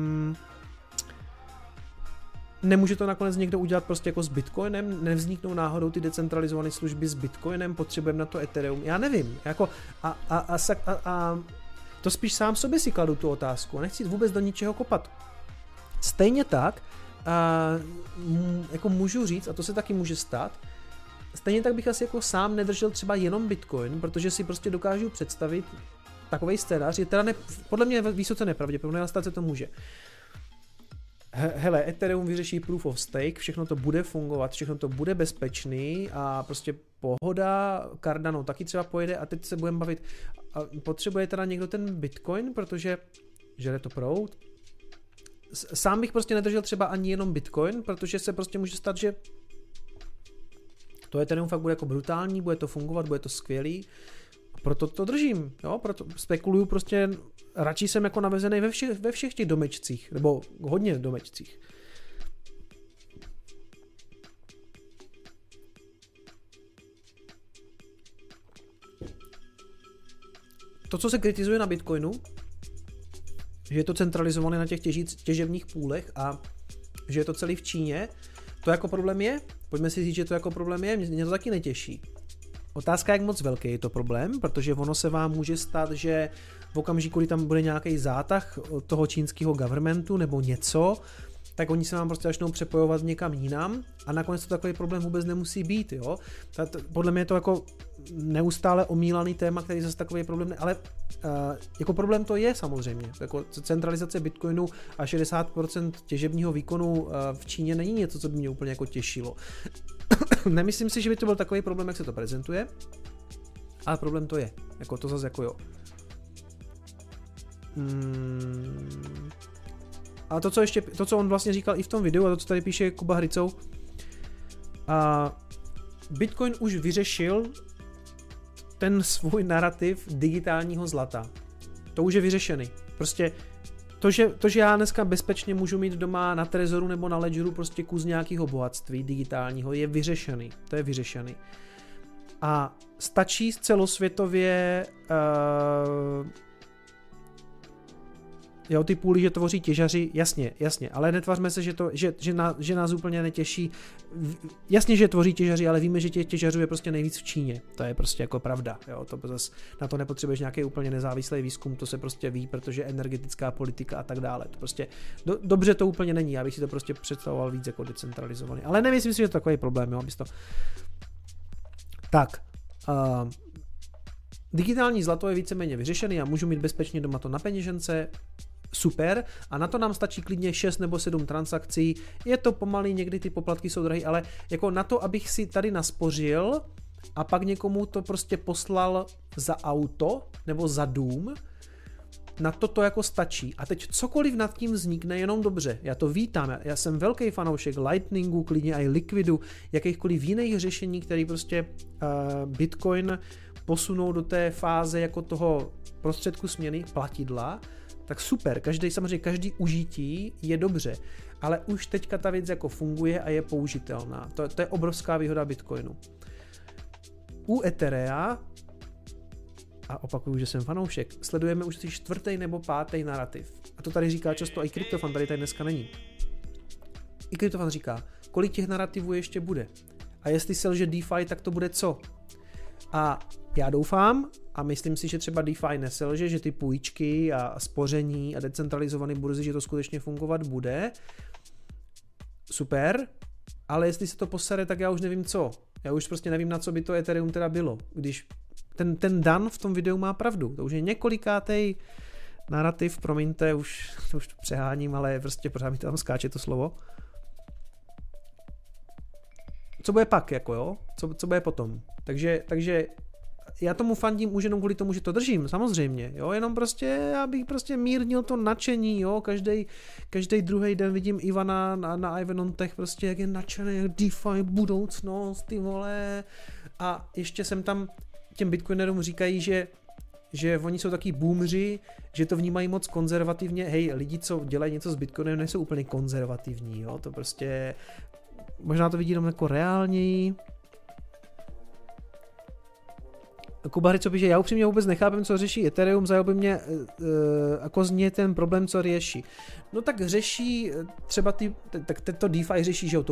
nemůže to nakonec někdo udělat prostě jako s Bitcoinem, nevzniknou náhodou ty decentralizované služby s Bitcoinem, potřebujeme na to Ethereum, já nevím, jako a to spíš sám sobě si kladu tu otázku, nechci vůbec do ničeho kopat. Stejně tak, jako můžu říct, a to se taky může stát, stejně tak bych asi jako sám nedržel třeba jenom Bitcoin, protože si prostě dokážu představit takovej scénář, je teda podle mě vysoce nepravděpodobné, ale stát se to může. Hele, Ethereum vyřeší proof of stake, všechno to bude fungovat, všechno to bude bezpečný a prostě pohoda, Cardano taky třeba pojede a teď se budeme bavit, a potřebuje teda někdo ten Bitcoin, protože žere to proud. Sám bych prostě nedržel třeba ani jenom Bitcoin, protože se prostě může stát, že to Ethereum fakt bude jako brutální, bude to fungovat, bude to skvělý. Proto to držím, jo, proto spekuluju prostě, radši jsem jako navezený ve všech těch domečcích, nebo hodně domečcích. To, co se kritizuje na Bitcoinu, že je to centralizované na těch těžebních půlech a že je to celý v Číně, to jako problém je, pojďme si říct, že to jako problém je, mě to taky netěší. Otázka, jak moc velký je to problém, protože ono se vám může stát, že v okamžiku, kdy tam bude nějaký zátah toho čínského governmentu nebo něco, tak oni se vám prostě začnou přepojovat někam jinam a nakonec to takový problém vůbec nemusí být, jo. Podle mě je to jako neustále omílaný téma, který zase takový problém, ale jako problém to je samozřejmě. Jako centralizace Bitcoinu a 60% těžebního výkonu v Číně není něco, co by mě úplně jako těšilo. Nemyslím si, že by to byl takový problém, jak se to prezentuje, ale problém to je. Jako to zase jako jo. A to, co on vlastně říkal i v tom videu, a to, co tady píše Kuba Hricou, Bitcoin už vyřešil ten svůj narrativ digitálního zlata. To už je vyřešený. Prostě to, že já dneska bezpečně můžu mít doma na Trezoru nebo na Ledgeru prostě kus nějakého bohatství digitálního, je vyřešený. To je vyřešený. A stačí celosvětově jo, ty půly, že tvoří těžaři, jasně, ale netvařme se, že nás úplně netěší. Jasně, že tvoří těžaři, ale víme, že těch těžařů je prostě nejvíc v Číně. To je prostě jako pravda. Jo, na to nepotřebuješ nějaký úplně nezávislý výzkum, to se prostě ví, protože energetická politika a tak dále. To prostě dobře to úplně není, já bych si to prostě představoval víc jako decentralizovaný. Ale nemyslím si, že to je takový problém, jo, Tak, digitální zlato je víceméně vyřešený a můžu mít bezpečně doma to na peněžence, super, a na to nám stačí klidně 6 nebo 7 transakcí, je to pomalý, někdy ty poplatky jsou drahé, ale jako na to, abych si tady naspořil a pak někomu to prostě poslal za auto nebo za dům, na to jako stačí. A teď cokoliv nad tím vznikne, jenom dobře. Já to vítám. Já jsem velký fanoušek Lightningu, klidně i Liquidu, jakýchkoliv jiných řešení, které prostě Bitcoin posunou do té fáze jako toho prostředku směny, platidla, tak super. Samozřejmě každý užití je dobře. Ale už teďka ta věc jako funguje a je použitelná. To je obrovská výhoda Bitcoinu. U Etherea, a opakuju, že jsem fanoušek, sledujeme už asi 4. nebo 5. narrativ. A to tady říká často i Kryptofan, tady dneska není. I Kryptofan říká, kolik těch narrativů ještě bude. A jestli selže DeFi, tak to bude co? A já doufám a myslím si, že třeba DeFi neselže, že ty půjčky a spoření a decentralizované burzy, že to skutečně fungovat bude. Super, ale jestli se to posere, tak já už nevím co. Já už prostě nevím, na co by to Ethereum teda bylo, když ten Dan v tom videu má pravdu. To už je několikátej narrativ, promiňte, už přeháním, ale prostě pořád mi tam skáče to slovo. Co bude pak, jako jo? Co bude potom? Takže já tomu fandím už jenom kvůli tomu, že to držím, samozřejmě, jo, jenom prostě, já bych prostě mírnil to nadšení, jo, každý druhý den vidím Ivana na Ivanontech prostě, jak je nadšený, jak DeFi budoucnost, ty vole, a ještě jsem tam těm bitcoinerům říkají, že oni jsou taky boomři, že to vnímají moc konzervativně, hej, lidi, co dělají něco s bitcoinem, nejsou úplně konzervativní, jo, to prostě, možná to vidí jenom jako reálněji. Kuba co píše, já upřímně vůbec nechápem, co řeší Ethereum, zajal by mě jako zně ten problém, co řeší. No tak řeší třeba tak to DeFi řeší, že jo, to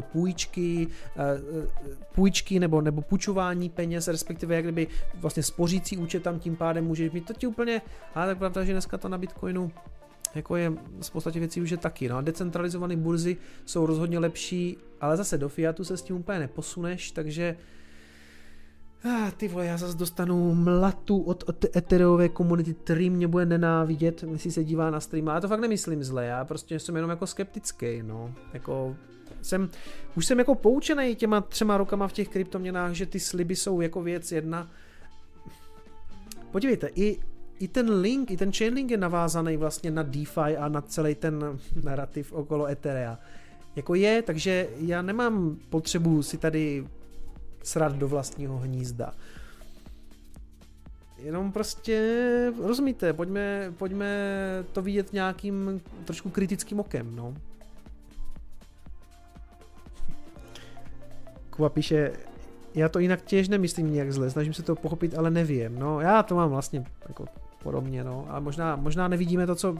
půjčky nebo půjčování peněz, respektive jak kdyby vlastně spořící účet tam tím pádem můžeš mít, to ti úplně, ale tak pravda, že dneska to na Bitcoinu jako je z podstatě věcí už je taky, no, decentralizované burzy jsou rozhodně lepší, ale zase do fiatu se s tím úplně neposuneš, takže ty vole, já zase dostanu mlatu od Ethereové komunity, který mě bude nenávidět, jestli se dívá na stream. Já to fakt nemyslím zle, já prostě jsem jenom jako skeptický, no. Jako už jsem jako poučený těma 3 rokama v těch kryptoměnách, že ty sliby jsou jako věc jedna. Podívejte, i ten link, i ten chainlink je navázaný vlastně na DeFi a na celý ten narrativ okolo Etherea. Jako je, takže já nemám potřebu si tady srát do vlastního hnízda. Jenom prostě, rozumíte, pojďme to vidět nějakým trošku kritickým okem, no. Kuba píše, já to jinak těž nemyslím nějak zle, snažím se to pochopit, ale nevím, no. Já to mám vlastně jako podobně, no. A možná nevidíme to, co...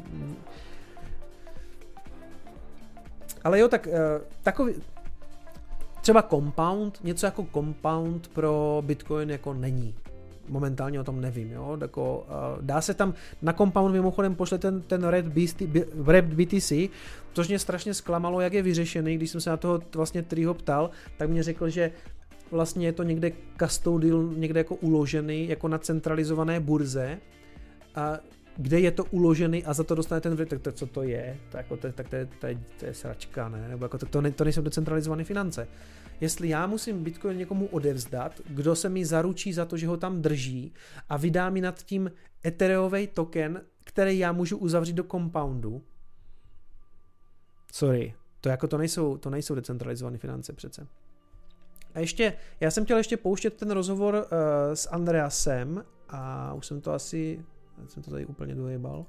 Ale jo, tak takový... Třeba compound, něco jako compound pro Bitcoin jako není. Momentálně o tom nevím, jo. Jako, dá se tam, na compound mimochodem pošle ten Wrapped BTC, což mě strašně zklamalo, jak je vyřešený, když jsem se na toho vlastně Triho ptal, tak mě řekl, že vlastně je to někde custodial, někde jako uložený, jako na centralizované burze, a kde je to uložený a za to dostane ten vliv, tak co to je? To je sračka, ne? Nebo jako to nejsou decentralizované finance. Jestli já musím Bitcoin někomu odevzdat, kdo se mi zaručí za to, že ho tam drží a vydá mi nad tím Ethereový token, který já můžu uzavřít do compoundu. Sorry, to nejsou decentralizované finance přece. A ještě, já jsem chtěl ještě pouštět ten rozhovor s Andreasem a už jsem to tady úplně dojebal.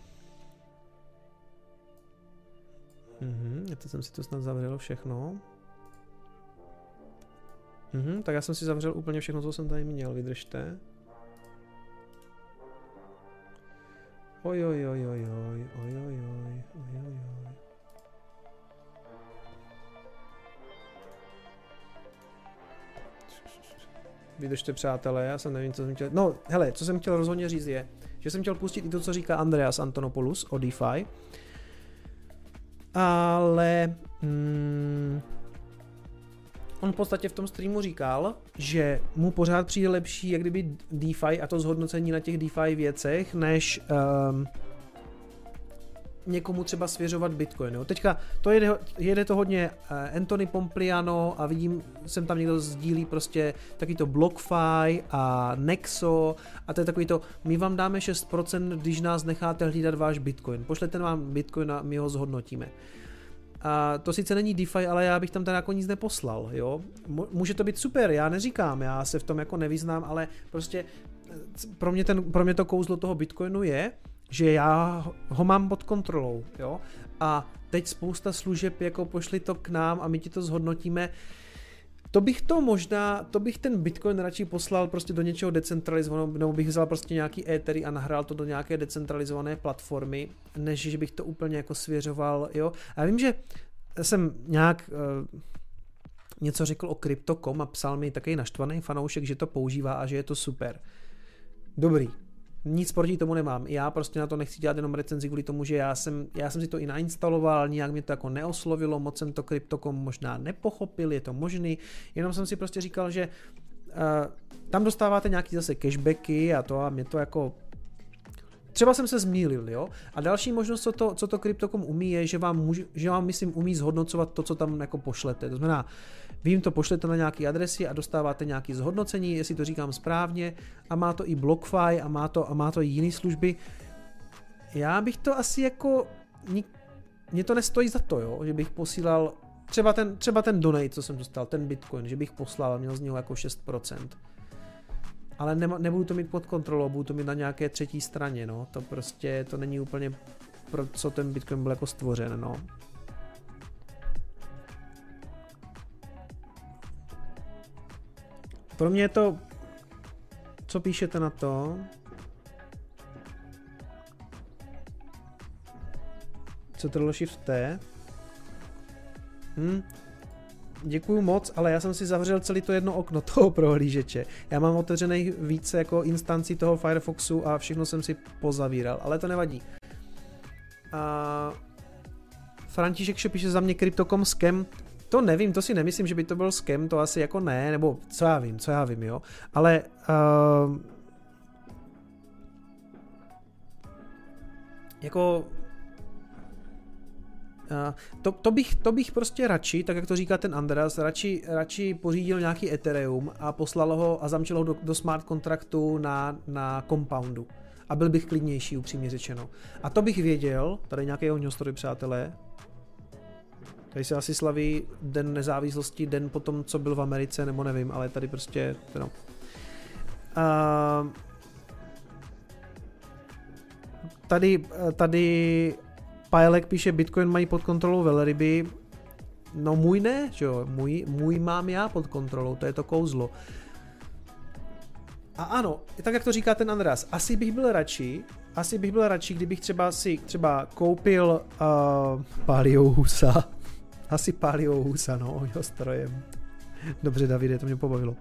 Teď jsem si to snad zavřel všechno. Tak já jsem si zavřel úplně všechno, co jsem tady měl, vydržte. Oj. Vydržte, přátelé, já jsem nevím, co jsem chtěl... No, hele, co jsem chtěl rozhodně říct je, že jsem chtěl pustit i to, co říká Andreas Antonopoulos o DeFi. Ale... on v podstatě v tom streamu říkal, že mu pořád přijde lepší jak kdyby DeFi a to zhodnocení na těch DeFi věcech, než někomu třeba svěřovat Bitcoin. Jo. Teďka to jede to hodně Anthony Pompliano a vidím, sem tam někdo sdílí prostě taky to BlockFi a Nexo a to je takový to, my vám dáme 6%, když nás necháte hlídat váš Bitcoin. Pošlete vám Bitcoin a my ho zhodnotíme. A to sice není DeFi, ale já bych tam teda jako nic neposlal, jo. Může to být super, já neříkám, já se v tom jako nevyznám, ale prostě pro mě to kouzlo toho Bitcoinu je, že já ho mám pod kontrolou, jo. A teď spousta služeb jako pošli to k nám a my ti to zhodnotíme. To bych ten Bitcoin radši poslal prostě do něčeho decentralizovaného, nebo bych vzal prostě nějaký Ethery a nahrál to do nějaké decentralizované platformy, než že bych to úplně jako svěřoval, jo. A já vím, že jsem nějak něco řekl o Crypto.com a psal mi takový naštvaný fanoušek, že to používá a že je to super. Dobrý. Nic proti tomu nemám. Já prostě na to nechci dělat jenom recenzi kvůli tomu, že já jsem si to i nainstaloval, nijak mě to jako neoslovilo, moc jsem to Crypto.com možná nepochopil, je to možný, jenom jsem si prostě říkal, že tam dostáváte nějaký zase cashbacky a to a mě to jako třeba jsem se zmýlil, jo. A další možnost, co to Crypto.com umí, je, že vám myslím umí zhodnocovat to, co tam jako pošlete. To znamená, vy jim to pošlete na nějaký adresy a dostáváte nějaké zhodnocení, jestli to říkám správně, a má to i BlockFi a má to i jiné služby. Já bych to asi jako, mně to nestojí za to, jo, že bych posílal třeba ten donate, co jsem dostal, ten Bitcoin, že bych poslal a měl z něho jako 6%. Ale nebudu to mít pod kontrolou, budu to mít na nějaké třetí straně, no. To prostě, to není úplně pro co ten Bitcoin byl jako stvořen, no. Pro mě je to, co píšete na to? Ctrl+Shift T. Děkuju moc, ale já jsem si zavřel celý to jedno okno toho prohlížeče. Já mám otevřených více jako instancí toho Firefoxu a všechno jsem si pozavíral, ale to nevadí. František še píše za mě Crypto.com scam. To nevím, to si nemyslím, že by to byl scam, to asi jako ne, nebo co já vím, jo. Ale jako to bych prostě radši, tak jak to říká ten Andreas, radši pořídil nějaký Ethereum a poslal ho a zamčil ho do smart kontraktu na Compoundu. A byl bych klidnější, upřímně řečeno. A to bych věděl, tady nějaký ohňostroj, přátelé. Tady se asi slaví Den nezávislosti, den potom, co byl v Americe, nebo nevím, ale tady prostě, no. Tady Pajlek píše, Bitcoin mají pod kontrolou velryby. No můj ne, že jo, můj mám já pod kontrolou, to je to kouzlo. A ano, tak jak to říká ten Andreas, asi bych byl radši, kdybych třeba koupil Paliohusa. Asi Paliohusa, no, jeho strojem. Dobře, Davide, to mě pobavilo.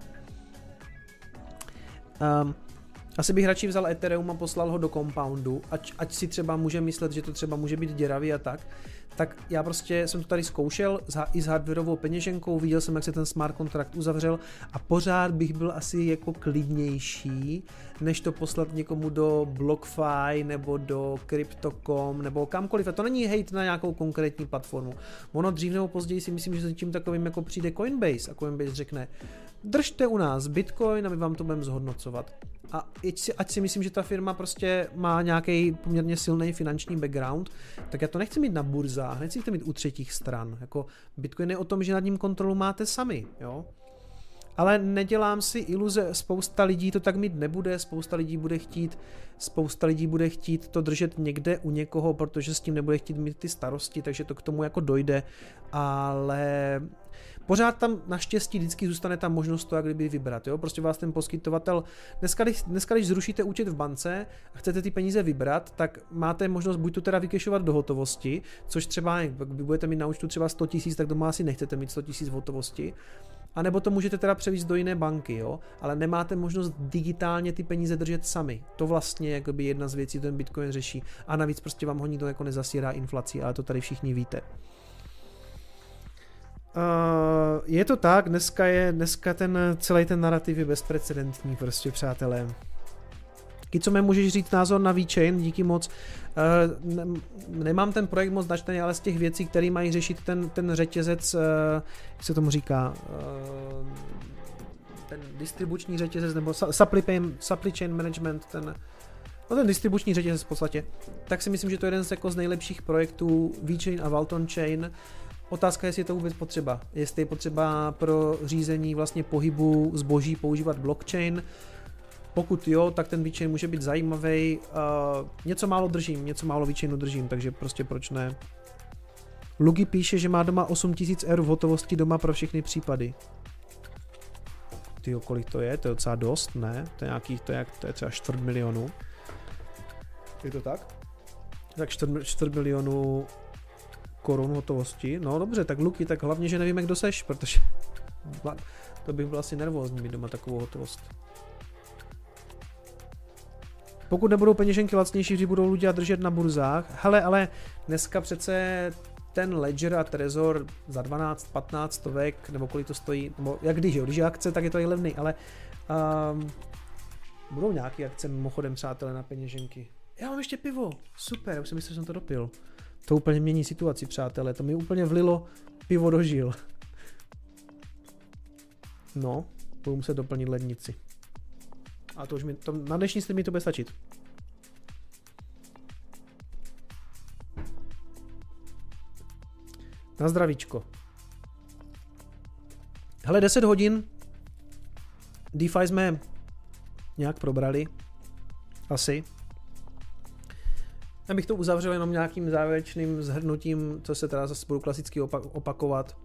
Asi bych radši vzal Ethereum a poslal ho do Compoundu, ať si třeba může myslet, že to třeba může být děravý a tak já prostě jsem to tady zkoušel i s hardwareovou peněženkou, viděl jsem, jak se ten smart kontrakt uzavřel a pořád bych byl asi jako klidnější, než to poslat někomu do BlockFi nebo do Crypto.com nebo kamkoliv. A to není hate na nějakou konkrétní platformu. Ono dřív nebo později si myslím, že se tím takovým jako přijde Coinbase a Coinbase řekne, držte u nás Bitcoin a my vám to budeme zhodnocovat. A ať si myslím, že ta firma prostě má nějaký poměrně silný finanční background, tak já to nechci mít na burzách, nechci to mít u třetích stran. Jako Bitcoin je o tom, že nad ním kontrolu máte sami, jo. Ale nedělám si iluze, spousta lidí to tak mít nebude, spousta lidí bude chtít to držet někde u někoho, protože s tím nebude chtít mít ty starosti, takže to k tomu jako dojde, ale pořád tam naštěstí vždycky zůstane ta možnost to jak kdyby vybrat, jo? Prostě vás ten poskytovatel, dneska když zrušíte účet v bance a chcete ty peníze vybrat, tak máte možnost buď to teda vykešovat do hotovosti, což třeba, jak budete mít na účtu třeba 100 000, tak doma asi nechcete mít 100 000 v hotovosti, a nebo to můžete teda převízt do jiné banky, jo? Ale nemáte možnost digitálně ty peníze držet sami. To vlastně je jakoby jedna z věcí, ten Bitcoin řeší. A navíc prostě vám ho nikdo jako nezasírá inflací, ale to tady všichni víte. Je to tak, dneska ten celý ten narrativ je bezprecedentní prostě, přátelé. Co mi můžeš říct názor na VeChain, díky moc. Nemám ten projekt moc načtený, ale z těch věcí, které mají řešit ten řetězec, jak se tomu říká, ten distribuční řetězec, nebo supply chain management, ten distribuční řetězec v podstatě, tak si myslím, že to je jeden z nejlepších projektů VeChain a Walton Chain. Otázka je, jestli je to vůbec potřeba. Jestli je potřeba pro řízení vlastně pohybu zboží používat blockchain. Pokud jo, tak ten VeChain může být zajímavý. Něco málo VeChainu držím, takže prostě proč ne. Lugi píše, že má doma 8 000 eur v hotovosti doma pro všechny případy. Tyjo, kolik to je? To je docela dost, ne? To je třeba 4 milionů. Je to tak? Tak 4 milionů korun hotovosti. No dobře, tak Luky, tak hlavně, že nevíme, kdo seš, protože to bych byl asi nervózní mít doma takovou hotovost. Pokud nebudou peněženky lacnější, že budou lidé držet na burzách. Hele, ale dneska přece ten Ledger a Trezor za 12-15 stovek, nebo kolik to stojí, nebo jak když je akce, tak je to i levný, ale budou nějaké akce mimochodem, přátelé, na peněženky. Já mám ještě pivo, super, už jsem myslel, že jsem to dopil. To úplně mění situaci, přátelé, to mi úplně vlilo pivo do žil. No, budu muset doplnit lednici. A to už na dnešní stream mi to bude stačit. Na zdravíčko. Hele, 10 hodin DeFi jsme nějak probrali. Asi. Já bych to uzavřel jenom nějakým závěrečným shrnutím, co se teda zase budu klasicky opakovat.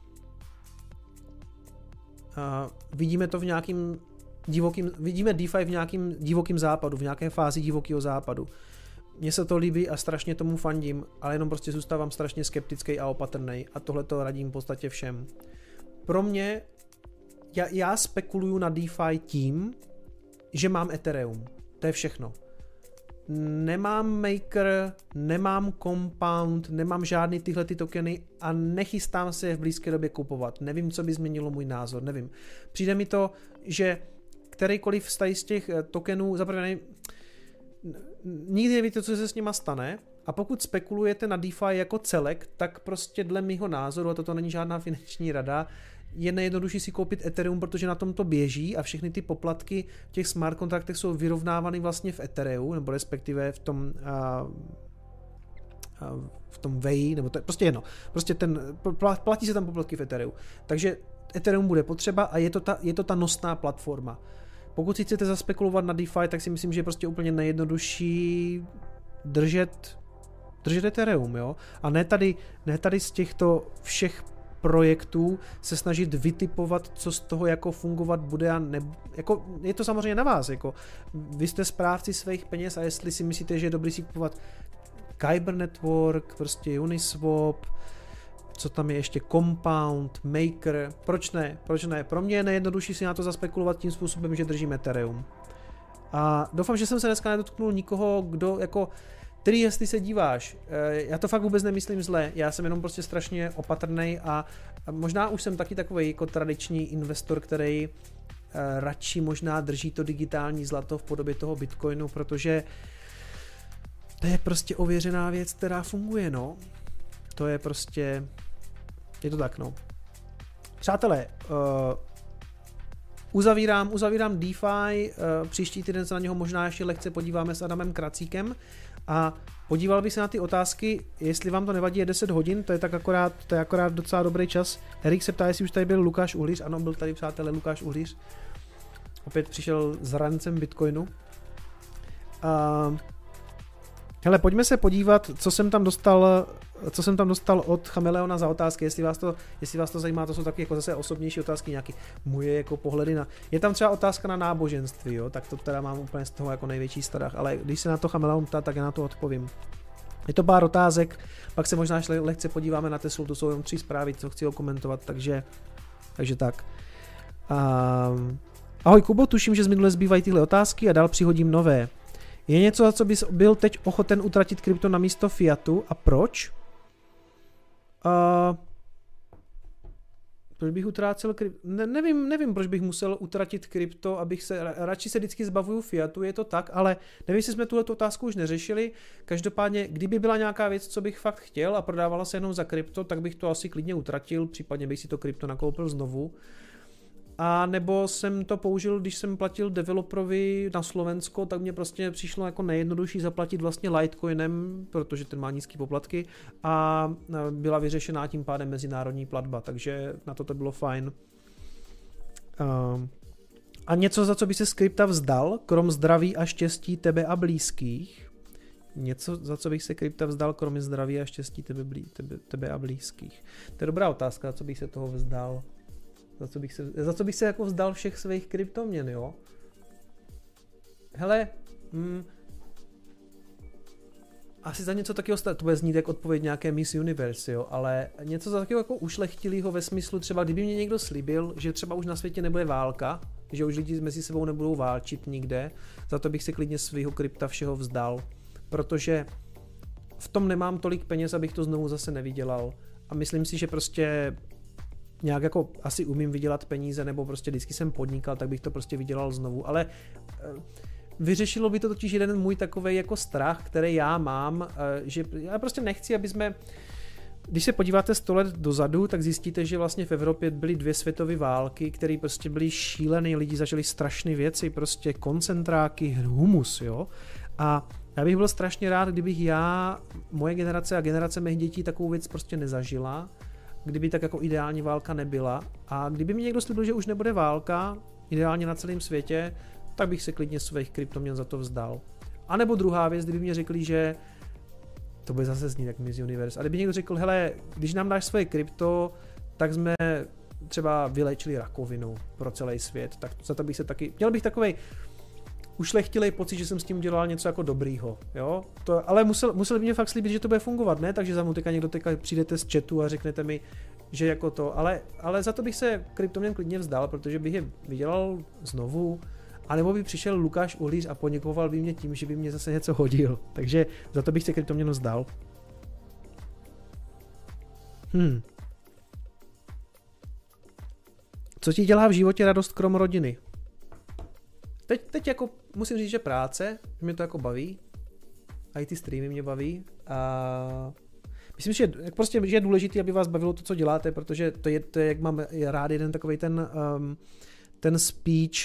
Vidíme to v nějakým vidíme DeFi v nějakým divokým západu, v nějaké fázi divokého západu. Mně se to líbí a strašně tomu fandím, ale jenom prostě zůstávám strašně skeptický a opatrnej a tohle to radím v podstatě všem. Pro mě, já spekuluju na DeFi tím, že mám Ethereum. To je všechno. Nemám Maker, nemám Compound, nemám žádný tyhle ty tokeny a nechystám se je v blízké době kupovat. Nevím, co by změnilo můj názor, nevím. Přijde mi to, že kterýkoliv z těch tokenů, zaprvé nikdy nevíte, co se s nima stane a pokud spekulujete na DeFi jako celek, tak prostě dle mýho názoru, a toto není žádná finanční rada, je nejjednodušší si koupit Ethereum, protože na tom to běží a všechny ty poplatky v těch smart kontraktech jsou vyrovnávány vlastně v Ethereum, nebo respektive v tom VEI, nebo to je prostě jedno. Prostě platí se tam poplatky v Ethereum. Takže Ethereum bude potřeba a je to ta nosná platforma. Pokud si chcete zaspekulovat na DeFi, tak si myslím, že je prostě úplně nejjednodušší držet Ethereum, jo? A ne tady z těchto všech projektů se snažit vytipovat, co z toho jako fungovat bude a ne, jako je to samozřejmě na vás, jako vy jste správci svých peněz a jestli si myslíte, že je dobrý si kupovat Kyber Network, prostě Uniswap, co tam je ještě Compound, Maker, proč ne? Pro mě je nejjednodušší si na to zaspekulovat tím způsobem, že držím Ethereum. A doufám, že jsem se dneska nedotknul nikoho, kdo jako Tedy jestli se díváš, já to fakt vůbec nemyslím zle, já jsem jenom prostě strašně opatrnej a možná už jsem taky takovej jako tradiční investor, který radši možná drží to digitální zlato v podobě toho Bitcoinu, protože to je prostě ověřená věc, která funguje, no. To je prostě, je to tak, no. Přátelé, uzavírám DeFi, příští týden se na něho možná ještě lehce podíváme s Adamem Kracíkem a podíval bych se na ty otázky, jestli vám to nevadí, je 10 hodin, to je akorát docela dobrý čas. Erik se ptá, jestli už tady byl Lukáš Uhlíř, ano, byl tady, přátelé, Lukáš Uhlíř. Opět přišel s rancem Bitcoinu. Hele, pojďme se podívat, co jsem tam dostal od Chameleona za otázky, jestli vás to zajímá, to jsou taky jako zase osobnější otázky, nějaký moje jako pohledy na... Je tam třeba otázka na náboženství, jo, tak to teda mám úplně z toho jako největší strach, ale když se na to Chameleon ptá, tak já na to odpovím. Je to pár otázek, pak se možná lehce podíváme na Teslu, to jsou jenom 3 zprávy, co chci komentovat, takže tak. Ahoj Kubo, tuším, že z minule zbývají tyhle otázky a dál přihodím nové. Je něco, za co bys byl teď ochoten utratit krypto na místo fiatu a proč? Proč bych utrácel krypto? Nevím, proč bych musel utratit krypto, radši se vždycky zbavuju fiatu, je to tak, ale nevím, jestli jsme tuhletu otázku už neřešili. Každopádně, kdyby byla nějaká věc, co bych fakt chtěl a prodávala se jenom za krypto, tak bych to asi klidně utratil, případně bych si to krypto nakoupil znovu. A nebo jsem to použil, když jsem platil developerovi na Slovensko, tak mě prostě přišlo jako nejjednodušší zaplatit vlastně Litecoinem, protože ten má nízké poplatky a byla vyřešená tím pádem mezinárodní platba, takže na to bylo fajn. A něco, za co by se z krypta vzdal, krom zdraví a štěstí tebe a blízkých? Něco, za co bych se krypta vzdal, kromě zdraví a štěstí tebe a blízkých? To je dobrá otázka, za co bych se toho vzdal. Za co bych se jako vzdal všech svých kryptoměn, jo? Hele, asi za něco takového, to bude znít jako odpověď nějaké Miss Universe, jo, ale něco za takového jako ušlechtilýho ve smyslu třeba, kdyby mě někdo slíbil, že třeba už na světě nebude válka, že už lidi mezi sebou nebudou válčit nikde, za to bych se klidně svýho krypta všeho vzdal, protože v tom nemám tolik peněz, abych to znovu zase nevydělal a myslím si, že prostě nějak jako asi umím vydělat peníze, nebo prostě vždycky jsem podnikal, tak bych to prostě vydělal znovu, ale vyřešilo by to totiž jeden můj takovej jako strach, který já mám, že já prostě nechci, aby jsme, když se podíváte 100 let dozadu, tak zjistíte, že vlastně v Evropě byly 2 světové války, které prostě byly šílené, lidi zažili strašné věci, prostě koncentráky, humus, jo. A já bych byl strašně rád, kdybych já, moje generace a generace mých dětí takovou věc prostě nezažila, kdyby tak jako ideální válka nebyla a kdyby mi někdo slíbil, že už nebude válka, ideálně na celém světě, tak bych se klidně svých kryptoměn za to vzdal. A nebo druhá věc, kdyby mě řekli, že to bude zase znít jak Miss Universe, a kdyby někdo řekl, hele, když nám dáš svoje krypto, tak jsme třeba vylečili rakovinu pro celý svět, tak za to bych se taky, měl bych takovej ušlechtilej pocit, že jsem s tím dělal něco jako dobrýho, jo? Ale museli by mě fakt slíbit, že to bude fungovat, ne? Takže za mnou někdo přijdete z chatu a řeknete mi, že jako to, ale za to bych se kryptoměn klidně vzdal, protože bych je vydělal znovu, anebo by přišel Lukáš Uhlíř a poděkoval by mě tím, že by mě zase něco hodil, takže za to bych se kryptoměn vzdal. Co ti dělá v životě radost krom rodiny? Teď jako musím říct, že práce, mě to jako baví, a i ty streamy mě baví a myslím, že prostě že je důležité, aby vás bavilo to, co děláte, protože to je jak mám rád jeden takovej ten speech,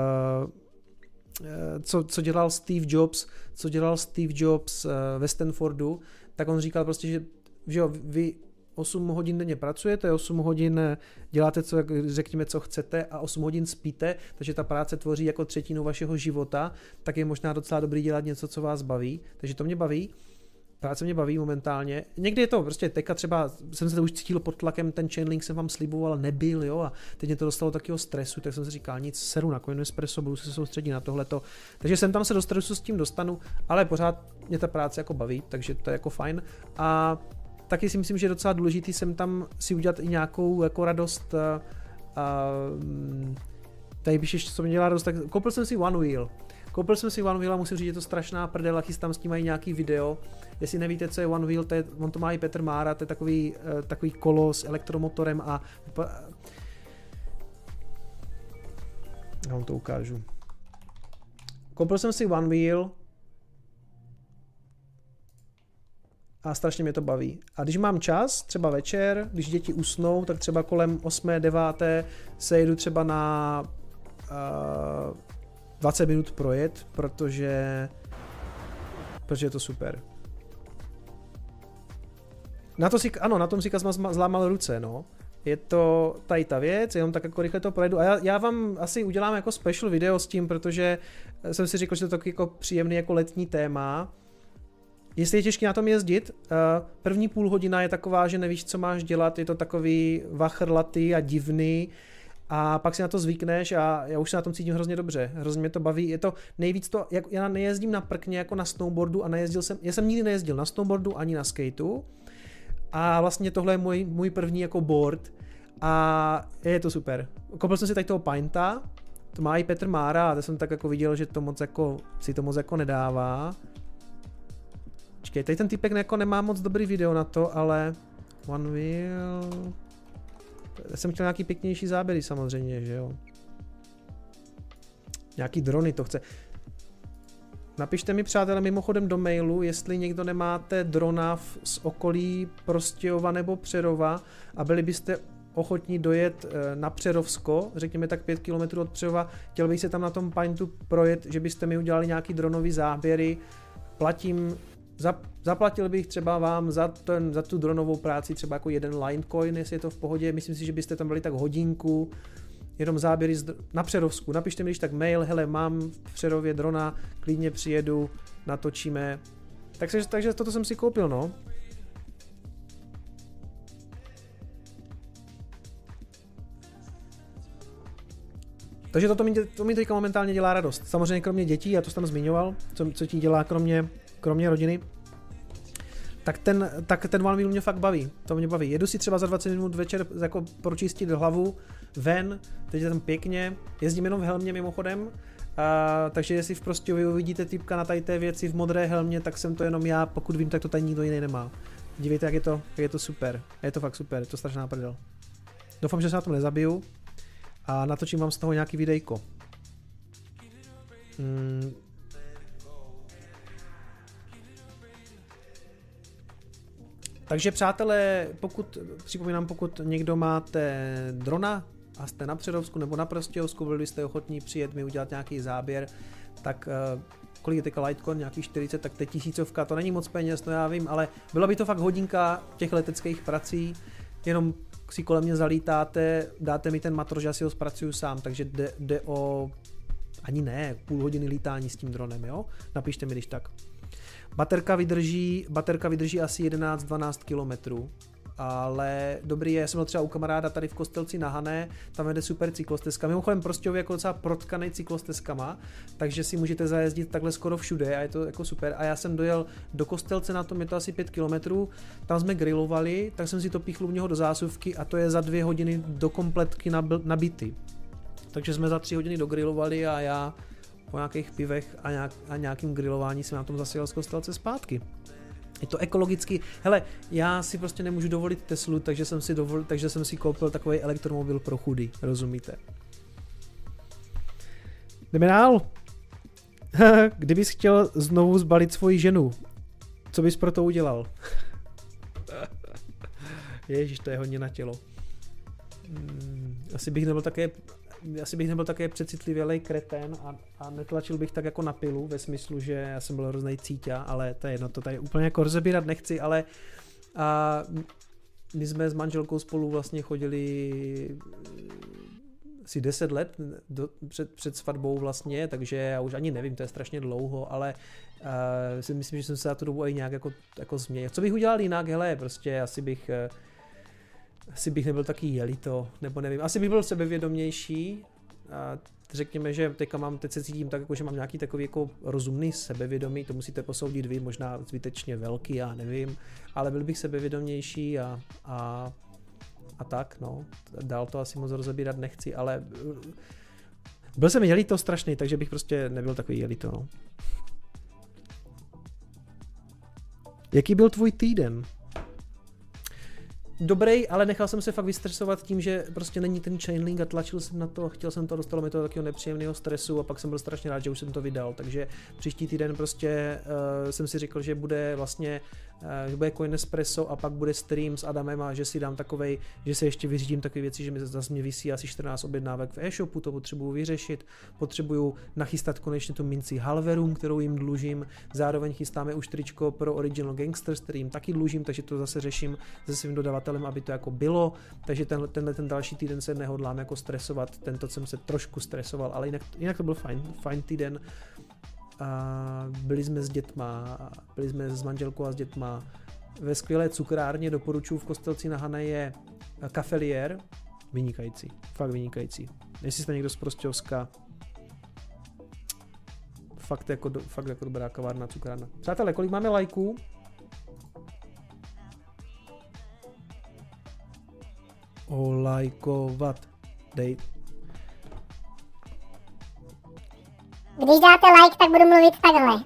co dělal Steve Jobs ve Stanfordu, tak on říkal prostě, že jo, vy 8 hodin denně pracujete, 8 hodin děláte, řekněme, co chcete a 8 hodin spíte, takže ta práce tvoří jako 1/3 vašeho života, tak je možná docela dobrý dělat něco, co vás baví, takže to mě baví. Práce mě baví momentálně. Někdy je to prostě teďka třeba, jsem se to už cítil pod tlakem, ten chainlink jsem vám sliboval, nebyl, jo, a teď mě to dostalo takového stresu, tak jsem si říkal, nic, seru na Coinespresso, budu se soustředit na tohleto. Takže jsem tam se do stresu s tím dostanu, ale pořád mě ta práce jako baví, takže to je jako fajn. A taky si myslím, že je docela důležitý sem tam si udělat i nějakou jako radost. Tady když ještě co mě dělá radost, tak koupil jsem si One Wheel a musím říct, že je to strašná prdel a chystám s tím mají nějaký video. Jestli nevíte, co je One Wheel, on to má i Petr Mára, to je takový kolo s elektromotorem a já vám to ukážu. Koupil jsem si One Wheel a strašně mě to baví. A když mám čas, třeba večer, když děti usnou, tak třeba kolem 8. 9. se jedu třeba na 20 minut projet, protože je to super. Na tom si Kazma zlámal ruce, no. Je to tady ta věc, jenom tak jako rychle to projedu a já vám asi udělám jako special video s tím, protože jsem si řekl, že to je jako příjemný jako letní téma. Jestli je těžké na tom jezdit, první půl hodina je taková, že nevíš, co máš dělat, je to takový vachrlatý a divný a pak si na to zvykneš a já už se na tom cítím hrozně dobře, hrozně mě to baví, je to nejvíc to, já nejezdím na prkně jako na snowboardu a já jsem nikdy nejezdil na snowboardu ani na skateu a vlastně tohle je můj první jako board a je to super. Koupil jsem si tady toho Pinta, to má i Petr Mára a to jsem tak jako viděl, že si to moc jako nedává. Počkej, tady ten typek jako nemá moc dobrý video na to, ale One Wheel. Já jsem chtěl nějaký pěknější záběry samozřejmě, že jo. Nějaký drony to chce. Napište mi, přátelé, mimochodem do mailu, jestli někdo nemáte drona z okolí Prostějova nebo Přerova a byli byste ochotní dojet na Přerovsko, řekněme tak 5 km od Přerova, chtěl bych se tam na tom Pintu projet, že byste mi udělali nějaký dronový záběry, zaplatil bych třeba vám za tu dronovou práci třeba jako 1 Litecoin, jestli je to v pohodě, myslím si, že byste tam byli tak hodinku, jenom záběry na Přerovsku, napište mi když tak mail, hele, mám v Přerově drona, klidně přijedu, natočíme, takže toto jsem si koupil, no. Takže to mi teďka momentálně dělá radost, samozřejmě kromě dětí, já to jsem tam zmiňoval, co ti dělá kromě rodiny, tak ten One Wheel mě fakt baví, to mě baví. Jedu si třeba za 20 minut večer jako pročistit hlavu ven, teď je tam pěkně, jezdím jenom v helmě mimochodem, takže jestli prostě vy uvidíte typka na tady té věci v modré helmě, tak jsem to jenom já, pokud vím, tak to tady nikdo jiný nemá. Dívejte, jak je to super, je to fakt super, je to strašná prdel. Doufám, že se na tom nezabiju a natočím vám z toho nějaký videjko. Takže přátelé, pokud někdo máte drona a jste na Přerovsku nebo na Prostějovsku, byli jste ochotní přijet mi udělat nějaký záběr, tak kolik je teďka Litecoin, nějaký 40, tak teď 1000, to není moc peněz, no já vím, ale byla by to fakt hodinka těch leteckých prací, jenom si kolem mě zalítáte, dáte mi ten matrož, já si ho zpracuju sám, takže jde o ani ne, půl hodiny lítání s tím dronem, jo? Napište mi když tak. Baterka vydrží asi 11-12 kilometrů, ale dobrý je, já jsem byl třeba u kamaráda tady v Kostelci na Hané, tam jede super cyklostezka, mimochodem Prostějov je jako docela protkanej cyklostezkama, takže si můžete zajezdit takhle skoro všude a je to jako super. A já jsem dojel do Kostelce, na tom je to asi 5 kilometrů, tam jsme grilovali, tak jsem si to píchl u něho do zásuvky a to je za 2 hodiny do kompletky nabity. Takže jsme za 3 hodiny dogrilovali a já po nějakých pivech a nějakým grilování jsem na tom zase jel z Kostelce zpátky. Je to ekologicky. Hele, já si prostě nemůžu dovolit Teslu, takže jsem si koupil takový elektromobil pro chudý, rozumíte? Jdeme dál. Kdybys chtěl znovu zbalit svoji ženu, co bys pro to udělal? Ježiš, to je hodně na tělo. Asi bych nebyl také přecitlivělej kretén a netlačil bych tak jako na pilu, ve smyslu, že já jsem byl hroznej cíťa, ale to je jedno, to tady úplně jako rozebírat nechci, ale my jsme s manželkou spolu vlastně chodili asi 10 let před svatbou vlastně, takže já už ani nevím, to je strašně dlouho, ale si myslím, že jsem se za tu dobu i nějak jako změnil. Co bych udělal jinak, hele, prostě asi bych nebyl taky jelito, nebo nevím, asi bych byl sebevědomější a řekněme, že teď se cítím tak, jako, že mám nějaký takový jako rozumný sebevědomí, to musíte posoudit vy, možná zbytečně velký, já nevím, ale byl bych sebevědomější a tak, no, dál to asi moc rozebírat nechci, ale byl jsem jelito strašný, takže bych prostě nebyl takový jelito, no. Jaký byl tvůj týden? Dobrý, ale nechal jsem se fakt vystresovat tím, že prostě není ten chainlink a tlačil jsem na to, chtěl jsem to, dostalo mi to do takového nepříjemného stresu a pak jsem byl strašně rád, že už jsem to vydal, takže příští týden prostě jsem si řekl, že bude vlastně, že bude Coinespresso a pak bude stream s Adamem a že si dám takovej, že se ještě vyřídím takové věci, že mi zase mě visí asi 14 objednávek v e-shopu, to potřebuju vyřešit, potřebuju nachystat konečně tu minci Halverum, kterou jim dlužím, zároveň chystáme už tričko pro Original Gangsters, který jim taky dlužím, takže to zase řeším se svým dodavatelem, aby to jako bylo, takže ten další týden se nehodlám jako stresovat, tento jsem se trošku stresoval, ale jinak to byl fajn týden. A byli jsme s dětma, byli jsme s manželkou a s dětma ve skvělé cukrárně, doporučuji, v Kostelci na Hané je Cafelier, vynikající, fakt vynikající. Jestli jste někdo z Prostějovska, fakt jako dobrá kavárna, cukrárna. Přátelé, kolik máme lajků? Olajkovat. Dej. Když dáte like, tak budu mluvit takhle.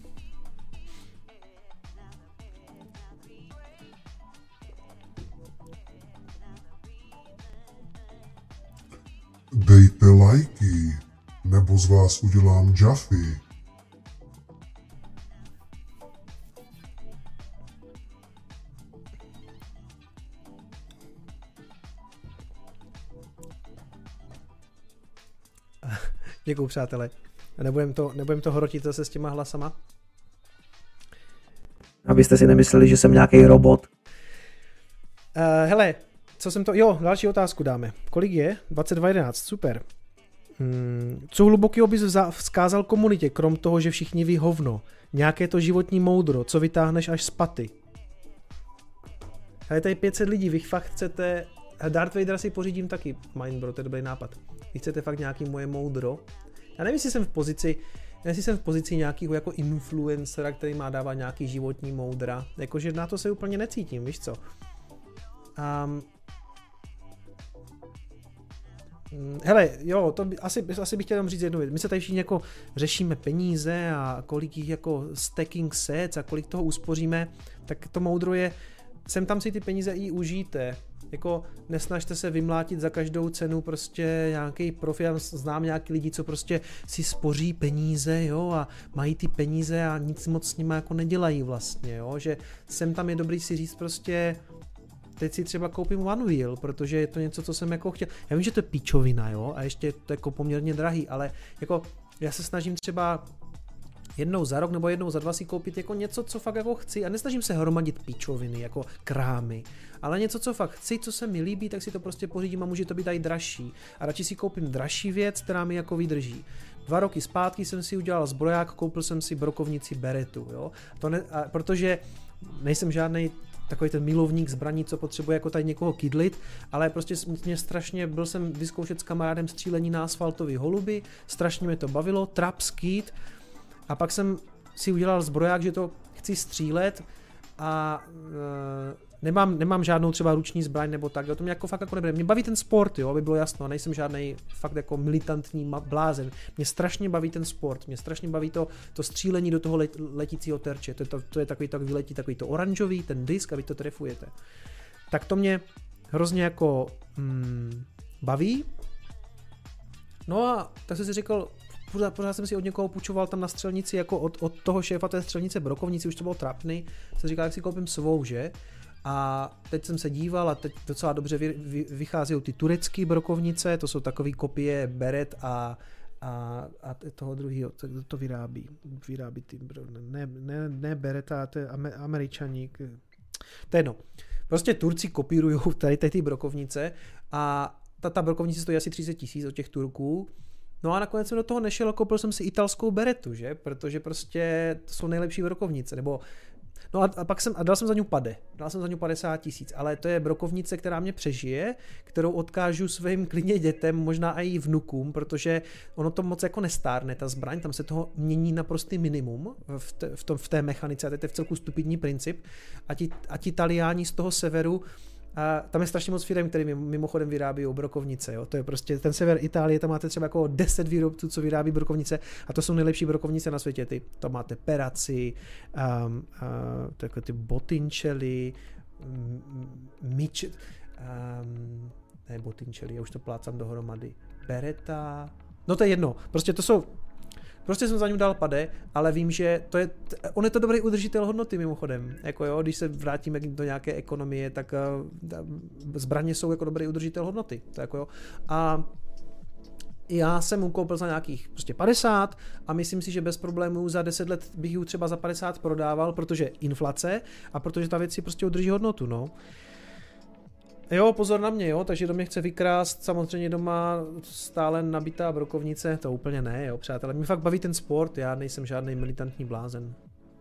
Dejte lajky, nebo z vás udělám Jaffy. Děkuju, přátelé. Nebudem to hrotit zase s těma hlasama. Abyste si nemysleli, že jsem nějaký robot. Hele, co jsem to... Jo, další otázku dáme. Kolik je? 22:11, super. Co hlubokýho bys vzkázal komunitě, krom toho, že všichni ví hovno? Nějaké to životní moudro, co vytáhneš až z paty? Hele, tady 500 lidí, vy fakt chcete... Darth Vader si pořídím taky, Mindbro, to je dobrý nápad. Vy chcete fakt nějaký moje moudro? Já nevím, jestli jsem v pozici nějakého jako influencera, který má dávat nějaký životní moudra. Jakože na to se úplně necítím, víš co? Hele, jo, to asi bych chtěl jenom říct jednu věc. My se tady všichni jako řešíme peníze a kolik jich jako stacking sets a kolik toho uspoříme, tak to moudro je sem tam si ty peníze i užijte. Jako nesnažte se vymlátit za každou cenu prostě nějaký profit. Já znám nějaký lidi, co prostě si spoří peníze, jo, a mají ty peníze a nic moc s nimi jako nedělají vlastně, jo, že sem tam je dobrý si říct prostě teď si třeba koupím One Wheel, protože je to něco, co jsem jako chtěl. Já vím, že to je píčovina, jo, a ještě to je jako poměrně drahý, ale jako já se snažím třeba jednou za rok nebo jednou za 2 si koupit jako něco, co fakt jako chci a nesnažím se hromadit píčoviny, jako krámy, ale něco, co fakt chci, co se mi líbí, tak si to prostě pořídím a může to být i dražší. A radši si koupím dražší věc, která mi jako vydrží. 2 roky zpátky jsem si udělal zbroják, koupil jsem si brokovnici Berettu, jo, protože nejsem žádnej takový ten milovník zbraní, co potřebuje jako tady někoho kydlit, ale prostě mě strašně, byl jsem vyzkoušet s kamarádem střílení na asfaltový holuby, strašně mě to bavilo, trap, skýt, a pak jsem si udělal zbroják, že to chci střílet a nemám žádnou třeba ruční zbraň nebo tak, jo, to mě jako fakt jako nebude. Mě baví ten sport, jo, aby bylo jasno, nejsem žádnej fakt jako militantní blázen. Mě strašně baví ten sport, mě strašně baví to střílení do toho letícího terče, to je takový tak vyletí takový to oranžový, ten disk a vy to trefujete. Tak to mě hrozně jako baví. No a tak jsem si říkal, pořád jsem si od někoho půjčoval tam na střelnici, jako od toho šéfa té střelnice brokovnici, už to bylo trapný, jsem říkal, jak si koupím svou, že? A teď jsem se díval a teď docela dobře vychází ty turecké brokovnice, to jsou takové kopie Beret a toho druhého, to vyrábí ty, ne Beretta, to je Američaník, to je jedno. Prostě Turci kopírují tady ty brokovnice a ta brokovnice stojí asi 30 000 od těch Turků. No a nakonec jsem do toho nešel a koupil jsem si italskou Berettu, že? Protože prostě to jsou nejlepší brokovnice, nebo no a pak dal jsem za ní 50 000, ale to je brokovnice, která mě přežije, kterou odkážu svým klidně dětem, možná i vnukům, protože ono to moc jako nestárne, ta zbraň, tam se toho mění naprostý minimum v té mechanice, a to je v celku stupidní princip a ti Taliáni z toho severu, a tam je strašně moc firem, které mimochodem vyrábí brokovnice, jo. To je prostě ten sever Itálie, tam máte třeba jako 10 výrobců, co vyrábí brokovnice a to jsou nejlepší brokovnice na světě. Tam máte Perazzi, takové ty Botticelli, ne Botticelli, já už to plácám dohromady, Beretta, no to je jedno, prostě jsem za ním dal pade, ale vím, že on je to dobrý udržitel hodnoty mimochodem. Jako jo, když se vrátíme do nějaké ekonomie, tak zbraně jsou jako dobrý udržitel hodnoty. To jako jo. A já jsem mu koupil za nějakých prostě 50 a myslím si, že bez problémů za 10 let bych ji třeba za 50 prodával, protože inflace a protože ta věc si prostě udrží hodnotu, no. Jo, pozor na mě, jo, takže do mě chce vykrást samozřejmě doma stále nabitá brokovnice, to úplně ne, jo, přátelé, mě fakt baví ten sport, já nejsem žádný militantní blázen.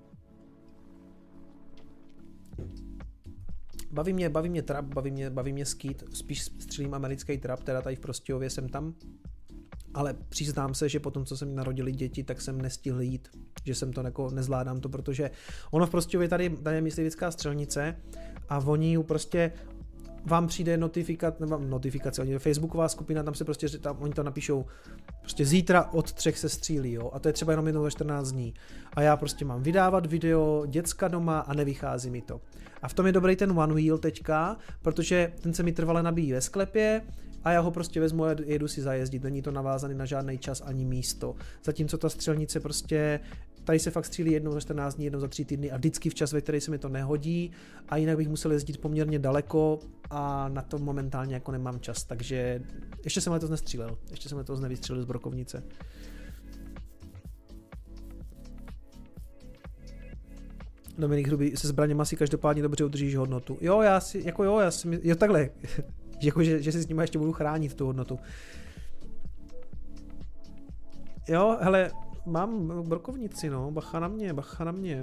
Baví mě trap, baví mě skýt, spíš střílím americký trap, teda tady v Prostějově jsem tam, ale přiznám se, že potom, co se mi narodili děti, tak jsem nestihl jít, že jsem to jako nezvládám to, protože ono v Prostějově tady je myslivická střelnice a oni prostě vám přijde notifikace, facebooková skupina, tam se prostě, oni to napíšou, prostě zítra od 3 se střílí, jo, a to je třeba jenom jednou za 14 dní. A já prostě mám vydávat video, děcka doma a nevychází mi to. A v tom je dobrý ten One Wheel teďka, protože ten se mi trvale nabíjí ve sklepě a já ho prostě vezmu a jedu si zajezdit, není to navázaný na žádný čas ani místo. Zatímco ta střelnice prostě, tady se fakt střílí jednou za 14 dní, jednou za 3 týdny a vždycky v čas, ve který se mi to nehodí a jinak bych musel jezdit poměrně daleko a na to momentálně jako nemám čas, takže ještě jsem letos nestřílel, ještě jsem letos nevystřelil z brokovnice. Dominik Hrubý, se zbraněma si každopádně dobře udržíš hodnotu. Jo, takhle, že si s nimi ještě budu chránit tu hodnotu. Jo, hele, mám brokovnici, no, bacha na mě.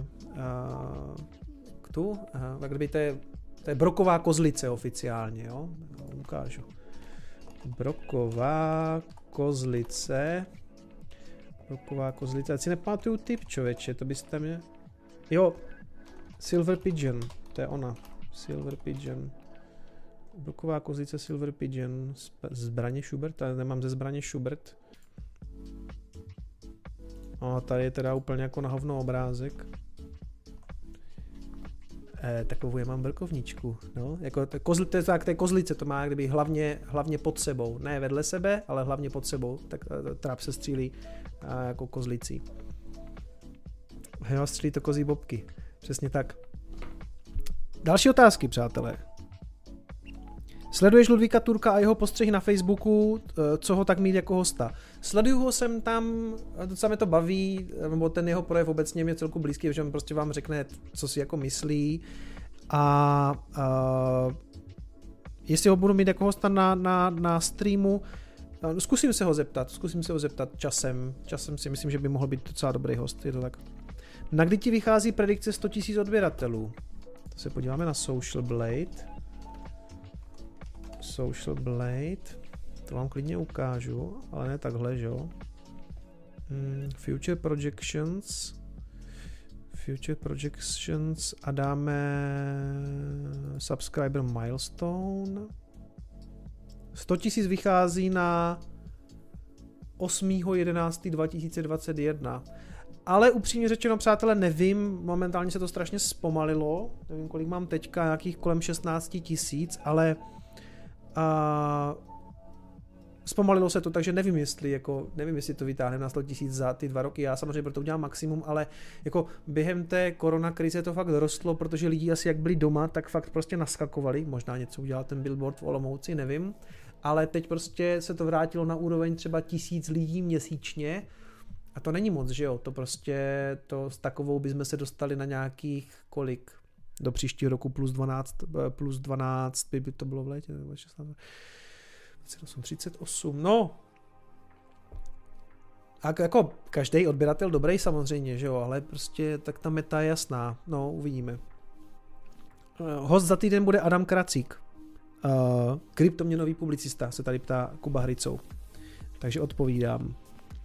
Tak kdyby to je broková kozlice oficiálně, jo, ukážu. Broková kozlice, já si nepamatuju typ, člověče, to byste mě... Jo, Silver Pigeon, to je ona, Silver Pigeon. Broková kozlice Silver Pigeon, zbraně Schubert, ale nemám ze zbraně Schubert. A tady je teda úplně jako na hovno obrázek. Takovou já mám brkovničku, no, jako to je kozlice, to má kdyby hlavně pod sebou, ne vedle sebe, ale hlavně pod sebou, tak tráp se střílí jako kozlicí. Jo, střílí to kozí bobky, přesně tak. Další otázky, přátelé. Sleduješ Ludvíka Turka a jeho postřehy na Facebooku, co ho tak mít jako hosta? Sleduju ho sem tam, docela mě to baví, nebo ten jeho projev obecně mě celku blízký, že on prostě vám řekne, co si jako myslí a jestli ho budu mít jako hosta na streamu, zkusím se ho zeptat časem si myslím, že by mohl být docela dobrý host, je to tak. Na kdy ti vychází predikce 100 000 odběratelů? To se podíváme na Social Blade, to vám klidně ukážu, ale ne takhle, že jo. Future projections a dáme subscriber milestone. 100 000 vychází na 8.11.2021. Ale upřímně řečeno, přátelé, nevím, momentálně se to strašně zpomalilo, nevím, kolik mám teďka, nějakých kolem 16 000, ale zpomalilo se to, takže nevím, jestli to vytáhneme na 100 000 za ty 2 roky, já samozřejmě proto udělám maximum, ale jako během té koronakrize to fakt rostlo, protože lidi asi jak byli doma, tak fakt prostě naskakovali, možná něco udělal ten billboard v Olomouci, nevím, ale teď prostě se to vrátilo na úroveň třeba 1000 lidí měsíčně. A to není moc, že jo, to prostě, s takovou bychom se dostali na nějakých kolik, do příštího roku plus 12 by to bylo v létě, nebo 16, 38, no. A jako každý odběratel dobrý samozřejmě, že jo, ale prostě tak ta meta je jasná, no uvidíme. Host za týden bude Adam Kracík, kryptoměnový publicista, se tady ptá Kuba Hricou, takže odpovídám.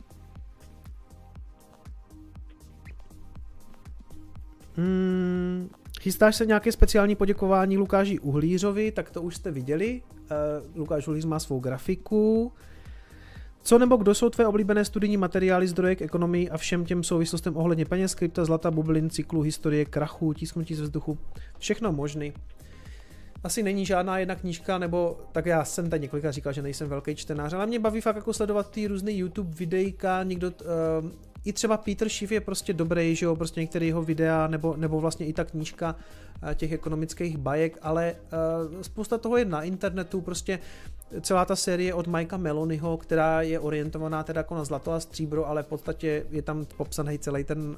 Chystáš se nějaké speciální poděkování Lukáši Uhlířovi, tak to už jste viděli. Lukáš Uhlíř má svou grafiku. Co nebo kdo jsou tvé oblíbené studijní materiály, zdroje k ekonomii a všem těm souvislostem ohledně peněz, krypta, zlata, bublin, cyklu, historie, krachu, tisknutí ze vzduchu, všechno možný. Asi není žádná jedna knížka, nebo tak já jsem tady několikrát říkal, že nejsem velký čtenář, ale mě baví fakt jako sledovat ty různý YouTube videjka, i třeba Peter Schiff je prostě dobrý, že jo, prostě některé jeho videa, nebo vlastně i ta knížka těch ekonomických bajek, ale spousta toho je na internetu, prostě celá ta série od Mikea Melonyho, která je orientovaná teda jako na zlato a stříbro, ale v podstatě je tam popsaný celý ten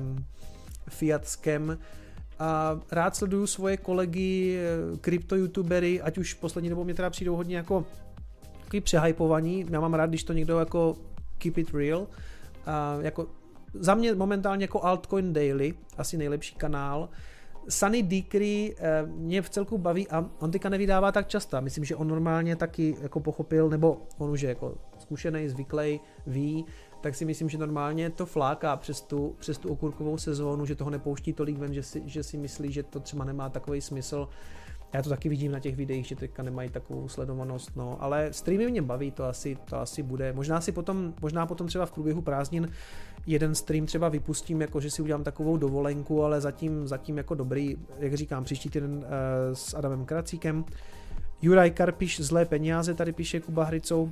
fiat scam. A rád sleduju svoje kolegy, krypto-youtubery, ať už poslední dobou mě teda přijdou hodně jako takový přehypovaní, já mám rád, když to někdo jako keep it real, jako za mě momentálně jako Altcoin Daily, asi nejlepší kanál. Sunny Decree mě v celku baví a on teďka nevydává tak často. Myslím, že on normálně taky jako pochopil, nebo on už je jako zkušený, zvyklý, ví, tak si myslím, že normálně to fláká přes tu okurkovou sezónu, že toho nepouští tolik ven, že si myslí, že to třeba nemá takový smysl. Já to taky vidím na těch videích, že teďka nemají takovou sledovanost, no, ale streamy mě baví, to asi bude. Možná potom třeba v průběhu prázdnin jeden stream třeba vypustím, jako že si udělám takovou dovolenku, ale zatím jako dobrý, jak říkám, příští týden s Adamem Kracíkem. Juraj Karpiš, Zlé peníze, tady píše Kuba Hricou.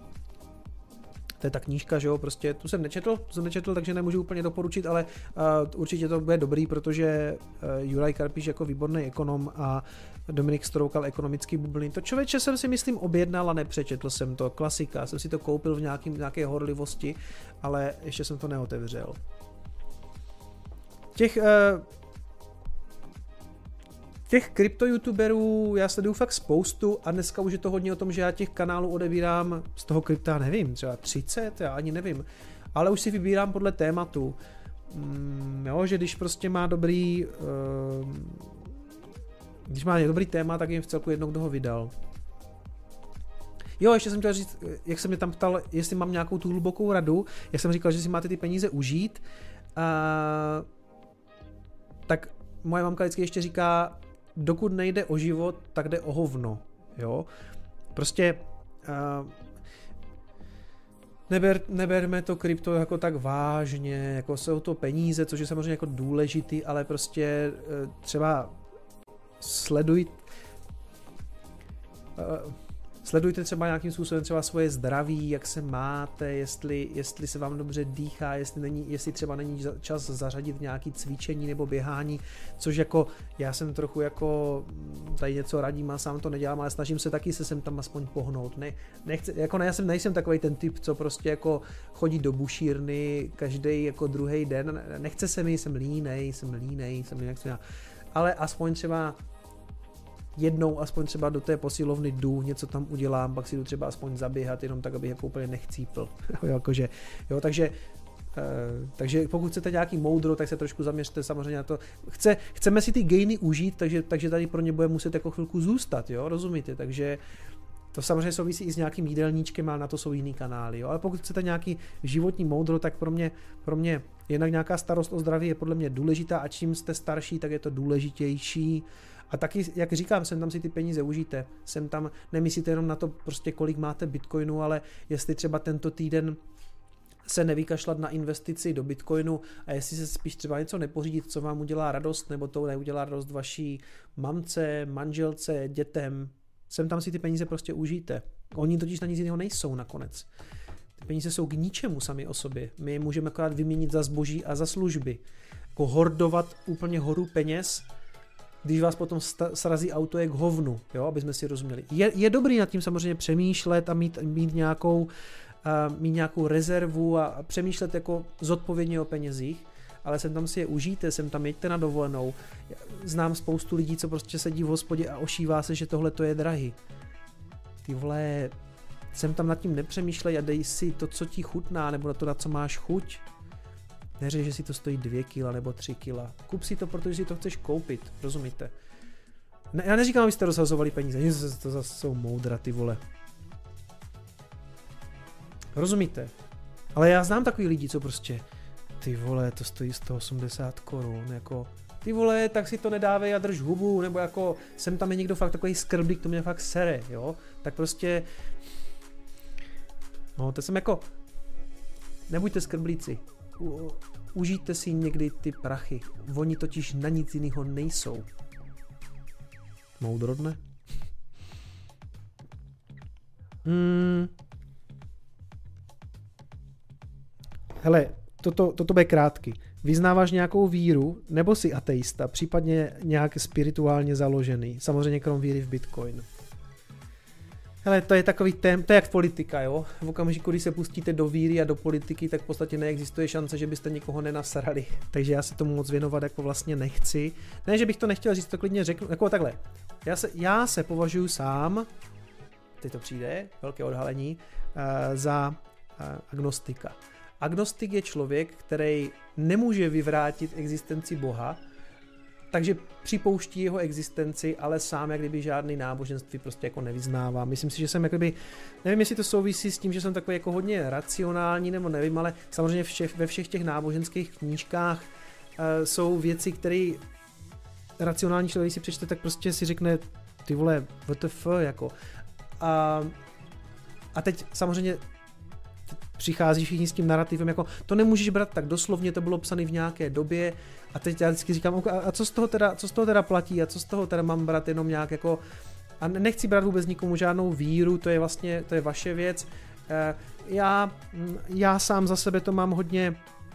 To je ta knížka, že jo, prostě tu jsem nečetl, takže nemůžu úplně doporučit, ale určitě to bude dobrý, protože Juraj Karpiš jako výborný ekonom a Dominik Stroukal ekonomický bubliny. To člověče jsem si myslím objednal a nepřečetl jsem to, klasika, jsem si to koupil v nějaké horlivosti, ale ještě jsem to neotevřel. Těch krypto-youtuberů já sleduju fakt spoustu a dneska už je to hodně o tom, že já těch kanálů odebírám z toho krypta, nevím, třeba 30, já ani nevím, ale už si vybírám podle tématu. Jo, že když prostě má dobrý téma, tak jim v celku jedno, kdo ho vydal. Jo, ještě jsem chtěl říct, jak se mě tam ptal, jestli mám nějakou tu hlubokou radu, jak jsem říkal, že si máte ty peníze užít, tak moje mamka vždycky ještě říká, dokud nejde o život, tak jde o hovno, jo. Prostě neberme to krypto jako tak vážně, jako jsou to peníze, což je samozřejmě jako důležitý, ale prostě třeba sledujte třeba nějakým způsobem třeba svoje zdraví, jak se máte, jestli se vám dobře dýchá, jestli třeba není čas zařadit nějaký cvičení nebo běhání, což jako já jsem trochu jako tady něco radím a sám to nedělám, ale snažím se taky se sem tam aspoň pohnout. Já nejsem takový ten typ, co prostě jako chodí do bušírny každý jako druhý den, nechce se mi, jsem línej, ale aspoň třeba jednou aspoň třeba do té posilovny jdu, něco tam udělám, pak si jdu třeba aspoň zaběhat, jenom tak, abych jako úplně nechcípl. Takže pokud chcete nějaký moudro, tak se trošku zaměřte samozřejmě na to. Chceme si ty gainy užít, takže tady pro ně bude muset jako chvilku zůstat, jo, rozumíte? Takže to samozřejmě souvisí i s nějakým jídelníčkem, ale na to jsou jiný kanály, jo. Ale pokud chcete nějaký životní moudro, tak pro mě jednak nějaká starost o zdraví je podle mě důležitá a čím jste starší, tak je to důležitější. A taky, jak říkám, sem tam si ty peníze užijte. Sem tam nemyslíte jenom na to, prostě kolik máte bitcoinu, ale jestli třeba tento týden se nevykašlat na investici do bitcoinu a jestli se spíš třeba něco nepořídit, co vám udělá radost, nebo to neudělá radost vaší mamce, manželce, dětem. Sem tam si ty peníze prostě užijte. Oni totiž na nic jiného nejsou nakonec. Ty peníze jsou k ničemu sami o sobě. My je můžeme akorát vyměnit za zboží a za služby. Jako hordovat úplně horu peněz, když vás potom srazí auto je k hovnu, jo, aby jsme si rozuměli. Je dobrý nad tím samozřejmě přemýšlet a mít nějakou rezervu a přemýšlet jako zodpovědně o penězích, ale sem tam si je užijte, sem tam jeďte na dovolenou. Znám spoustu lidí, co prostě sedí v hospodě a ošívá se, že tohle to je drahý. Ty vole, sem tam nad tím nepřemýšlej a dej si to, co ti chutná, nebo na to, na co máš chuť. Neřeš, že si to stojí 2 kila nebo 3 kila. Kup si to, protože si to chceš koupit, rozumíte? Ne, já neříkám, abyste rozhazovali peníze, to zase jsou moudra, ty vole. Rozumíte? Ale já znám takový lidi, co prostě, ty vole, to stojí 180 korun, jako, ty vole, tak si to nedávej a drž hubu, nebo jako, sem tam je někdo fakt takový skrbík, to mě fakt sere, jo? Tak prostě, no, to jsem jako, nebuďte skrblíci. Užijte si někdy ty prachy. Oni totiž na nic jiného nejsou. Moudro, ne? Hele, toto bude krátky. Vyznáváš nějakou víru, nebo jsi ateista, případně nějak spirituálně založený? Samozřejmě krom víry v Bitcoin. Hele, to je takový to je jak politika, jo? V okamžiku, když se pustíte do víry a do politiky, tak v podstatě neexistuje šance, že byste nikoho nenasrali. Takže já se tomu moc věnovat jako vlastně nechci. Ne, že bych to nechtěl říct, to klidně řeknu, jako takhle. Já se považuji sám, teď to přijde, velké odhalení, za agnostika. Agnostik je člověk, který nemůže vyvrátit existenci Boha, takže připouští jeho existenci, ale sám jak kdyby žádný náboženství prostě jako nevyznává. Myslím si, že jsem jakoby, nevím, jestli to souvisí s tím, že jsem takový jako hodně racionální, nebo nevím, ale samozřejmě ve všech těch náboženských knížkách jsou věci, které racionální člověk si přečte, tak prostě si řekne, ty vole, WTF, jako. A teď samozřejmě přichází všichni s tím narrativem, jako to nemůžeš brát tak doslovně, to bylo psané v nějaké době a teď já vždycky říkám, a co z toho teda platí a co z toho teda mám brát jenom nějak jako, a nechci brát vůbec nikomu žádnou víru, to je vaše věc. Já sám za sebe to mám hodně,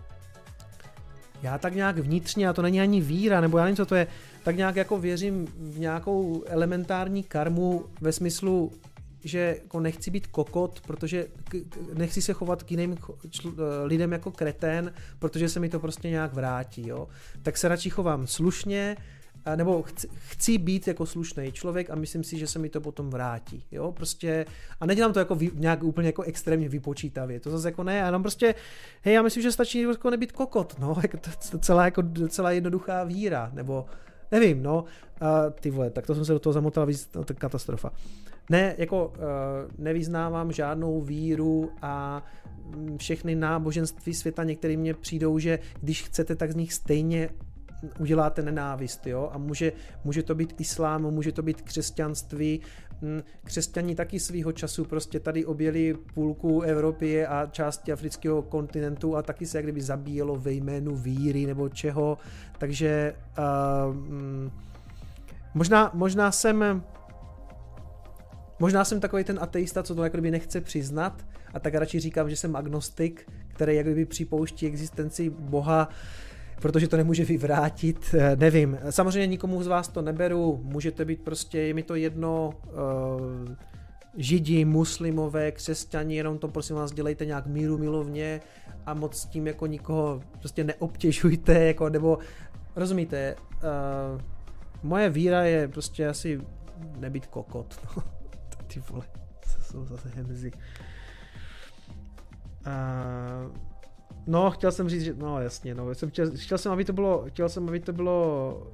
já tak nějak vnitřně, a to není ani víra, nebo já nevím, co to je, tak nějak jako věřím v nějakou elementární karmu ve smyslu, že jako nechci být kokot, protože nechci se chovat k jiným lidem jako kretén, protože se mi to prostě nějak vrátí, jo. Tak se radši chovám slušně, nebo chci být jako slušný člověk a myslím si, že se mi to potom vrátí, jo, prostě, a nedělám to jako nějak úplně jako extrémně vypočítavě, to zase jako ne, jenom prostě, hej, já myslím, že stačí jako nebýt kokot, no, jako to celá jednoduchá víra, nebo nevím, no, ty vole, tak to jsem se do toho zamotal, víc, to je katastrofa. Ne, jako nevyznávám žádnou víru a všechny náboženství světa, některým mně přijdou, že když chcete, tak z nich stejně uděláte nenávist, jo, a může to být islám, může to být křesťanství. Křesťani taky svýho času prostě tady objeli půlku Evropy a části afrického kontinentu a taky se jak kdyby zabíjelo ve jménu víry nebo čeho, takže Možná jsem takový ten ateista, co to jako kdyby nechce přiznat, a tak radši říkám, že jsem agnostik, který jak kdyby připouští existenci Boha, protože to nemůže vyvrátit, nevím. Samozřejmě nikomu z vás to neberu, můžete být prostě, je mi to jedno, Židi, muslimové, křesťani, jenom to prosím vás dělejte nějak míru milovně a moc s tím jako nikoho prostě neobtěžujte, jako, nebo rozumíte, moje víra je prostě asi nebýt kokot, no. Ty vole, to jsou zase hemzy. No, chtěl jsem říct, že, no jasně, no, chtěl jsem, aby to bylo,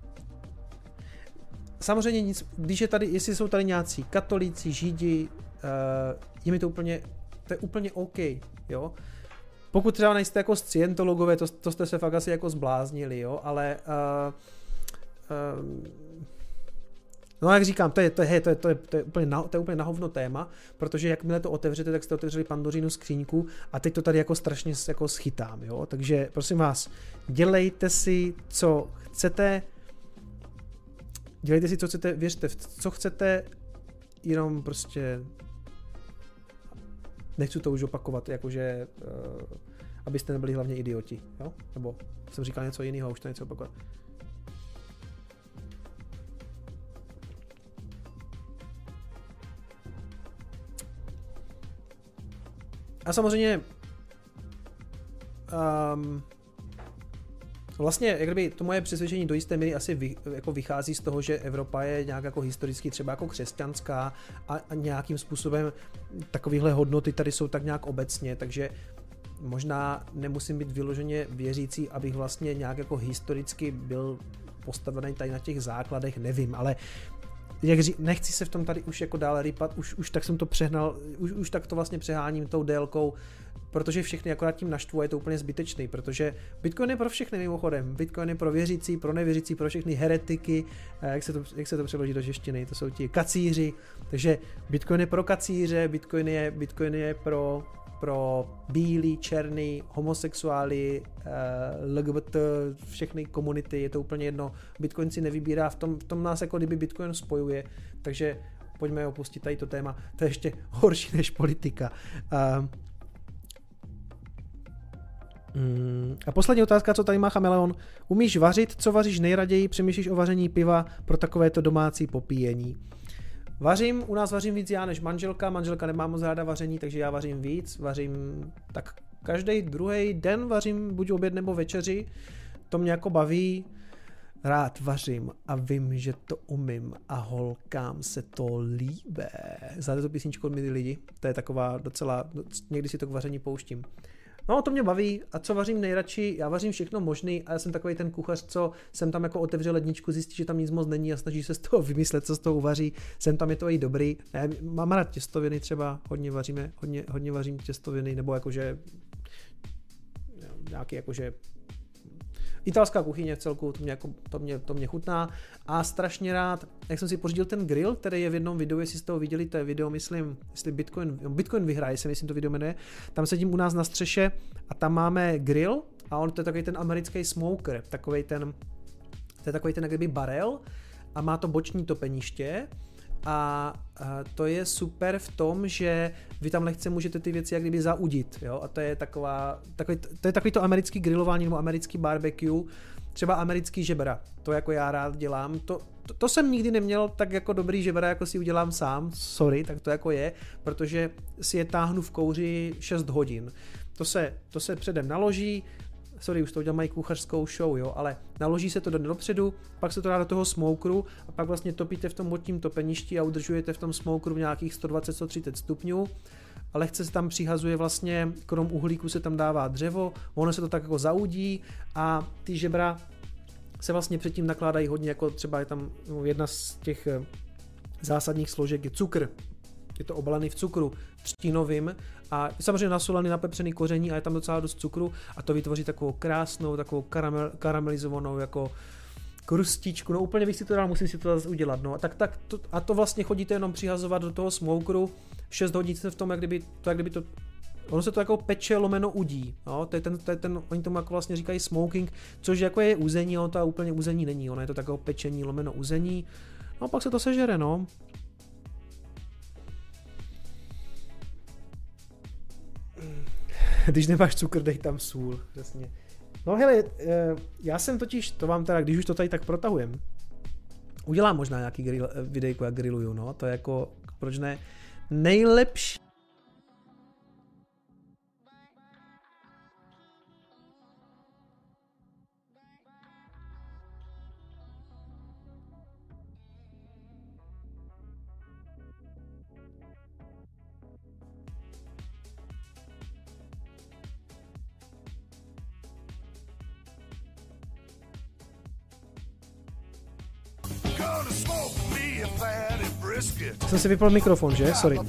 samozřejmě nic, když je tady, jestli jsou tady nějací katolíci, židi, je mi to je úplně OK, jo. Pokud třeba nejste jako scientologové, to jste se fakt asi jako zbláznili, jo, ale no jak říkám, to je úplně na hovno téma, protože jakmile to otevřete, tak jste otevřeli Pandořinu skříňku a teď to tady jako strašně jako schytám, jo, takže prosím vás, dělejte si, co chcete, věřte v co chcete, jenom prostě nechci to už opakovat, jakože abyste nebyli hlavně idioti, jo, nebo jsem říkal něco jiného, už to nechci opakovat. A samozřejmě vlastně, jak kdyby to moje přesvědčení do jisté míry asi jako vychází z toho, že Evropa je nějak jako historicky třeba jako křesťanská a nějakým způsobem takovýhle hodnoty tady jsou tak nějak obecně, takže možná nemusím být vyloženě věřící, abych vlastně nějak jako historicky byl postavený tady na těch základech, nevím, ale nechci se v tom tady už jako dále rypat, už tak jsem to přehnal, už tak to vlastně přeháním tou délkou, protože všechny akorát tím naštvu a je to úplně zbytečný, protože Bitcoin je pro všechny mimochodem, Bitcoin je pro věřící, pro nevěřící, pro všechny heretiky, jak se to přeloží do češtiny, to jsou ti kacíři, takže Bitcoin je pro kacíře, Bitcoin je pro bílí, černý, homosexuály, LGBT, všechny komunity, je to úplně jedno. Bitcoin si nevybírá, v tom nás jako kdyby Bitcoin spojuje, takže pojďme opustit tady to téma, to je ještě horší než politika. A poslední otázka, co tady má Chameleon. Umíš vařit, co vaříš nejraději, přemýšlíš o vaření piva pro takovéto domácí popíjení? U nás vařím víc já než manželka nemá moc ráda vaření, takže já vařím víc, tak každý druhý den vařím buď oběd nebo večeři, to mě jako baví, rád vařím a vím, že to umím a holkám se to líbí. Znáte tu písničku od Milí lidi? To je taková docela, někdy si to k vaření pouštím. No, to mě baví. A co vařím nejradši? Já vařím všechno možný a já jsem takový ten kuchař, co jsem tam jako otevře ledničku, zjistí, že tam nic moc není a snaží se z toho vymyslet, co z toho uvaří. Jsem tam, je to i dobrý. Mám rád těstoviny třeba, hodně vařím těstoviny, nebo jakože nějaký jakože italská kuchyně v celku, to mě chutná a strašně rád, jak jsem si pořídil ten grill, který je v jednom videu, jestli jste ho viděli, to je video, myslím, jestli Bitcoin vyhraje, se myslím to video jmenuje, tam sedím u nás na střeše a tam máme grill a to je takový ten americký smoker, to je takový ten jak kdyby barel a má to boční topeniště a to je super v tom, že vy tam lehce můžete ty věci jak kdyby zaudit, jo, a to je takový to americký grilování nebo americký barbecue, třeba americký žebra, to jako já rád dělám, to jsem nikdy neměl tak jako dobrý žebra, jako si udělám sám, sorry, tak to jako je, protože si je táhnu v kouři 6 hodin, to se předem naloží, sorry, už to udělám mají kuchařskou show, jo, ale naloží se to dopředu, pak se to dá do toho smokeru a pak vlastně topíte v tom bočním topeništi a udržujete v tom smokeru v nějakých 120-130 stupňů a lehce se tam přihazuje vlastně, krom uhlíku se tam dává dřevo, ono se to tak jako zaudí a ty žebra se vlastně předtím nakládají hodně, jako třeba je tam jedna z těch zásadních složek je cukr. Je to obalený v cukru třtinovým a samozřejmě nasolený, napepřený koření a je tam docela dost cukru a to vytvoří takovou krásnou, takovou karamelizovanou jako krustičku. No úplně bych si to dal, musím si to zase udělat. No a to vlastně chodíte jenom přihazovat do toho smokeru, 6 hodin v tom, jak kdyby to ono se to jako peče lomeno udí, no, to je ten, oni tomu jako vlastně říkají smoking, což jako je uzení, ono to úplně uzení není, ono je to takové pečení lomeno uzení, no pak se to sežere, no. Když nemáš cukr, dej tam sůl, přesně. No hele, já jsem totiž, to vám teda, když už to tady tak protahujem, udělám možná nějaký videjko, jak grilluju, no, to je jako, proč ne, nejlepší. Jsem si vypl mikrofon, že? Sorry.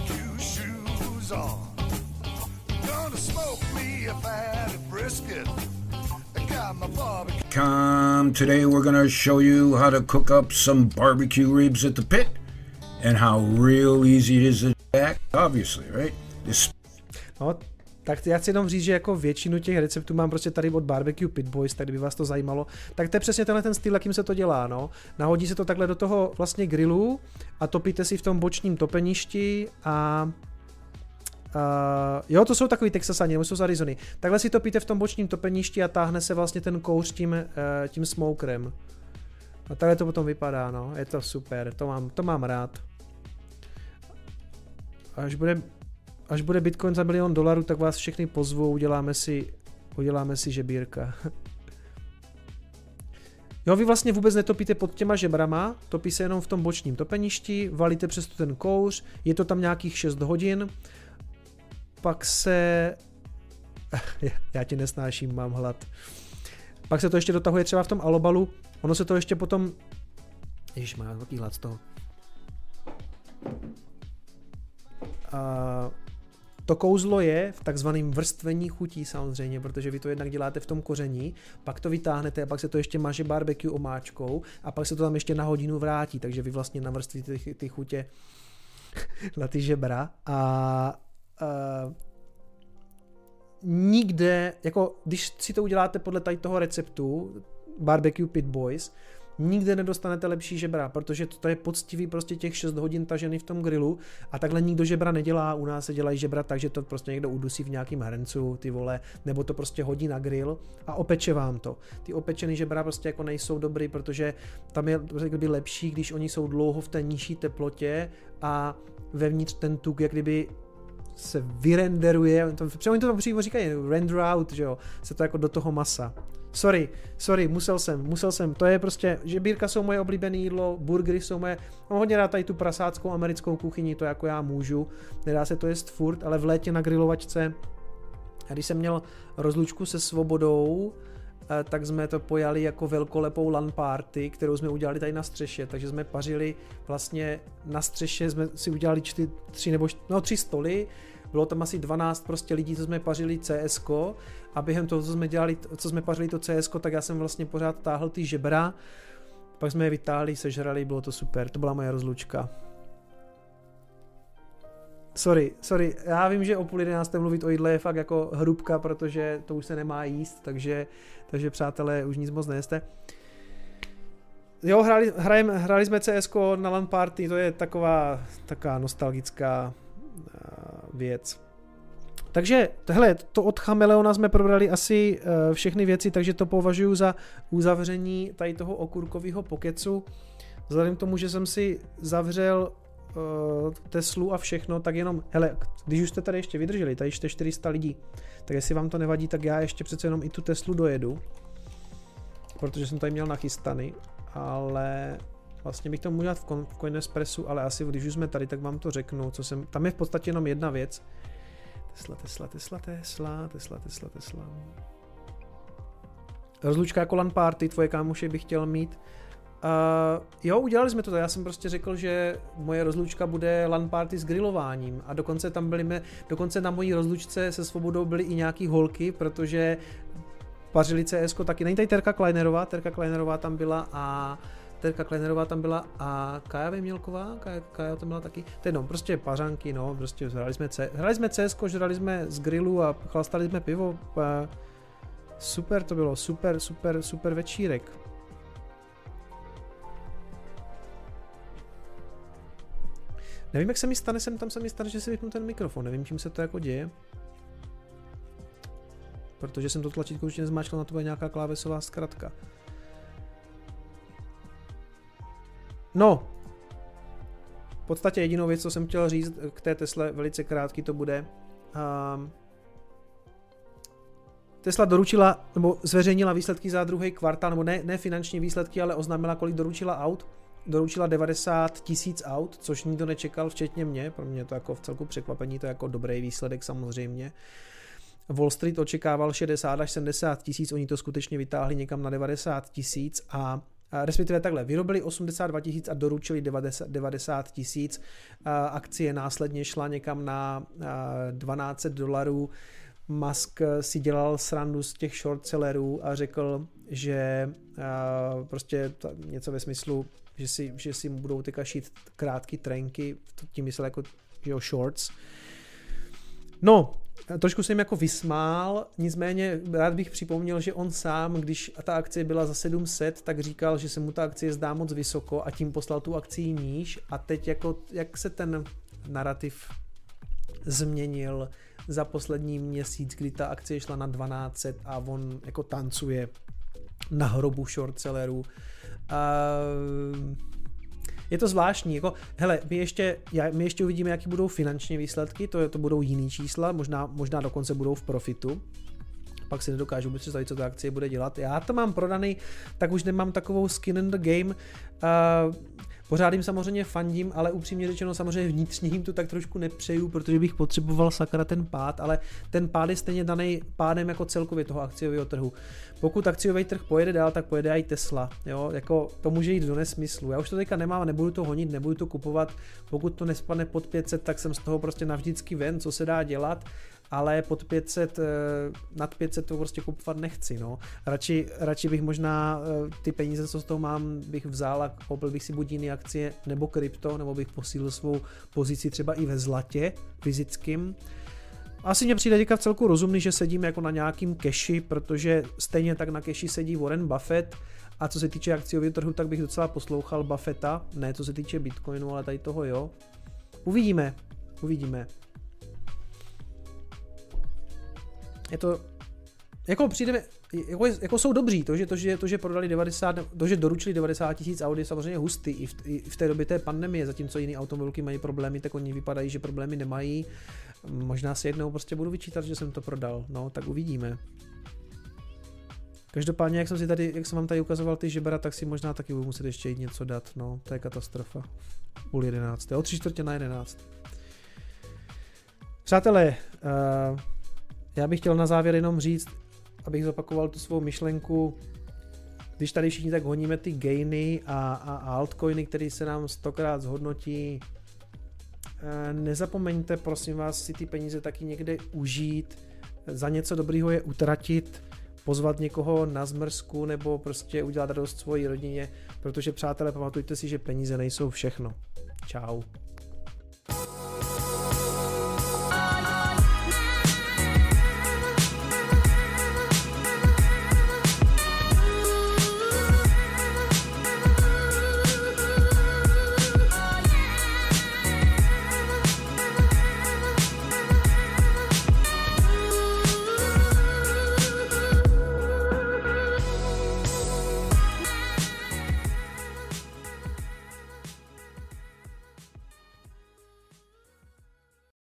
Today we're gonna show you how to cook up some barbecue ribs at the pit and how real easy it is to back, obviously, right? No, tak já chci jenom říct, že jako většinu těch receptů mám prostě tady od Barbecue Pit Boys, tak kdyby vás to zajímalo, tak to je přesně tenhle ten styl, jakým se to dělá, no. Nahodí se to takhle do toho vlastně grilu a topíte si v tom bočním topeništi a jo, to jsou takový Texasani, nebo jsou z Arizony. Takhle si topíte v tom bočním topeništi a táhne se vlastně ten kouř tím smokerem. A takhle to potom vypadá, no. Je to super, to mám rád. Až bude Bitcoin za $1 milion, tak vás všechny pozvu, uděláme si žebírka. Jo, vy vlastně vůbec netopíte pod těma žebrama, topí se jenom v tom bočním topeništi, valíte přes ten kouř, je to tam nějakých 6 hodin, pak se... Já tě nesnáším, mám hlad. Pak se to ještě dotahuje třeba v tom alobalu, ono se to ještě potom... Ježiš, má velký hlad z toho. To kouzlo je v takzvaném vrstvení chutí samozřejmě, protože vy to jednak děláte v tom koření, pak to vytáhnete a pak se to ještě maže barbecue omáčkou a pak se to tam ještě na hodinu vrátí, takže vy vlastně navrstvíte ty chutě na ty žebra a nikde, jako když si to uděláte podle tady toho receptu Barbecue Pit Boys, nikde nedostanete lepší žebra, protože to je poctivý prostě těch 6 hodin tažený v tom grilu a takhle nikdo žebra nedělá, u nás se dělají žebra tak, že to prostě někdo udusí v nějakým hrncu, ty vole, nebo to prostě hodí na grill a opeče vám to. Ty opečený žebra prostě jako nejsou dobrý, protože tam je řekl by lepší, když oni jsou dlouho v té nižší teplotě a vevnitř ten tuk jak kdyby se vyrenderuje, oni to tam přímo říkají, render out, že jo, se to jako do toho masa. Sorry, musel jsem, to je prostě, žebírka jsou moje oblíbené jídlo, burgery jsou moje, mám hodně rád tady tu prasáckou americkou kuchyni, to jako já můžu, nedá se to jíst furt, ale v létě na grilovačce, a když jsem měl rozlučku se Svobodou, tak jsme to pojali jako velkolepou LAN party, kterou jsme udělali tady na střeše, takže jsme pařili vlastně na střeše, jsme si udělali 3 stoly, bylo tam asi 12 prostě lidí, co jsme pařili CSko a během toho, co jsme pařili to CSko, tak já jsem vlastně pořád táhl ty žebra, pak jsme je vytáhli, sežrali, bylo to super, to byla moje rozlučka. Sorry, já vím, že o 10:30 mluvit o jídle je fakt jako hrubka, protože to už se nemá jíst, takže přátelé, už nic moc nejeste. Jo, hráli jsme CSko na LAN party, to je taková nostalgická věc. Takže tohle, to od Chameleona jsme probrali asi všechny věci, takže to považuji za uzavření tady toho okurkového pokecu. Vzhledem k tomu, že jsem si zavřel Teslu a všechno, tak jenom, hele, když už jste tady ještě vydrželi, tady jste 400 lidí, tak jestli vám to nevadí, tak já ještě přece jenom i tu Teslu dojedu, protože jsem tady měl nachystaný, ale vlastně bych to mohl dělat v Coinespressu, ale asi když už jsme tady, tak vám to řeknu, tam je v podstatě jenom jedna věc. Tesla. Rozlučka jako LAN party, tvoje kámoše bych chtěl mít. Jo, udělali jsme to, já jsem prostě řekl, že moje rozlučka bude LAN party s grilováním a dokonce na mojí rozlučce se Svobodou byly i nějaký holky, protože pařili CSko taky, není tady Terka Kleinerová tam byla a Terka Kleinerová tam byla a Kája Vejmělková, Kája tam byla taky. To jedno, prostě pařanky, no, prostě hrali jsme CSko, žrali jsme z grilu a chlastali jsme pivo. Super to bylo, super večírek. Nevím, jak se mi stane, tam se mi stane, že si vypnu ten mikrofon, nevím, čím se to jako děje. Protože jsem to tlačítko už nezmáčkal, na to bude nějaká klávesová zkratka. No. V podstatě jedinou věc, co jsem chtěl říct k té Tesle, velice krátký to bude. Tesla doručila, nebo zveřejnila výsledky za druhý kvartál, nebo ne finanční výsledky, ale oznámila, kolik doručila aut. Doručila 90 000 aut, což nikdo nečekal, včetně mě. Pro mě to jako v celku překvapení, to je jako dobrý výsledek samozřejmě. Wall Street očekával 60 až 70 000, oni to skutečně vytáhli někam na 90 000 a respektive takhle, vyrobili 82 000 a doručili 90 000. Akcie následně šla někam na $12. Musk si dělal srandu z těch short sellerů a řekl, že prostě něco ve smyslu, že si budou teďka šít krátké trenky, tím myslel jako shorts. No, trošku jsem jim jako vysmál, nicméně rád bych připomněl, že on sám, když ta akcie byla za 700, tak říkal, že se mu ta akcie zdá moc vysoko a tím poslal tu akcii níž a teď jako, jak se ten narrativ změnil za poslední měsíc, kdy ta akcie šla na 1200 a on jako tancuje na hrobu short sellerů. Je to zvláštní, jako, hele, my ještě uvidíme, jaký budou finanční výsledky, to budou jiný čísla, možná dokonce budou v profitu, pak si nedokážu vůbec představit, co ta akcie bude dělat. Já to mám prodaný, tak už nemám takovou skin in the game, pořád jim samozřejmě fandím, ale upřímně řečeno samozřejmě vnitřně jim to tak trošku nepřeju, protože bych potřeboval sakra ten pád, ale ten pád je stejně daný pádem jako celkově toho akciového trhu. Pokud akciový trh pojede dál, tak pojede i Tesla, jo, jako to může jít do nesmyslu. Já už to teďka nemám, nebudu to honit, nebudu to kupovat, pokud to nespadne pod 500, tak jsem z toho prostě navždycky ven, co se dá dělat, ale pod 500, nad 500 to prostě kupovat nechci, no. Radši bych možná ty peníze, co z toho mám, bych vzal a koupil bych si buď jiné akcie nebo krypto, nebo bych posílil svou pozici třeba i ve zlatě fyzickým. Asi mně přijde teďka v celku rozumný, že sedím jako na nějakým cashi, protože stejně tak na cashi sedí Warren Buffett a co se týče akciového trhu, tak bych docela poslouchal Buffetta, ne co se týče Bitcoinu, ale tady toho jo. Uvidíme. Je to, jako přijde, jako jsou dobří, to, že prodali 90, to, že doručili 90 000 aut je samozřejmě hustý i v té době té pandemie, zatímco jiný automobilky mají problémy, tak oni vypadají, že problémy nemají. Možná si jednou prostě budu vyčítat, že jsem to prodal, no, tak uvidíme. Každopádně, jak jsem vám tady ukazoval ty žebra, tak si možná taky budu muset ještě jít něco dát, no, to je katastrofa. 10:30, o 10:45. Přátelé, já bych chtěl na závěr jenom říct, abych zopakoval tu svou myšlenku, když tady všichni tak honíme ty gainy a altcoiny, které se nám 100krát zhodnotí, nezapomeňte, prosím vás, si ty peníze taky někde užít, za něco dobrýho je utratit, pozvat někoho na zmrzku nebo prostě udělat radost svojí rodině, protože přátelé, pamatujte si, že peníze nejsou všechno. Čau.